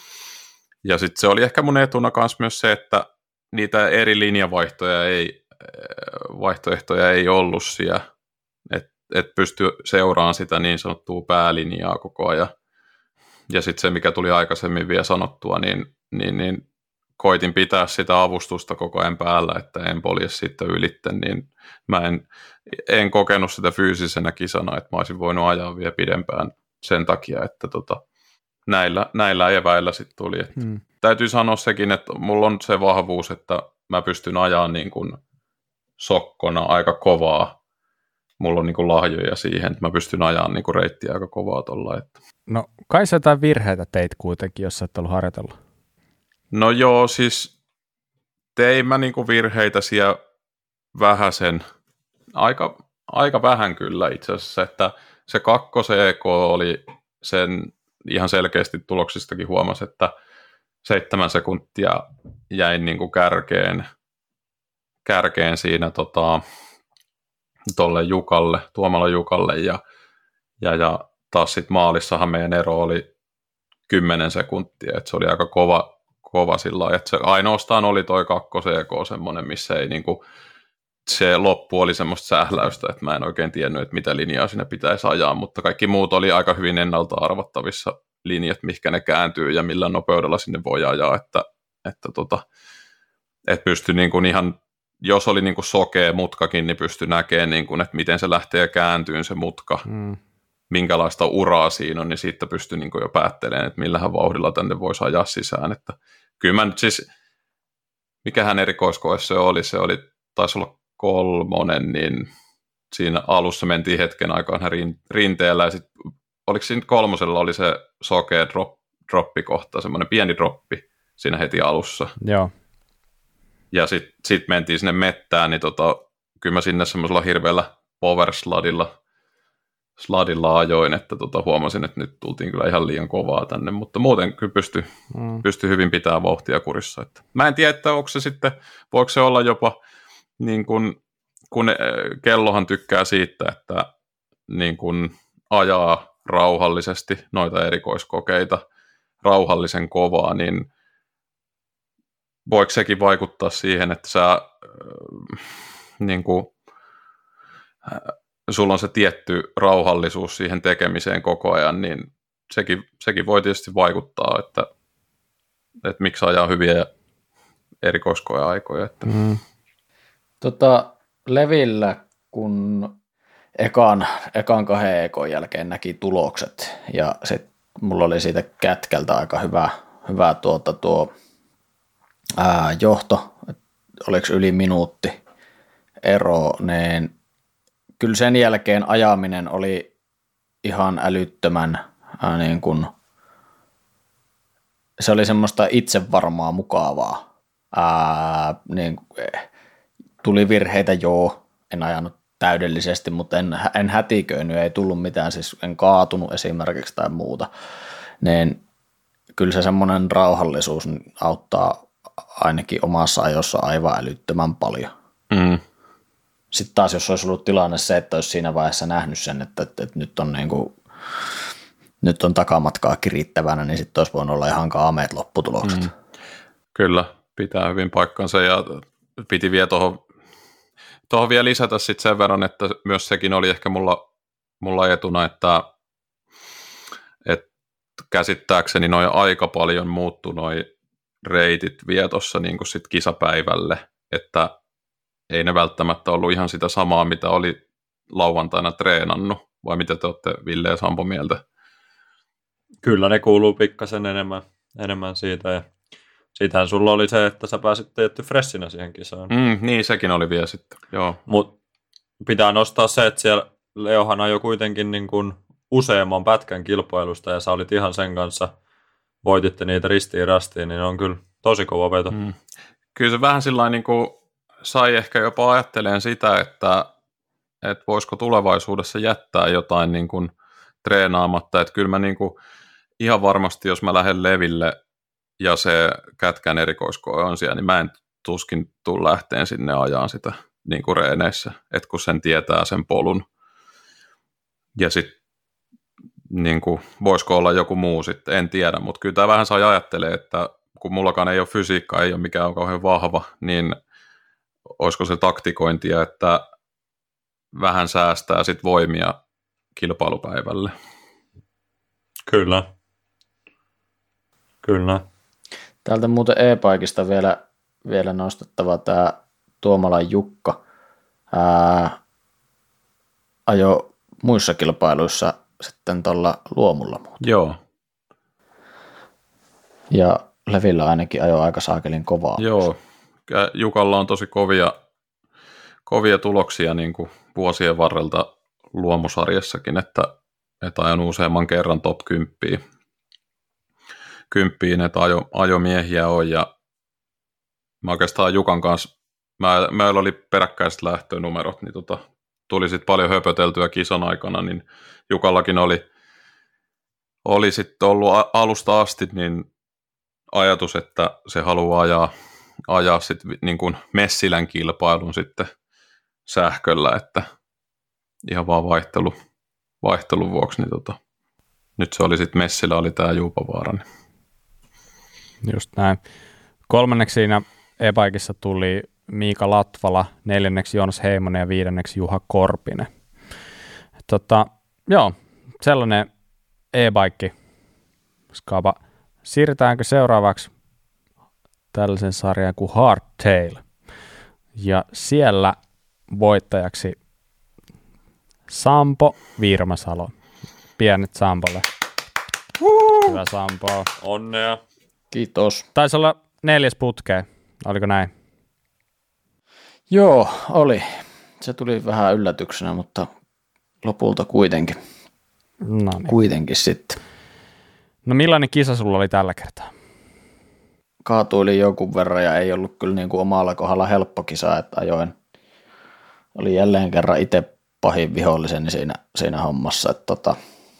ja sitten se oli ehkä mun etuna kanssa myös se, että niitä eri linjavaihtoja ei, vaihtoehtoja ei ollut siellä, että et pystyi seuraamaan sitä niin sanottua päälinjaa koko ajan, ja sitten se, mikä tuli aikaisemmin vielä sanottua, niin, niin, niin koitin pitää sitä avustusta koko ajan päällä, että en polje sitten ylitte, niin mä en, en kokenut sitä fyysisenä kisana, että mä olisin voinut ajaa vielä pidempään sen takia, että tota, näillä, näillä eväillä sitten tuli. Hmm. Täytyy sanoa sekin, että mulla on se vahvuus, että mä pystyn ajaa niin kuin sokkona aika kovaa. Mulla on niin kuin lahjoja siihen, että mä pystyn ajamaan niin kuin reittiä aika kovaa tuolla. Että. No kai sä jotain virheitä teit kuitenkin, jos sä et ollut harjoitella. No joo, siis tein mä niinku virheitä siellä vähäsen, aika, aika vähän kyllä itse asiassa, että se kakkosen E K oli sen ihan selkeästi tuloksistakin huomasi, että seitsemän sekuntia jäin niinku kärkeen, kärkeen siinä tota, tolle Jukalle, Tuomala Jukalle, ja, ja, ja taas sitten maalissahan meidän ero oli kymmenen sekuntia, että se oli aika kova, kova sillä lailla, että se ainoastaan oli toi kakkosen E K semmoinen, missä ei niinku, se loppu oli semmoista sähläystä, että mä en oikein tiennyt, että mitä linjaa siinä pitäisi ajaa, mutta kaikki muut oli aika hyvin ennalta arvattavissa linjat, mihinkä ne kääntyy ja millä nopeudella sinne voi ajaa, että, että, tota, että pystyi niinku ihan, jos oli niinku sokea mutkakin, niin pystyi näkemään, niinku, että miten se lähtee kääntyyn se mutka, mm. minkälaista uraa siinä on, niin siitä pystyi niinku jo päättelemään, että millähän vauhdilla tänne voisi ajaa sisään. Että kyllä mä nyt siis, mikähän erikoiskoe se oli, se oli, taisi olla kolmonen, niin siinä alussa mentiin hetken aikaan rinteellä, ja sitten oliko siinä kolmosella oli se sokea drop, droppikohta, semmoinen pieni droppi siinä heti alussa. Joo. Ja sitten sit mentiin sinne mettään, niin tota, kyllä mä sinne semmoisella hirveällä power-sladilla sladilla ajoin, että tota, huomasin, että nyt tultiin kyllä ihan liian kovaa tänne, mutta muuten kyllä pystyi mm. pysty hyvin pitämään vauhtia kurissa. Että mä en tiedä, että onko se sitten, voiko se olla jopa, niin kun, kun kellohan tykkää siitä, että niin kun ajaa rauhallisesti noita erikoiskokeita, rauhallisen kovaa, niin voiko sekin vaikuttaa siihen, että sä äh, niin kun, äh, sulla on se tietty rauhallisuus siihen tekemiseen koko ajan, niin sekin, sekin voi tietysti vaikuttaa, että, että miksi ajaa hyviä erikoiskoeaikoja. Että. Mm. Tota, Levillä, kun ekan, ekan kahden ekon jälkeen näki tulokset, ja sitten mulla oli siitä kätkältä aika hyvä, hyvä tuota, tuo ää, johto, oliko yli minuutti ero, niin kyllä sen jälkeen ajaminen oli ihan älyttömän, ää, niin kuin, se oli semmoista itsevarmaa, mukavaa. Ää, niin, tuli virheitä, joo, en ajanut täydellisesti, mutta en, en hätiköinyt, ei tullut mitään, siis en kaatunut esimerkiksi tai muuta. Niin kyllä se semmoinen rauhallisuus auttaa ainakin omassa ajossa aivan älyttömän paljon. Mm. Sitten taas, jos olisi ollut tilanne se, että olisi siinä vaiheessa nähnyt sen, että, että, että nyt, on niin kuin, nyt on takamatkaa kirittävänä, niin sitten olisi voinut olla ihan kaameet lopputulokset. Mm. Kyllä, pitää hyvin paikkansa, ja piti vielä tuohon tuohon vielä lisätä sitten sen verran, että myös sekin oli ehkä mulla, mulla etuna, että, että käsittääkseni noi aika paljon muuttui noi reitit vielä tuossa niin kuin sit kisapäivälle, että ei ne välttämättä ollut ihan sitä samaa, mitä oli lauantaina treenannut, vai mitä te olette Ville ja Sampo mieltä? Kyllä ne kuuluu pikkasen enemmän, enemmän siitä, ja siitähän sulla oli se, että sä pääsit tietty freshinä siihen kisaan. Mm, niin, sekin oli vielä sitten, joo. Mutta pitää nostaa se, että siellä Leohan ajoi kuitenkin niin kuin useamman pätkän kilpailusta, ja sä olit ihan sen kanssa, voititte niitä ristiin rastiin, niin on kyllä tosi kova veto. Mm. Kyllä se vähän sillä niin kuin sai ehkä jopa ajatteleen sitä, että, että voisiko tulevaisuudessa jättää jotain niin kuin treenaamatta, että kyllä mä niin kuin ihan varmasti, jos mä lähden leville ja se kätkän erikoiskoe on siellä, niin mä en tuskin tule lähteen sinne ajaan sitä niin kuin reeneissä, että kun sen tietää sen polun. Ja sitten niin kuin, voisiko olla joku muu sitten, en tiedä, mutta kyllä tämä vähän sai ajattelee, että kun mullakaan ei ole fysiikka, ei ole mikään kauhean vahva, niin olisiko se taktikointia, että vähän säästää sit voimia kilpailupäivälle. Kyllä. Kyllä. Täältä muuten e-paikista vielä, vielä nostettava tämä Tuomalan Jukka. Ää, ajo muissa kilpailuissa sitten tuolla luomulla muuten. Joo. Ja Levillä ainakin ajo aika saakelin kovaa. Joo. Jukalla on tosi kovia, kovia tuloksia niin kuin vuosien varrelta luomusarjassakin, että, että ajan useamman kerran top kymmenen. Kymppiin, että ajo, ajomiehiä on, ja mä oikeastaan Jukan kanssa, mä, meillä oli peräkkäiset lähtönumerot, niin tota, tuli sitten paljon höpöteltyä kisan aikana, niin Jukallakin oli, oli sitten ollut alusta asti niin ajatus, että se haluaa ajaa, ajaa sitten niin kuin Messilän kilpailun sitten sähköllä, että ihan vaan vaihtelu, vaihtelun vuoksi, niin tota, nyt se oli sitten Messilä, oli tämä Juupavaara. Niin. Just näin. Kolmanneksi siinä e-bikissa tuli Miika Latvala, neljänneksi Joonas Heimonen ja viidenneksi Juha Korpinen. Tota, joo, sellainen e-bike skaba. Siirrytäänkö seuraavaksi tällaisen sarjan kuin Hardtail? Ja siellä voittajaksi Sampo Virmasalo. Pienet Sampolle. Uh! Hyvä Sampo. Onnea. Kiitos. Taisi olla neljäs putkeen, oliko näin? Joo, oli. Se tuli vähän yllätyksenä, mutta lopulta kuitenkin. No niin. Kuitenkin sitten. No millainen kisa sulla oli tällä kertaa? Kaatuili jonkun verran ja ei ollut kyllä niin kuin omalla kohdalla helppo kisa, että ajoin. Oli jälleen kerran itse pahin viholliseni siinä, siinä hommassa. Että tota,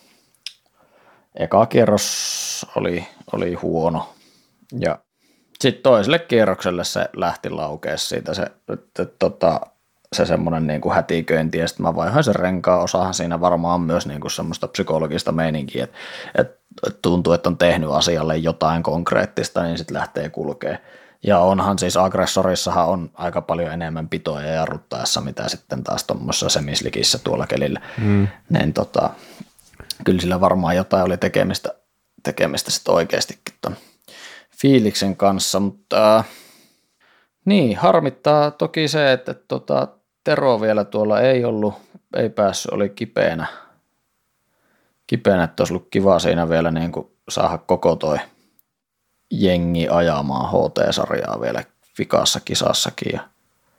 eka kierros oli, oli huono ja sitten toiselle kierrokselle se lähti laukeessa siitä se, että, tota, se semmoinen niin kuin hätiköinti, ja sitten mä vaihoin sen renkaan, osahan siinä varmaan myös niin kuin semmoista psykologista meininkiä, että, että tuntuu, että on tehnyt asialle jotain konkreettista, niin sitten lähtee kulkee. Ja onhan siis aggressorissahan on aika paljon enemmän pitoja jarruttaessa, mitä sitten taas tuommoisessa semislikissä tuolla kelillä. Mm. Niin tota, kyllä sillä varmaan jotain oli tekemistä, tekemistä sitten oikeastikin ton fiiliksen kanssa, mutta äh, niin, harmittaa toki se, että tota, Tero vielä tuolla ei ollut, ei päässyt, oli kipeänä. Kipeänä, että olisi ollut kiva siinä vielä niin kuin saada koko toi jengi ajamaan H T-sarjaa vielä vikassa kisassakin. Ja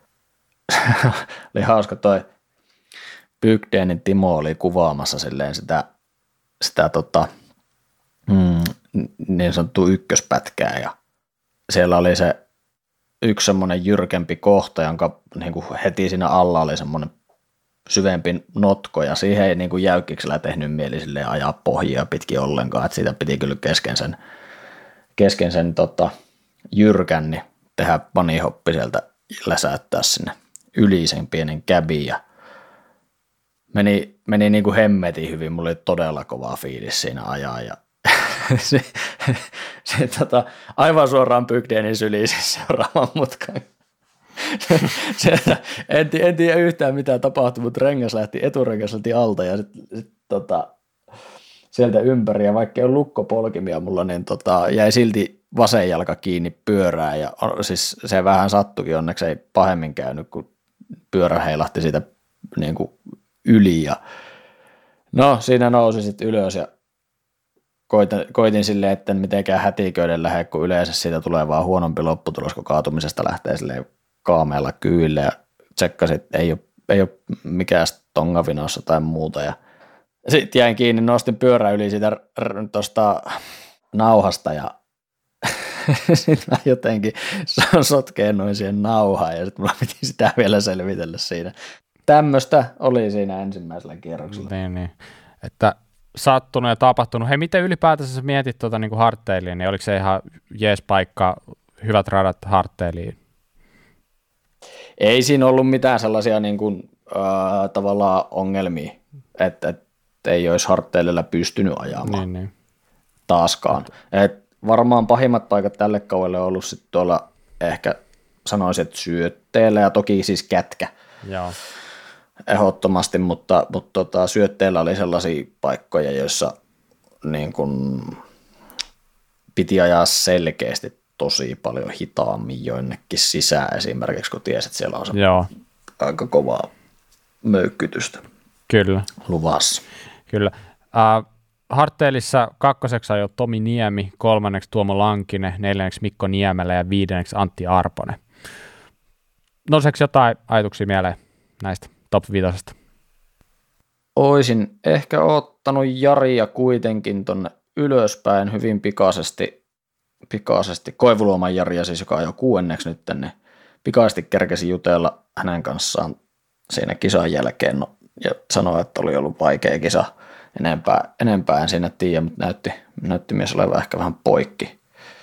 oli hauska toi Bygdenin Timo oli kuvaamassa silleen sitä, sitä tota, mm, niin sanottu ykköspätkää, ja siellä oli se yksi semmoinen jyrkempi kohta, jonka niin kuin heti siinä alla oli semmoinen syvempi notko, ja siihen ei niin kuin jäykkiksellä tehnyt mieli silleen ajaa pohjia pitkin ollenkaan, että siitä piti kyllä kesken sen, kesken sen tota, jyrkän, niin tehdä panihoppi sieltä läsäyttää sinne yli sen pienen käbin, ja meni, meni niin kuin hemmetin hyvin, mulla oli todella kova fiilis siinä ajaa, ja se, se tota, aivan suoraan Bygdenin syliin siis seuraavan mutkan. Sieltä, en, en tiedä yhtään mitä tapahtui, mutta rengas lähti, eturengas lähti alta ja sit, sit, tota, sieltä ympäri, ja vaikka ei ole lukkopolkimia mulla, niin tota, jäi silti vasen jalka kiinni pyörään, ja siis se vähän sattukin, onneksi ei pahemmin käynyt, kun pyörä heilahti siitä niin kuin yli, ja no siinä nousi sitten ylös, ja koitin, koitin silleen, että en mitenkään hätiköiden lähde, kun yleensä siitä tulee vaan huonompi lopputulos, kun kaatumisesta lähtee silleen kaameella kyydillä ja tsekkasin, että ei ole, ei ole mikään tongavinossa tai muuta ja sitten jäin kiinni, nostin pyörän yli siitä tuosta nauhasta ja sitten mä jotenkin sotkeen noin siihen nauhaan ja sitten mulla piti sitä vielä selvitellä siinä. Tämmöistä oli siinä ensimmäisellä kierroksella. Niin, niin. Että sattunut ja tapahtunut. Hei, miten ylipäätänsä sä mietit tuota niin kuin hardtailia, niin oliko se ihan jees paikka, hyvät radat hardtailiin? Ei siinä ollut mitään sellaisia niin kuin, äh, tavallaan ongelmia, että et ei olisi hardtaililla pystynyt ajamaan niin, niin. taaskaan. Et varmaan pahimmat paikat tälle kaudelle on ollut sitten tuolla ehkä sanoisin, että syötteellä ja toki siis kätkä. Joo. Ehdottomasti, mutta, mutta tota, syötteellä oli sellaisia paikkoja, joissa niin kun, piti ajaa selkeästi tosi paljon hitaammin jonnekin sisään esimerkiksi, kun tiesi, että siellä on se Joo. aika kovaa möykkytystä Kyllä. luvassa. Kyllä. Uh, hardtailissa kakkoseksi ajoi Tomi Niemi, kolmanneksi Tuomo Lankinen, neljänneksi Mikko Niemelä ja viidenneksi Antti Arponen. Nouseeko jotain ajatuksia mieleen näistä top viitosesta? Oisin ehkä ottanut Jaria kuitenkin tonne ylöspäin hyvin pikaisesti, pikaisesti. Koivuluoman Jaria siis, joka ajoi kuuenneksi nyt, niin pikaisesti kerkesi jutella hänen kanssaan siinä kisan jälkeen no, ja sanoi, että oli ollut vaikea kisa. Enempää, enempää en siinä tiedä, mutta näytti, näytti mies olevan ehkä vähän poikki.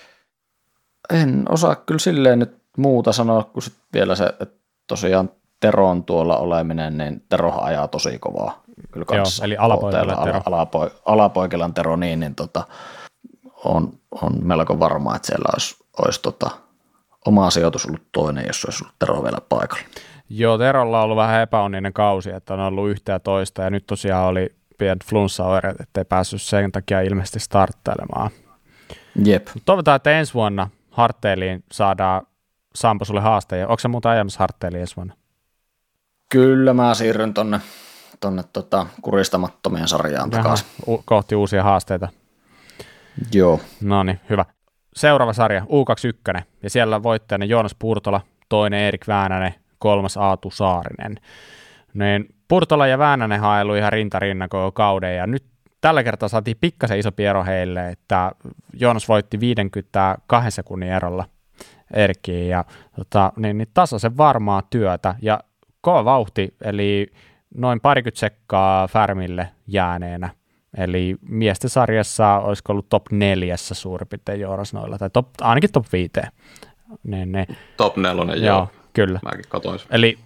En osaa kyllä silleen nyt muuta sanoa, kun sitten vielä se, että tosiaan Teron tuolla oleminen, niin Terohan ajaa tosi kovaa. Kyllä Joo, eli alapoikilla Tero. Alapo, alapoikilan Tero niin, niin tota, on, on melko varma, että siellä olisi, olisi tota, oma sijoitus ollut toinen, jos olisi ollut Tero vielä paikalla. Joo, Terolla on ollut vähän epäonninen kausi, että on ollut yhtä ja toista, ja nyt tosiaan oli pieni flunssaoireet, ettei päässyt sen takia ilmeisesti starttailemaan. Jep. Toivotaan, että ensi vuonna hardtailiin saadaan Sampo sulle haasteja. Onko se muuta ajamassa hardtailiin ensi vuonna? Kyllä mä siirryn tonne, tonne tota kuristamattomien sarjaan takaisin. U- kohti uusia haasteita. Joo. No niin, hyvä. Seuraava sarja, U kaksikymmentäyksi, ja siellä voittajana Joonas Purtola, toinen Erik Väänänen, kolmas Aatu Saarinen. Niin Purtola ja Väänänen hailu ihan rintarinnan koko kauden, ja nyt tällä kertaa saatiin pikkasen iso ero heille, että Joonas voitti viidenkymmenenkahden sekunnin erolla Erkkiin, ja tota, niin, niin tasaisen varmaa työtä, ja kova vauhti, eli noin parikymmentä sekkaa Färmille jääneenä, eli miesten sarjassa olisiko ollut top neljässä suurin piirtein Joonas noilla, tai top, ainakin top viiteen. Ne, ne. Top nelonen, joo. joo. Kyllä. Mäkin katoin sen. Eli,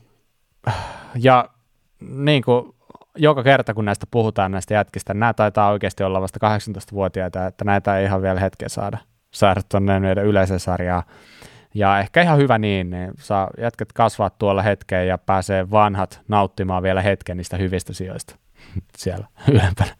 ja niin kuin joka kerta, kun näistä puhutaan näistä jätkistä, nämä taitaa oikeasti olla vasta kahdeksantoistavuotiaita, että näitä ei ihan vielä hetken saada, saada tuonne meidän yleiseen sarjaan. Ja ehkä ihan hyvä niin, niin saa jätkät kasvaa tuolla hetkeen ja pääsee vanhat nauttimaan vielä hetken niistä hyvistä sijoista siellä ylempänä.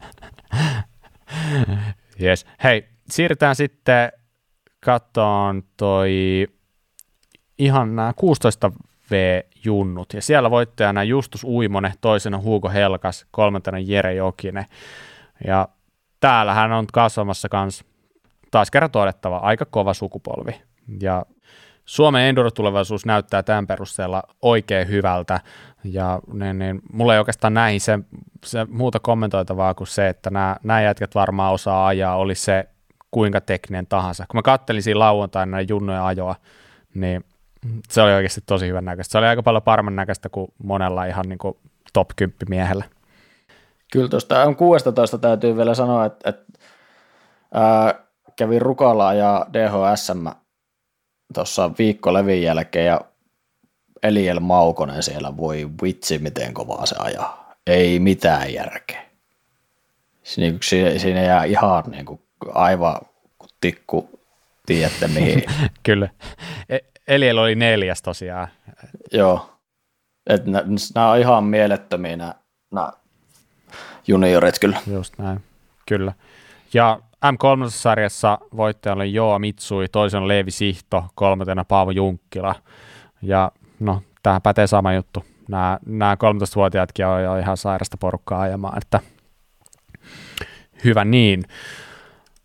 Yes. Hei, siirrytään sitten katsomaan toi ihan nämä kuusitoista V-junnut, ja siellä voittajana Justus Uimonen, toisena Hugo Helkas, kolmantena Jere Jokinen, ja täällähän on kasvamassa kans taas kerran todettava aika kova sukupolvi, ja Suomen enduro-tulevaisuus näyttää tämän perusteella oikein hyvältä, ja niin, niin, mulla ei oikeastaan näihin se, se muuta kommentoitavaa kuin se, että nämä, nämä jätkät varmaan osaa ajaa, oli se kuinka tekninen tahansa. Kun mä kattelin siinä lauantaina näiden junnojen ajoa, niin se oli oikeasti tosi hyvän näköistä. Se oli aika paljon paremman näköistä kuin monella ihan niin kuin top kymmenen miehellä. Kyllä tuosta M kuusitoista täytyy vielä sanoa, että, että ää, kävin Rukalla ja D H S M tuossa viikko levin jälkeen ja Eliel Maukonen siellä, voi vitsi miten kovaa se ajaa. Ei mitään järkeä. Siinä, siinä jää ihan niin kuin aivan kuin tikku, tiedätte mihin. Kyllä. Eliel oli neljäs tosiaan. Joo. Että nämä on ihan mielettömiä nämä juniorit kyllä. Just näin, kyllä. Ja M kolme-sarjassa voittaja oli Joa Mitsui, toisena Leevi Sihto, kolmantena Paavo Junkkila. Ja no, tämähän pätee sama juttu. Nämä, nämä kolmetoistavuotiaatkin on jo ihan sairasta porukkaa ajamaan, että hyvä niin.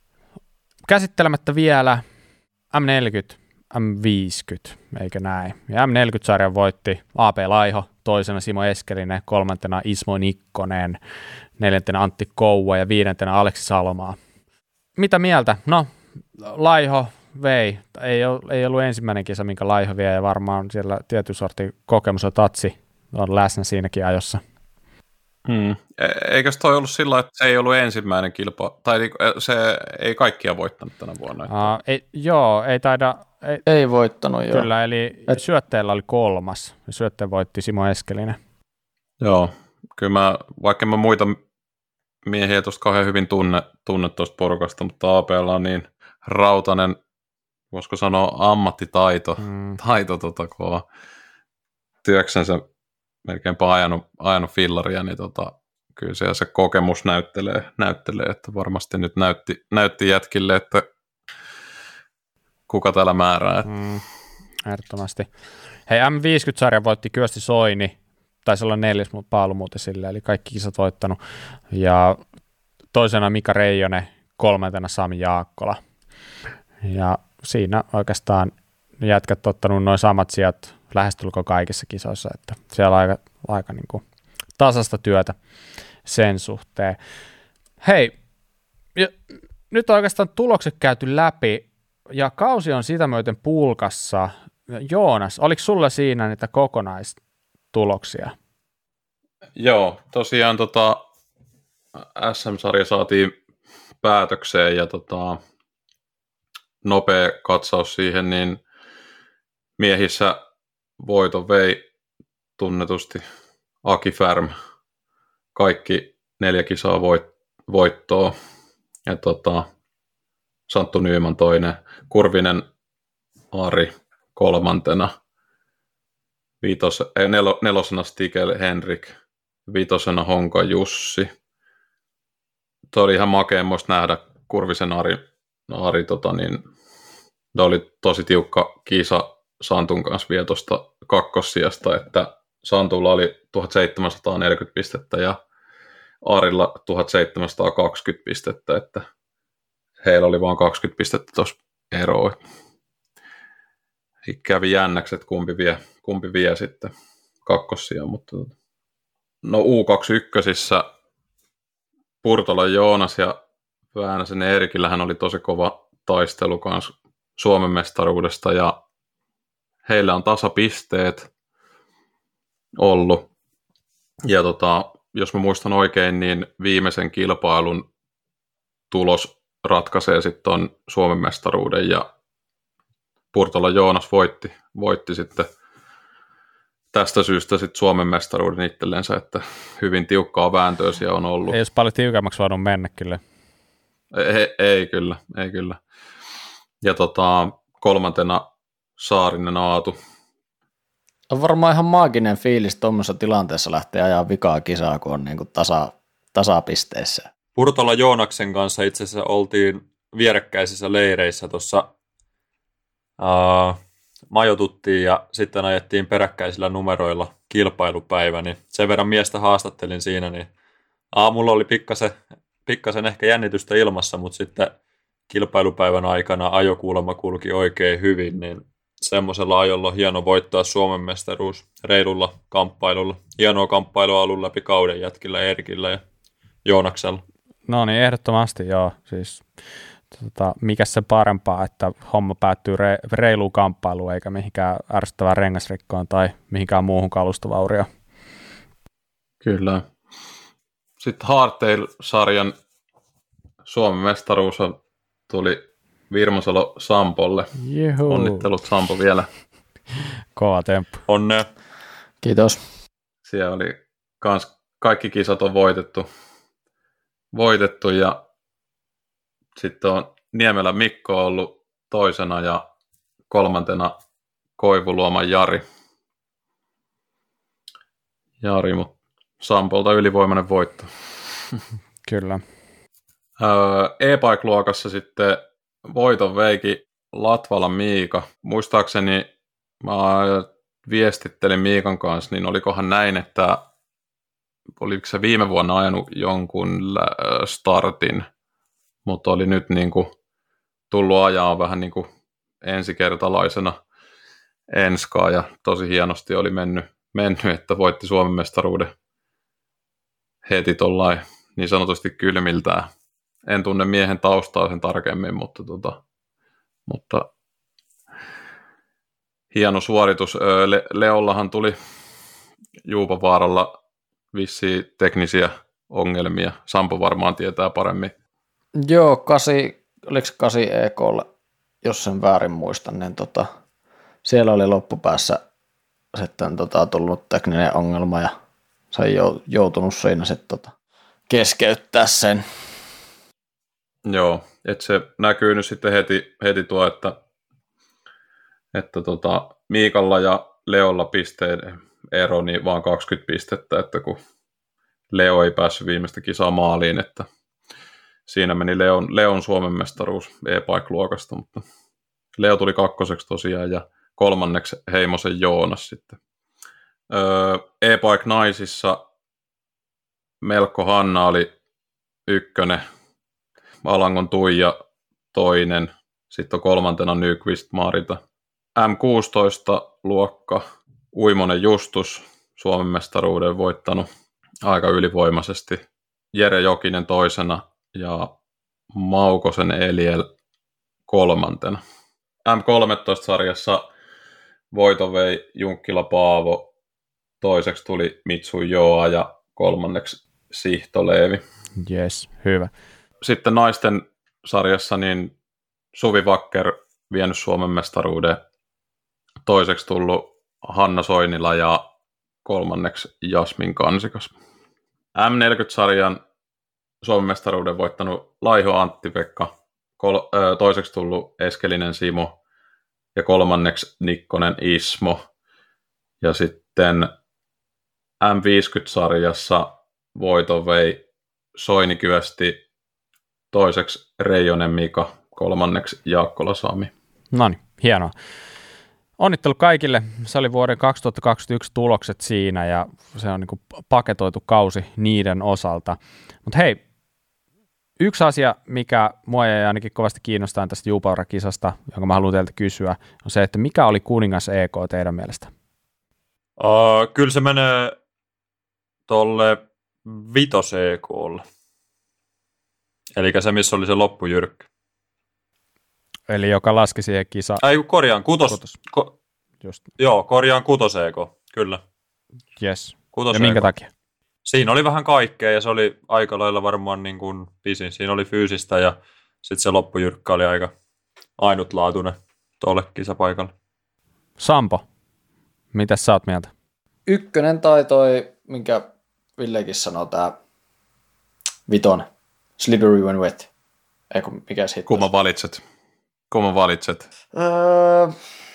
käsittelemättä vielä M neljäkymmentä, M viisikymmentä, eikö näin? Ja M neljäkymmentä-sarjan voitti A P Laiho, toisena Simo Eskelinen, kolmantena Ismo Nikkonen, neljäntenä Antti Koua ja viidentenä Aleksi Salomaa. Mitä mieltä? No, Laiho vei. Ei, ole, ei ollut ensimmäinen kisa, minkä Laiho vie, ja varmaan siellä tietyn sortin kokemus ja tatsi on läsnä siinäkin ajossa. Hmm. Eikös toi ollut sillä, että se ei ollut ensimmäinen kilpa, tai se ei kaikkia voittanut tänä vuonna? Uh, ei, joo, ei taida... Ei, ei voittanut, joo. Kyllä, eli Et... syötteellä oli kolmas, ja syötteen voitti Simo Eskelinen. Joo, kyllä mä, vaikka mä muita miehiä tuosta kauhean hyvin tunne, tunne tuosta porukasta, mutta A P:lla on niin rautainen, voisiko sanoa ammattitaito, hmm. taito tota, kun on työksensä melkeinpä ajanut, ajanut fillaria, niin tota, kyllä se, se kokemus näyttelee, näyttelee, että varmasti nyt näytti, näytti jätkille, että kuka täällä määrää. Mm, ehdottomasti. Hei, M viisikymmentä-sarjan voitti Kyösti Soini, taisi olla neljäs paalu muuten sille, eli kaikki kisat voittanut. Ja toisena Mika Reijonen, kolmantena Sami Jaakkola. Ja siinä oikeastaan jätkät ottanut noin samat sijat lähestulkoon kaikissa kisoissa, että siellä on aika, aika niin kuin tasasta työtä sen suhteen. Hei, nyt on oikeastaan tulokset käyty läpi, ja kausi on sitä myöten pulkassa. Joonas, oliko sulla siinä niitä kokonaistuloksia? Joo, tosiaan tota, S M-sarja saatiin päätökseen, ja tota, nopea katsaus siihen, niin miehissä voiton vei tunnetusti Aki Färm, kaikki neljä kisaa voit, voittoa, ja tota, Santtu Nyyman toinen, Kurvinen Ari kolmantena, viitos, nel, nelosena Stigel Henrik, viitosena Honka Jussi. Tuo oli ihan makea nähdä Kurvisen Ari, Ari tota niin, oli tosi tiukka kisa Santun kanssa vielä tuosta kakkossijasta, että Santulla oli tuhatseitsemänsataaneljäkymmentä pistettä ja Arilla tuhatseitsemänsataakaksikymmentä pistettä, että heillä oli vain kaksikymmentä pistettä tuossa eroa. Kävi jännäksi, että kumpi vie, kumpi vie sitten kakkossijaan, mutta no U kaksikymmentäyksi Purtola Joonas ja Väänäsen Eerikillähän oli tosi kova taistelu kanssa Suomen mestaruudesta, ja heillä on tasapisteet ollut. Ja tota, jos mä muistan oikein, niin viimeisen kilpailun tulos ratkaisee sitten ton Suomen mestaruuden, ja Purtola Joonas voitti, voitti sitten tästä syystä sitten Suomen mestaruuden itsellensä, että hyvin tiukkaa vääntöä siellä on ollut. Ei olisi paljon tiukemmaksi voinut mennä kyllä. Ei, ei kyllä, ei kyllä. Ja tota, kolmantena Saarinen Aatu. On varmaan ihan maaginen fiilis tuommoisessa tilanteessa lähteä ajaa vikaa kisaa, kun on niin kuin tasa, tasapisteessä. Purtola Joonaksen kanssa itse asiassa oltiin vierekkäisissä leireissä tuossa uh, majoituttiin ja sitten ajettiin peräkkäisillä numeroilla kilpailupäivä, niin sen verran miestä haastattelin siinä, niin aamulla oli pikkasen, pikkasen ehkä jännitystä ilmassa, mutta sitten kilpailupäivän aikana ajokuulemma kulki oikein hyvin, niin semmoisella ajolla on hieno voittaa Suomen mestaruus reilulla kamppailulla. Hienoa kamppailua ollut läpi kauden jätkillä Eerikillä ja Joonaksella. No niin, ehdottomasti joo. Siis, tota, mikä se parempaa, että homma päättyy re- reiluun kamppailuun eikä mihinkään ärsyttävään rengasrikkoon tai mihinkään muuhun kalustovaurioon. Kyllä. Sitten Hardtail-sarjan Suomen mestaruus tuli Virmasalo Sampolle. Juhu. Onnittelut Sampo vielä. Kova temppu. Onnea. Kiitos. Siellä oli kans, kaikki kisat on voitettu, voitettu ja sitten on Niemelä Mikko ollut toisena ja kolmantena Koivuluoman Jari. Jari, mutta Sampolta ylivoimainen voitto. Kyllä. E-Bike-luokassa sitten voiton veiki Latvala Miika. Muistaakseni mä viestittelin Miikan kanssa, niin olikohan näin, että oliko se viime vuonna ajanut jonkun startin, mutta oli nyt niin kuin tullut ajaa vähän niin kuin ensikertalaisena enskaa ja tosi hienosti oli mennyt, mennyt että voitti Suomen mestaruuden heti tollain niin sanotusti kylmiltään. En tunne miehen taustaa sen tarkemmin, mutta, tota, mutta hieno suoritus. Le- Leollahan tuli Juupavaaralla vissiin teknisiä ongelmia. Sampo varmaan tietää paremmin. Joo, kasi, oliko kasi E K:lle, jos sen väärin muistan, niin tota, siellä oli loppupäässä sitten tota, tullut tekninen ongelma ja se ei joutunut siinä sitten tota, keskeyttää sen. Joo, että se näkyy nyt sitten heti, heti tuo, että, että tota, Miikalla ja Leolla pisteiden ero, niin vaan kaksikymmentä pistettä, että kun Leo ei päässyt viimeistä kisaa maaliin, että siinä meni Leon, Leon Suomen mestaruus E-Bike-luokasta, mutta Leo tuli kakkoseksi tosiaan ja kolmanneksi Heimosen Joonas sitten. Öö, E-Bike naisissa Melkko Hanna oli ykkönen, Alangon Tuija toinen, sitten on kolmantena Nyqvist Marita. M kuusitoista luokka, Uimonen Justus, Suomen mestaruuden voittanut aika ylivoimaisesti. Jere Jokinen toisena ja Maukosen Eliel kolmantena. M kolmetoista-sarjassa voiton vei Junkkila Paavo, toiseksi tuli Mitsu Joa ja kolmanneksi Sihto Leevi. Yes, hyvä. Sitten naisten sarjassa niin Suvi Wacker vienyt Suomen mestaruuden, toiseksi tullut Hanna Soinila ja kolmanneksi Jasmin Kansikas. M neljäkymmentä-sarjan Suomen mestaruuden voittanut Laiho Antti-Pekka, kol- ö, toiseksi tullut Eskelinen Simo ja kolmanneksi Nikkonen Ismo. Ja sitten M viisikymmentä-sarjassa voiton vei Soini Kyösti, toiseksi Reijonen Mika, kolmanneksi Jaakkola Sami. No niin, hienoa. Onnittelu kaikille. Se oli vuoden kaksituhattakaksikymmentäyksi tulokset siinä ja se on niin kuin paketoitu kausi niiden osalta. Mutta hei, yksi asia, mikä mua ei ainakin kovasti kiinnostaa tästä Juupaura-kisasta, jonka mä haluan teiltä kysyä, on se, että mikä oli kuningas E K teidän mielestä? Uh, kyllä se menee tolle vitos E K:lle. Eli se, missä oli se loppujyrkkä. Eli joka laski siihen kisaan. Ei, korjaan, kutos. kutos. Ko- Just. Joo, korjaan kutos E K, kyllä. Yes. Kutos ja minkä E K. takia? Siinä oli vähän kaikkea ja se oli aika lailla varmaan niin kuin pisin. Siinä oli fyysistä ja sitten se loppujyrkkä oli aika ainutlaatuinen tuolle kisapaikalle. Sampo, mitäs sä oot mieltä? Ykkönen tai toi, minkä Villekin sanoo, tää vitonen. Slippery when wet. Eiku, mikä siitä? Kumman valitset? Kumman valitset? Öö,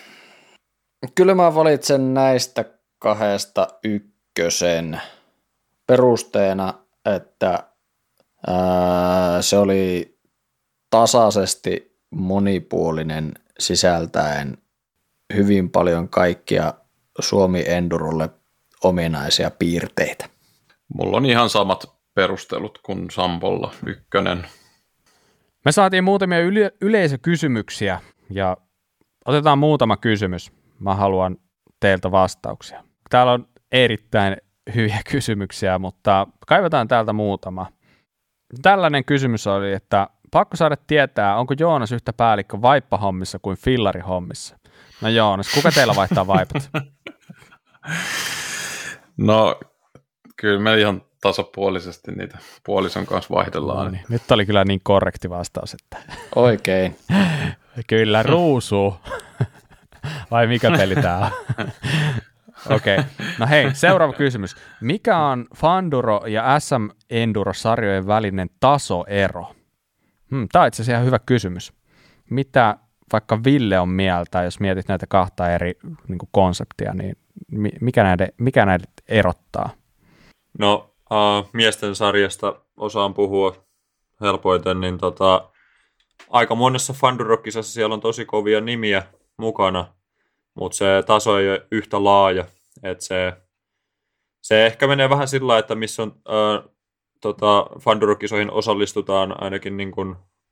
kyllä mä valitsen näistä kahdesta ykkösen perusteena, että öö, se oli tasaisesti monipuolinen sisältäen hyvin paljon kaikkia Suomi Endurolle ominaisia piirteitä. Mulla on ihan samat perustelut kuin Sampolla, ykkönen. Me saatiin muutamia yle- yleisökysymyksiä ja otetaan muutama kysymys. Mä haluan teiltä vastauksia. Täällä on erittäin hyviä kysymyksiä, mutta kaivetaan täältä muutama. Tällainen kysymys oli, että pakko saada tietää, onko Joonas yhtä päällikkö vaippahommissa kuin fillarihommissa? No Joonas, kuka teillä vaihtaa vaipat? No, kyllä me ihan tasapuolisesti niitä puolison kanssa vaihdellaan. No niin, nyt oli kyllä niin korrekti vastaus, että Oikein. kyllä ruusuu. Vai mikä peli tää on? Okei, okay. No hei, seuraava kysymys. Mikä on Fanduro ja S M Enduro-sarjojen välinen tasoero? Hmm, tämä on itse asiassa ihan hyvä kysymys. Mitä vaikka Ville on mieltä, jos mietit näitä kahta eri niin kuin konseptia, niin mikä näitä, mikä näitä erottaa? No, äh, miesten sarjasta osaan puhua helpoiten, niin tota, aika monessa Fanduro-kisassa siellä on tosi kovia nimiä mukana, mutta se taso ei ole yhtä laaja. Et se, se ehkä menee vähän sillä, että missä on, äh, tota, Fanduro-kisoihin osallistutaan ainakin niin kuin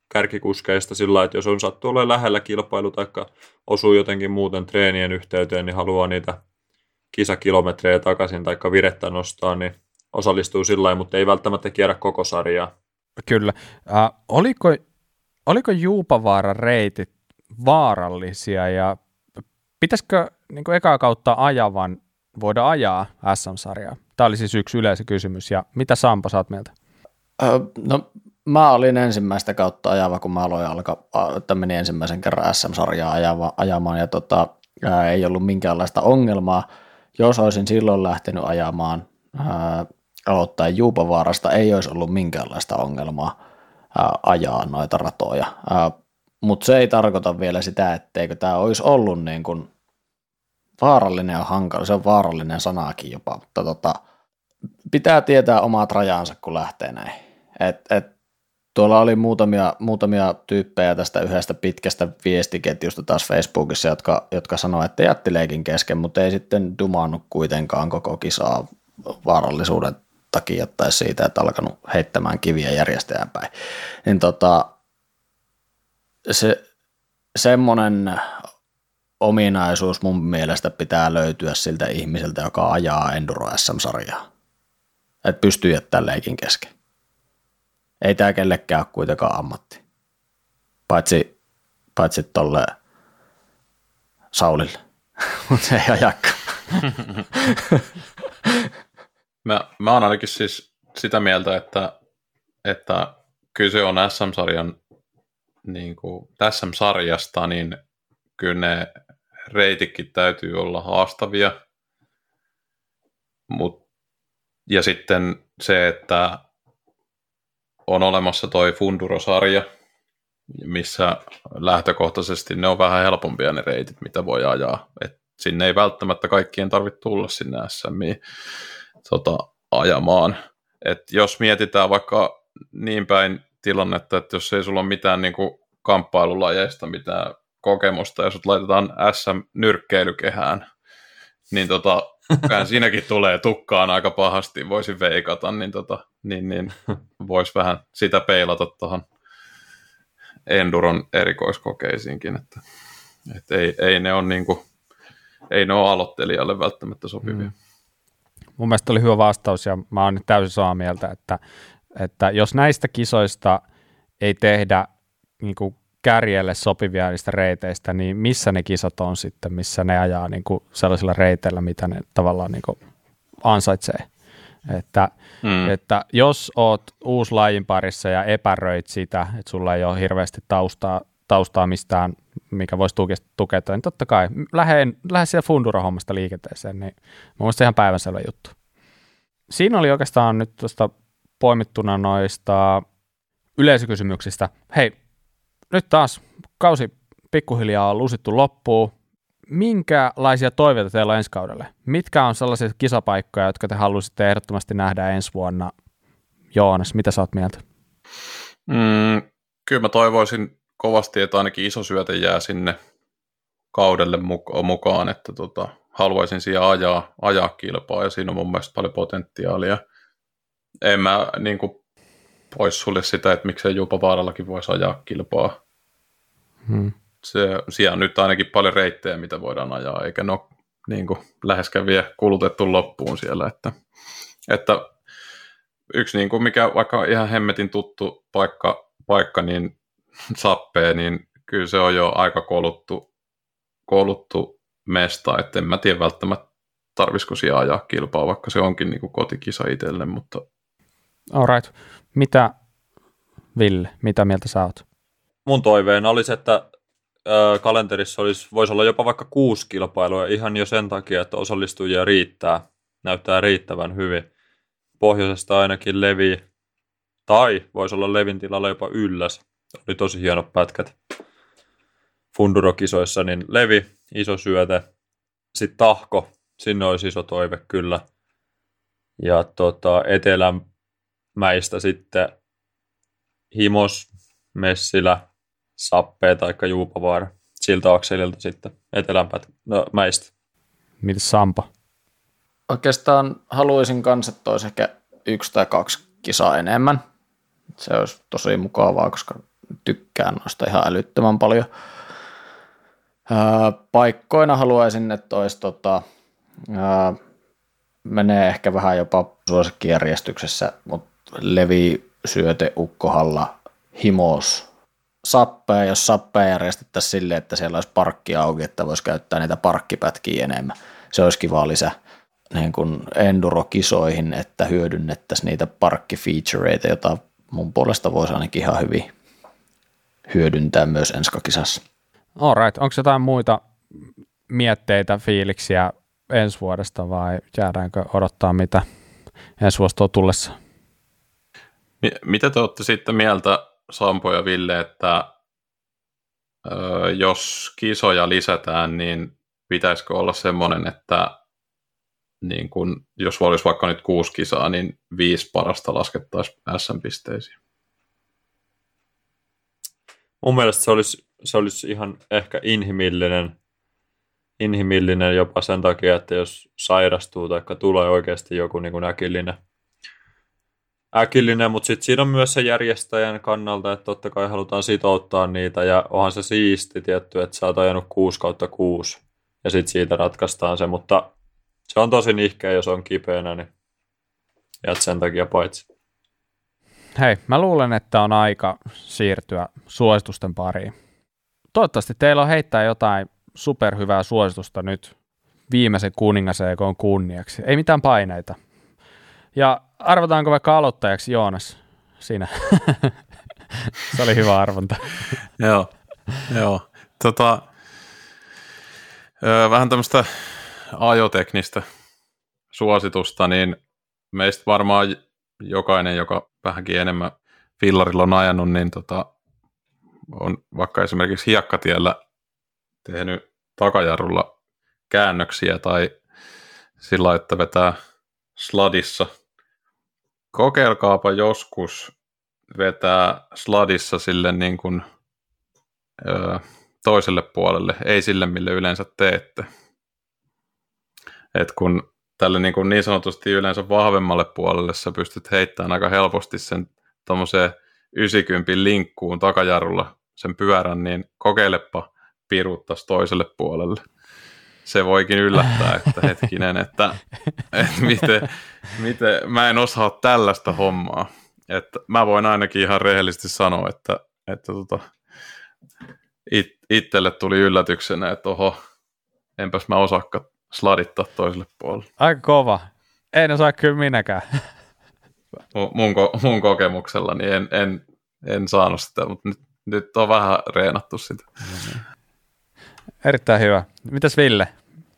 kärkikuskeista sillä, että jos on sattuu olemaan lähellä kilpailu tai osuu jotenkin muuten treenien yhteyteen, niin haluaa niitä kisakilometrejä takaisin tai virettä nostaa, niin osallistuu sillä lailla, mutta ei välttämättä kierrä koko sarjaa. Kyllä. Äh, oliko, oliko Juupavaaran reitit vaarallisia ja pitäisikö niin kuin ekaa kautta ajavan voida ajaa S M-sarjaa? Tämä oli siis yksi yleisökysymys. Ja mitä Sampo, sä oot mieltä? Öö, no mä olin ensimmäistä kautta ajava, kun mä aloin alkaa, että meni ensimmäisen kerran S M-sarjaa ajava, ajamaan ja tota, ää, ei ollut minkäänlaista ongelmaa. Jos olisin silloin lähtenyt ajamaan ää, aloittaen Juupavaarasta, ei olisi ollut minkäänlaista ongelmaa ää, ajaa noita ratoja. Mutta se ei tarkoita vielä sitä, etteikö tämä olisi ollut niin kuin vaarallinen ja hankala. Se on vaarallinen sanakin jopa, mutta tota, pitää tietää omat rajansa, kun lähtee näin. Et, et, tuolla oli muutamia, muutamia tyyppejä tästä yhdestä pitkästä viestiketjusta taas Facebookissa, jotka, jotka sanoivat, että jätti leikin kesken, mutta ei sitten dumannut kuitenkaan koko kisaa vaarallisuuden takia tai siitä, että alkanut heittämään kiviä järjestäjään päin. Niin tota, se, semmoinen ominaisuus mun mielestä pitää löytyä siltä ihmiseltä, joka ajaa Enduro S M-sarjaa. Että pystyy jättämään leikin kesken. Ei tää kellekään ole kuitenkaan ammatti. Paitsi, paitsi tolle Saulille. Mutta se ei ajakaan. mä, mä oon ainakin siis sitä mieltä, että, että kyllä se on S M-sarjan niin kuin S M-sarjasta, niin kyllä ne reitikin täytyy olla haastavia. Mut, ja sitten se, että on olemassa toi Funduro-sarja, missä lähtökohtaisesti ne on vähän helpompia ne reitit, mitä voi ajaa. Et sinne ei välttämättä kaikkien tarvitse tulla sinne S Miin tota, ajamaan. Et jos mietitään vaikka niin päin tilannetta, että jos ei sulla ole mitään niin kuin kamppailulajeista, mitään kokemusta, ja sut laitetaan S M-nyrkkeilykehään, niin tota, siinäkin tulee tukkaan aika pahasti, voisin veikata, niin, tota, niin, niin voisi vähän sitä peilata tuohon Enduron erikoiskokeisiinkin, että, että ei, ei ne ole niinku, ei ne ole aloittelijalle välttämättä sopivia. Mm. Mun mielestä oli hyvä vastaus, ja mä oon nyt täysin samaa mieltä, että, että jos näistä kisoista ei tehdä niinku kärjelle sopivia niistä reiteistä, niin missä ne kisat on sitten, missä ne ajaa niin kuin sellaisilla reiteillä, mitä ne tavallaan niin kuin ansaitsee. Että, mm. että jos oot uusi lajin parissa ja epäröit sitä, että sulla ei ole hirveästi taustaa, taustaa mistään, mikä voisi tukea, tukea niin totta kai lähde, lähde siellä Funduro-hommasta liikenteeseen, niin mun mielestä ihan päivänselvä juttu. Siinä oli oikeastaan nyt tuosta poimittuna noista yleisökysymyksistä. Hei, nyt taas kausi pikkuhiljaa on lusittu loppuun. Minkälaisia toiveita teillä on ensi kaudelle? Mitkä on sellaisia kisapaikkoja, jotka te haluaisitte ehdottomasti nähdä ensi vuonna? Joonas, mitä sä oot mieltä? Mm, kyllä mä toivoisin kovasti, että ainakin iso syöte jää sinne kaudelle mukaan, että tota, haluaisin siellä ajaa, ajaa kilpaa, ja siinä on mun mielestä paljon potentiaalia. En mä niin kuin pois sulle sitä, että miksei Juupavaarallakin voisi ajaa kilpaa. Hmm. Se, siellä on nyt ainakin paljon reittejä, mitä voidaan ajaa, eikä ne ole niin kuin läheskään vielä kulutettu loppuun siellä. Että, että yksi, niin kuin mikä vaikka ihan hemmetin tuttu paikka, paikka niin Sappee, niin kyllä se on jo aika kouluttu, kouluttu mesta, että en mä tiedä välttämättä tarvisiko siellä ajaa kilpaa, vaikka se onkin niin kuin kotikisa itselle, mutta all right. Mitä, Ville, mitä mieltä sä oot? Mun toiveena olisi, että ö, kalenterissa olisi, voisi olla jopa vaikka kuusi kilpailua ihan jo sen takia, että osallistujia riittää, näyttää riittävän hyvin. Pohjoisesta ainakin Levi, tai voisi olla Levin tilalla jopa Ylläs. Oli tosi hienot pätkät Funduro-kisoissa, niin Levi, iso syöte. Sitten Tahko, sinne olisi iso toive kyllä. Ja tota, Etelän mäistä sitten Himos, Messilä, Sappee tai Juupavaara. Siltä akselilta sitten etelänpäät no, mäistä. Mites Sampo? Oikeastaan haluaisin kanssa, että olisi ehkä yksi tai kaksi kisaa enemmän. Se olisi tosi mukavaa, koska tykkään noista ihan älyttömän paljon. Ää, paikkoina haluaisin, että olisi tota, ää, menee ehkä vähän jopa suosikkijärjestyksessä, mutta Levi, Syöte, Ukkohalla, Himos, Sappea, jos Sappea järjestettäisiin silleen, että siellä olisi parkki auki, että voisi käyttää niitä parkkipätkiä enemmän. Se olisi kiva lisä niin kuin enduro-kisoihin, että hyödynnettäisiin niitä parkkifeatureita, joita mun puolesta voisi ainakin ihan hyvin hyödyntää myös enskakisassa. All right. Onko jotain muita mietteitä, fiiliksiä ensi vuodesta vai jäädäänkö odottaa mitä ensi vuosta on tullessa? Mitä te olette sitten mieltä, Sampo ja Ville, että ö, jos kisoja lisätään, niin pitäisikö olla semmoinen, että niin kun, jos olisi vaikka nyt kuusi kisaa, niin viisi parasta laskettaisiin äs äm-pisteisiin? Mun mielestä se olisi, se olisi ihan ehkä inhimillinen, inhimillinen jopa sen takia, että jos sairastuu tai tulee oikeasti joku niin kuin äkillinen, äkillinen, mutta sitten siinä on myös se järjestäjän kannalta, että totta kai halutaan sitouttaa niitä, ja onhan se siisti tietty, että sä oot ajanut kuusi kautta kuusi, ja sitten siitä ratkaistaan se, mutta se on tosi nihkeä, jos on kipeänä, niin jäät sen takia paitsi. Hei, mä luulen, että on aika siirtyä suositusten pariin. Toivottavasti teillä on heittää jotain superhyvää suositusta nyt viimeisen kuningaseekon kunniaksi. Ei mitään paineita. Ja arvotaanko vaikka aloittajaksi Joonas? Siinä. Se oli hyvä arvonta. Joo, joo. Tota, vähän tämmöistä ajoteknistä suositusta, niin meistä varmaan jokainen, joka vähänkin enemmän fillarilla on ajanut, niin tota, on vaikka esimerkiksi hiekkatiellä tehnyt takajarrulla käännöksiä tai sillä, että vetää sladissa. Kokeilkaapa joskus vetää sladissa sille niin kuin, ö, toiselle puolelle, ei sille, mille yleensä teette. Et kun tälle niin, kuin niin sanotusti yleensä vahvemmalle puolelle sä pystyt heittämään aika helposti sen tommoseen yhdeksänkymmentä linkkuun takajarrulla sen pyörän, niin kokeilepa piruuttas toiselle puolelle. Se voikin yllättää, että hetkinen, että, että miten, miten, mä en osaa tällaista hommaa. Että mä voin ainakin ihan rehellisesti sanoa, että, että tota, it, itselle tuli yllätyksenä, että oho, enpäs mä osaakaan sladittaa toiselle puolelle. Aika kova. En osaa kyllä minäkään. Mun, mun, mun kokemuksella niin en, en, en saanut sitä, mutta nyt, nyt on vähän reenattu sitä. Mm-hmm. Erittäin hyvä. Mitäs Ville?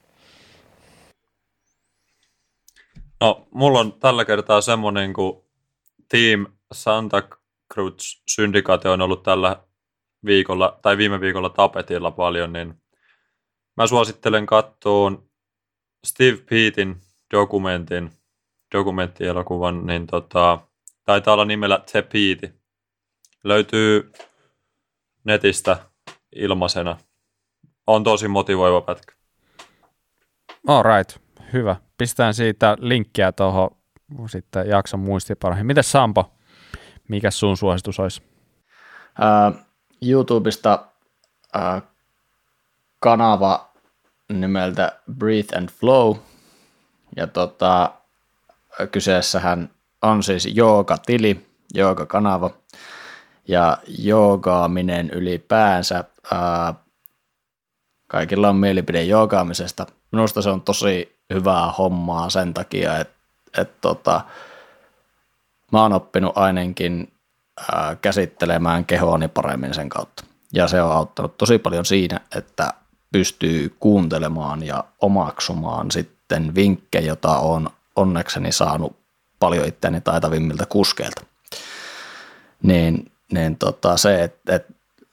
No, mulla on tällä kertaa semmoinen, kun Team Santa Cruz Syndicate on ollut tällä viikolla, tai viime viikolla tapetilla paljon, niin mä suosittelen katsoa Steve Peatin dokumentin, dokumenttielokuvan, niin tota, taitaa olla nimellä The Pete. Löytyy netistä ilmaisena. On tosi motivoiva pätkä. All right, hyvä. Pistään siitä linkkiä tuohon sitten jakson muistiinpanoihin. Mites Sampo, mikä sun suositus olisi? Uh, YouTubesta uh, kanava nimeltä Breathe and Flow, ja tota, kyseessähän on siis jooga-tili, jooga-kanava, ja joogaaminen ylipäänsä. Uh, kaikilla on mielipide joogaamisesta. Minusta se on tosi hyvää hommaa sen takia, että et tota, mä oon oppinut ainakin ää, käsittelemään kehoani paremmin sen kautta. Ja se on auttanut tosi paljon siinä, että pystyy kuuntelemaan ja omaksumaan sitten vinkkejä, jota on onnekseni saanut paljon itseäni taitavimmilta kuskeilta. Niin, niin tota, se, että et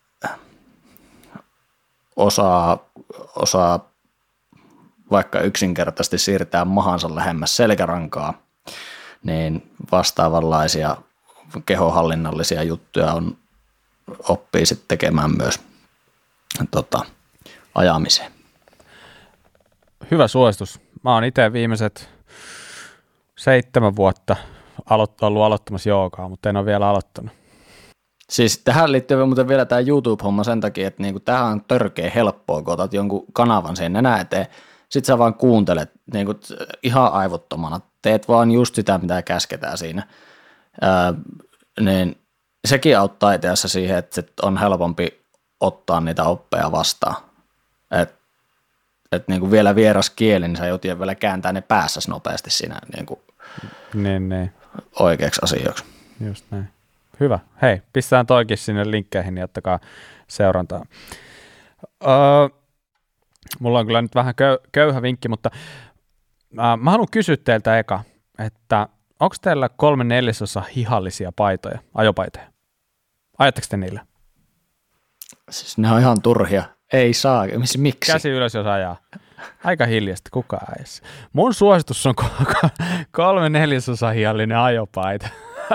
osaa, osaa vaikka yksinkertaisesti siirtää mahansa lähemmäs selkärankaa, niin vastaavanlaisia kehohallinnallisia juttuja on, oppii sitten tekemään myös tota, ajamiseen. Hyvä suositus. Mä oon itse viimeiset seitsemän vuotta aloitt- ollut aloittamassa joogaa, mutta en ole vielä aloittanut. Siis tähän liittyy muuten vielä tämä YouTube-homma sen takia, että niinku tämähän on törkeä helppoa, kun otat jonkun kanavan sen nenä eteen, sit sä vaan kuuntelet niinku ihan aivottomana, teet vaan just sitä, mitä käsketään siinä, Ää, niin sekin auttaa itse asiassa siihen, että on helpompi ottaa niitä oppeja vastaan. Että et niinku vielä vieras kieli, niin sä joudut vielä kääntää ne päässäsi nopeasti siinä niinku niin, niin. oikeaksi asioiksi. Just näin. Hyvä. Hei, pistetään toikin sinne linkkeihin, niin ottakaa seurantaa. Öö, mulla on kyllä nyt vähän köy- köyhä vinkki, mutta äh, mä haluan kysyä teiltä eka, että onko teillä kolme neljäsosa hihallisia paitoja, ajopaitoja? Ajatteko te niillä? Siis ne on ihan turhia. Ei saa. Miksi? Käsi ylös, jos ajaa. Aika hiljasti, kukaan äijässä. Mun suositus on kolme neljäsosa hihallinen ajopaita.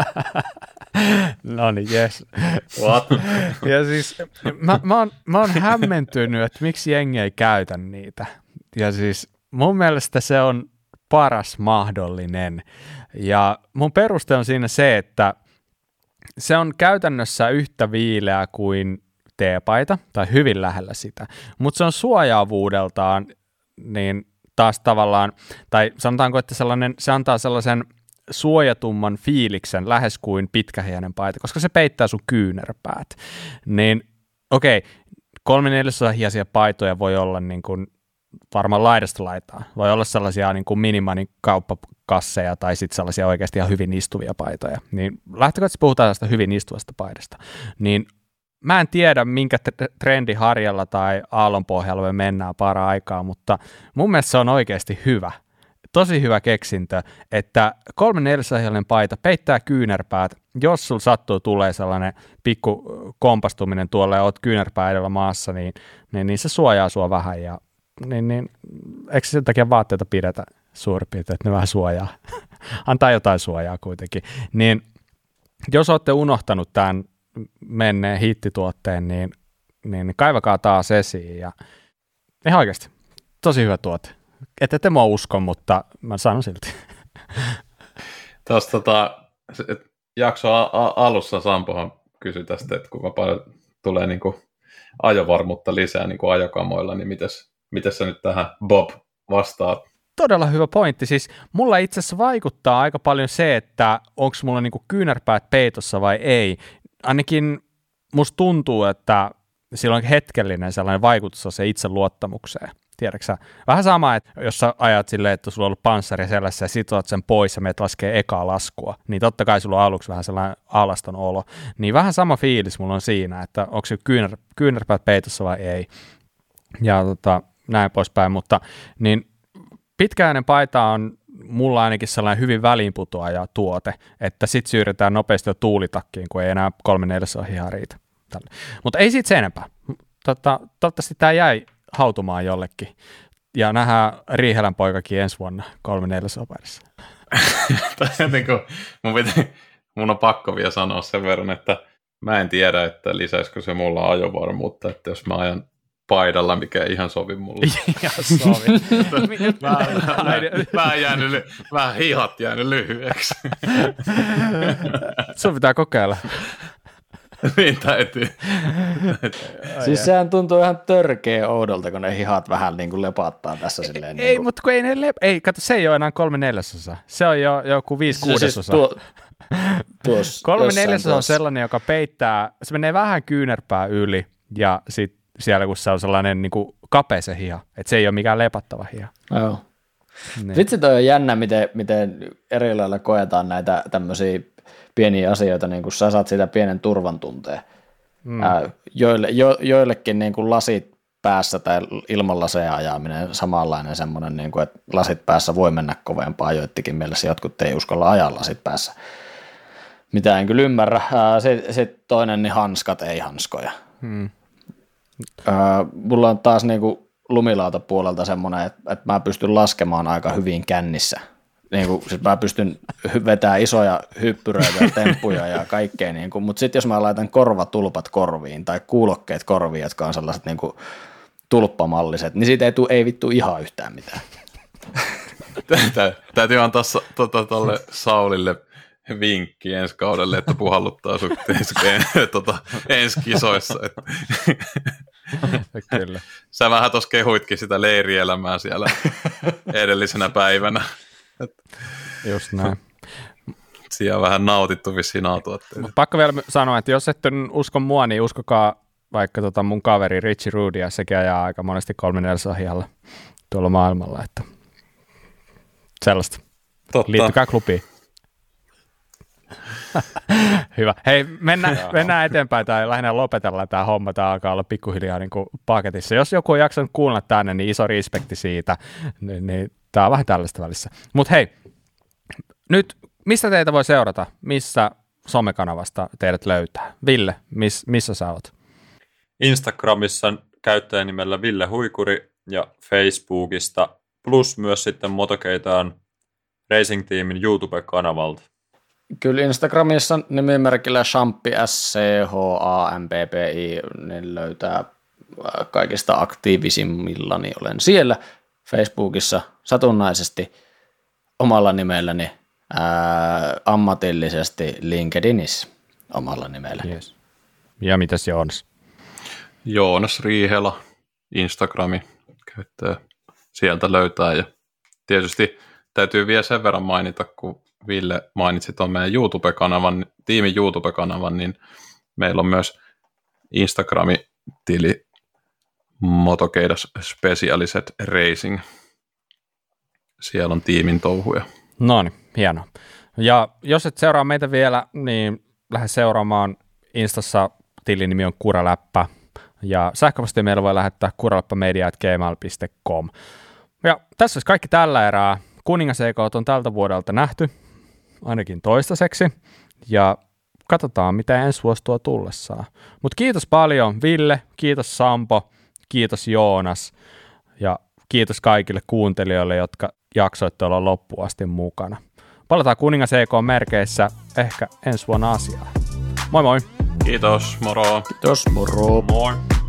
No niin, jes. What? Ja siis mä, mä, oon, mä oon hämmentynyt, että miksi jengi ei käytä niitä. Ja siis mun mielestä se on paras mahdollinen. Ja mun peruste on siinä se, että se on käytännössä yhtä viileä kuin teepaita, tai hyvin lähellä sitä, mutta se on suojaavuudeltaan niin taas tavallaan, tai sanotaanko, että sellainen, se antaa sellaisen suojatumman fiiliksen lähes kuin pitkähiäinen paita, koska se peittää sun kyynärpäät. Niin okei, okay, kolme neljäsosa hiaisia paitoja voi olla niin kuin varmaan laidasta laitaan. Voi olla sellaisia niin kuin Minimanin kauppakasseja tai sitten sellaisia oikeasti ihan hyvin istuvia paitoja. Niin lähtökohtaisesti puhutaan tästä hyvin istuvasta paidasta. Niin mä en tiedä, minkä trendiharjalla tai aallonpohjalla me mennään para aikaa, mutta mun mielestä se on oikeasti hyvä. Tosi hyvä keksintö, että kolme neljäsosahiallinen paita peittää kyynärpäät. Jos sulla sattuu tulee sellainen pikku kompastuminen tuolle ja oot kyynärpää edellä maassa, niin, niin, niin se suojaa sua vähän. Ja, niin, niin, eikö sen takia vaatteita pidetä suurin piirtein, että ne vähän suojaa? Antaa jotain suojaa kuitenkin. Niin, jos olette unohtanut tämän menneen hittituotteen, niin, niin kaivakaa taas esiin. Ja ihan oikeasti, tosi hyvä tuote. Ette te mua usko, mutta mä sanon silti. Tuossa tota, jakso a- a- alussa Sampohan kysyi tästä, että kuinka paljon tulee niin kuin ajovarmuutta lisää niin kuin ajokamoilla, niin mites, mites sä nyt tähän Bob vastaat? Todella hyvä pointti. Siis mulla itse asiassa vaikuttaa aika paljon se, että onko mulla niin kuin kyynärpäät peitossa vai ei. Ainakin musta tuntuu, että sillä on hetkellinen sellainen vaikutus se itseluottamukseen. Tiedätkö vähän sama, että jos sä ajat silleen, että sulla on ollut panssari sellaisessa ja sit otat sen pois ja meet laskee ekaa laskua, niin totta kai sulla on aluksi vähän sellainen alaston olo. Niin vähän sama fiilis mulla on siinä, että onko se kyynär, kyynärpäät peitossa vai ei. Ja tota, näin poispäin, mutta niin pitkäinen paita on mulla ainakin sellainen hyvin väliinputoaja tuote, että sit siirrytään nopeasti jo tuulitakkiin, kun ei enää kolme neljäsosaa hihaa riitä. Mutta ei siitä se enempää. Tota, toivottavasti tämä jäi hautumaan jollekin. Ja nähdään Riihelän poikakin ensi vuonna kolme neljäsosaa paidassa. mun, piti, mun on pakko vielä sanoa sen verran, että mä en tiedä, että lisäisikö se mulla ajovarmuutta, että jos mä ajan paidalla, mikä ei ihan sovi mulle. Ihan sovi. mä, mä, mä, jäänyt, mä hihat jäänyt lyhyeksi. Sun pitää kokeilla. Niin täytyy. Siis sehän tuntuu ihan törkeä oudolta, kun ne hihat vähän niin kuin lepattaa tässä silleen. Ei, niin kuin... mutta kun ei ne lep- ei, kato, se ei ole enää kolme neljäsosa. Se on jo joku viisi kuudesosa. Siis tuo, tuos, kolme neljäsosa on sellainen, joka peittää, se menee vähän kyynärpää yli ja sitten siellä kun se on sellainen niin kuin kapea se hiha, että se ei ole mikään lepattava hiha. Joo. Niin. Vitsi toi on jännä, miten, miten eri lailla koetaan näitä tämmöisiä pieniä asioita, niin kuin sä saat sitä pienen turvan tunteen. Mm. Ää, joille, jo, joillekin niin kuin lasit päässä tai ilman laseja ajaminen samanlainen semmoinen, niin kuin, että lasit päässä voi mennä kovempaa joittikin mielessä, jotkut ei uskalla ajaa lasit päässä. Mitä en kyllä ymmärrä. Sitten sit toinen, niin hanskat, ei hanskoja. Mm. Ää, mulla on taas niin kuin lumilauta puolelta semmoinen, että, että mä pystyn laskemaan aika hyvin kännissä. Niin kuin, siis mä pystyn vetämään isoja hyppyröitä ja temppuja ja kaikkea, niin kuin, mutta sitten jos mä laitan korvatulpat korviin tai kuulokkeet korviin, jotka on sellaiset niin kuin tulppamalliset, niin siitä ei tule ei vittu ihan yhtään mitään. Täytyy antaa tuolle Saulille vinkki ensi kaudelle, että puhalluttaa sut ensi, tota, ensi kisoissa. Kyllä. Sä vähän tuossa kehuitkin sitä leirielämää siellä edellisenä päivänä. Just näin. Siellä on vähän nautittu vissiin A-tuotteita. Pakko vielä sanoa, että jos ette usko mua, niin uskokaa vaikka tota mun kaveri Richie Roodia, sekin ajaa aika monesti kolme neljäsosahjalla tuolla maailmalla. Että sellaista. Totta. Liittykää klubiin. Hyvä. Hei, mennään, mennään eteenpäin tai lähinnä lopetellaan tämä homma. Tämä alkaa olla pikkuhiljaa niin kuin paketissa. Jos joku on jaksanut kuunnella tänne, niin iso respekti siitä. Niin, niin, tämä on vähän tällaista välissä. Mutta hei, nyt mistä teitä voi seurata? Missä somekanavasta teidät löytää? Ville, miss, missä sä oot? Instagramissa käyttäjänimellä Ville Huikuri ja Facebookista, plus myös sitten Motokeitaan Racing-tiimin YouTube-kanavalta. Kyllä Instagramissa nimimerkillä Champi S C H A M P P I niin löytää kaikista aktiivisimmillani olen siellä. Facebookissa satunnaisesti omalla nimelläni, ää, ammatillisesti LinkedInissä omalla nimellä. Yes. Ja mitäs Joonas? Joonas Riihela, Instagrami käyttää, sieltä löytää. Ja tietysti täytyy vielä sen verran mainita, kun Ville mainitsi tuon meidän YouTube-kanavan, tiimin YouTube-kanavan, niin meillä on myös Instagrami-tili Motokeidas Specialized Racing. Siellä on tiimin touhuja. No niin, hienoa. Ja jos et seuraa meitä vielä, niin lähde seuraamaan. Instassa tilin nimi on Kuraläppä. Ja sähköpostia meillä voi lähettää kuraläppämedia at gmail piste com. Ja tässä olisi kaikki tällä erää. Kuningas E K on tältä vuodelta nähty, ainakin toistaiseksi. Ja katsotaan, mitä ensi vuosi tuo tullessaan. Mutta kiitos paljon Ville, kiitos Sampo, kiitos Joonas. Ja kiitos kaikille kuuntelijoille, jotka jaksoitte olla loppuun asti mukana. Palataan Kuningas E K-merkeissä ehkä ensi vuonna asiaa. Moi moi! Kiitos, moro! Kiitos, moro! Moi!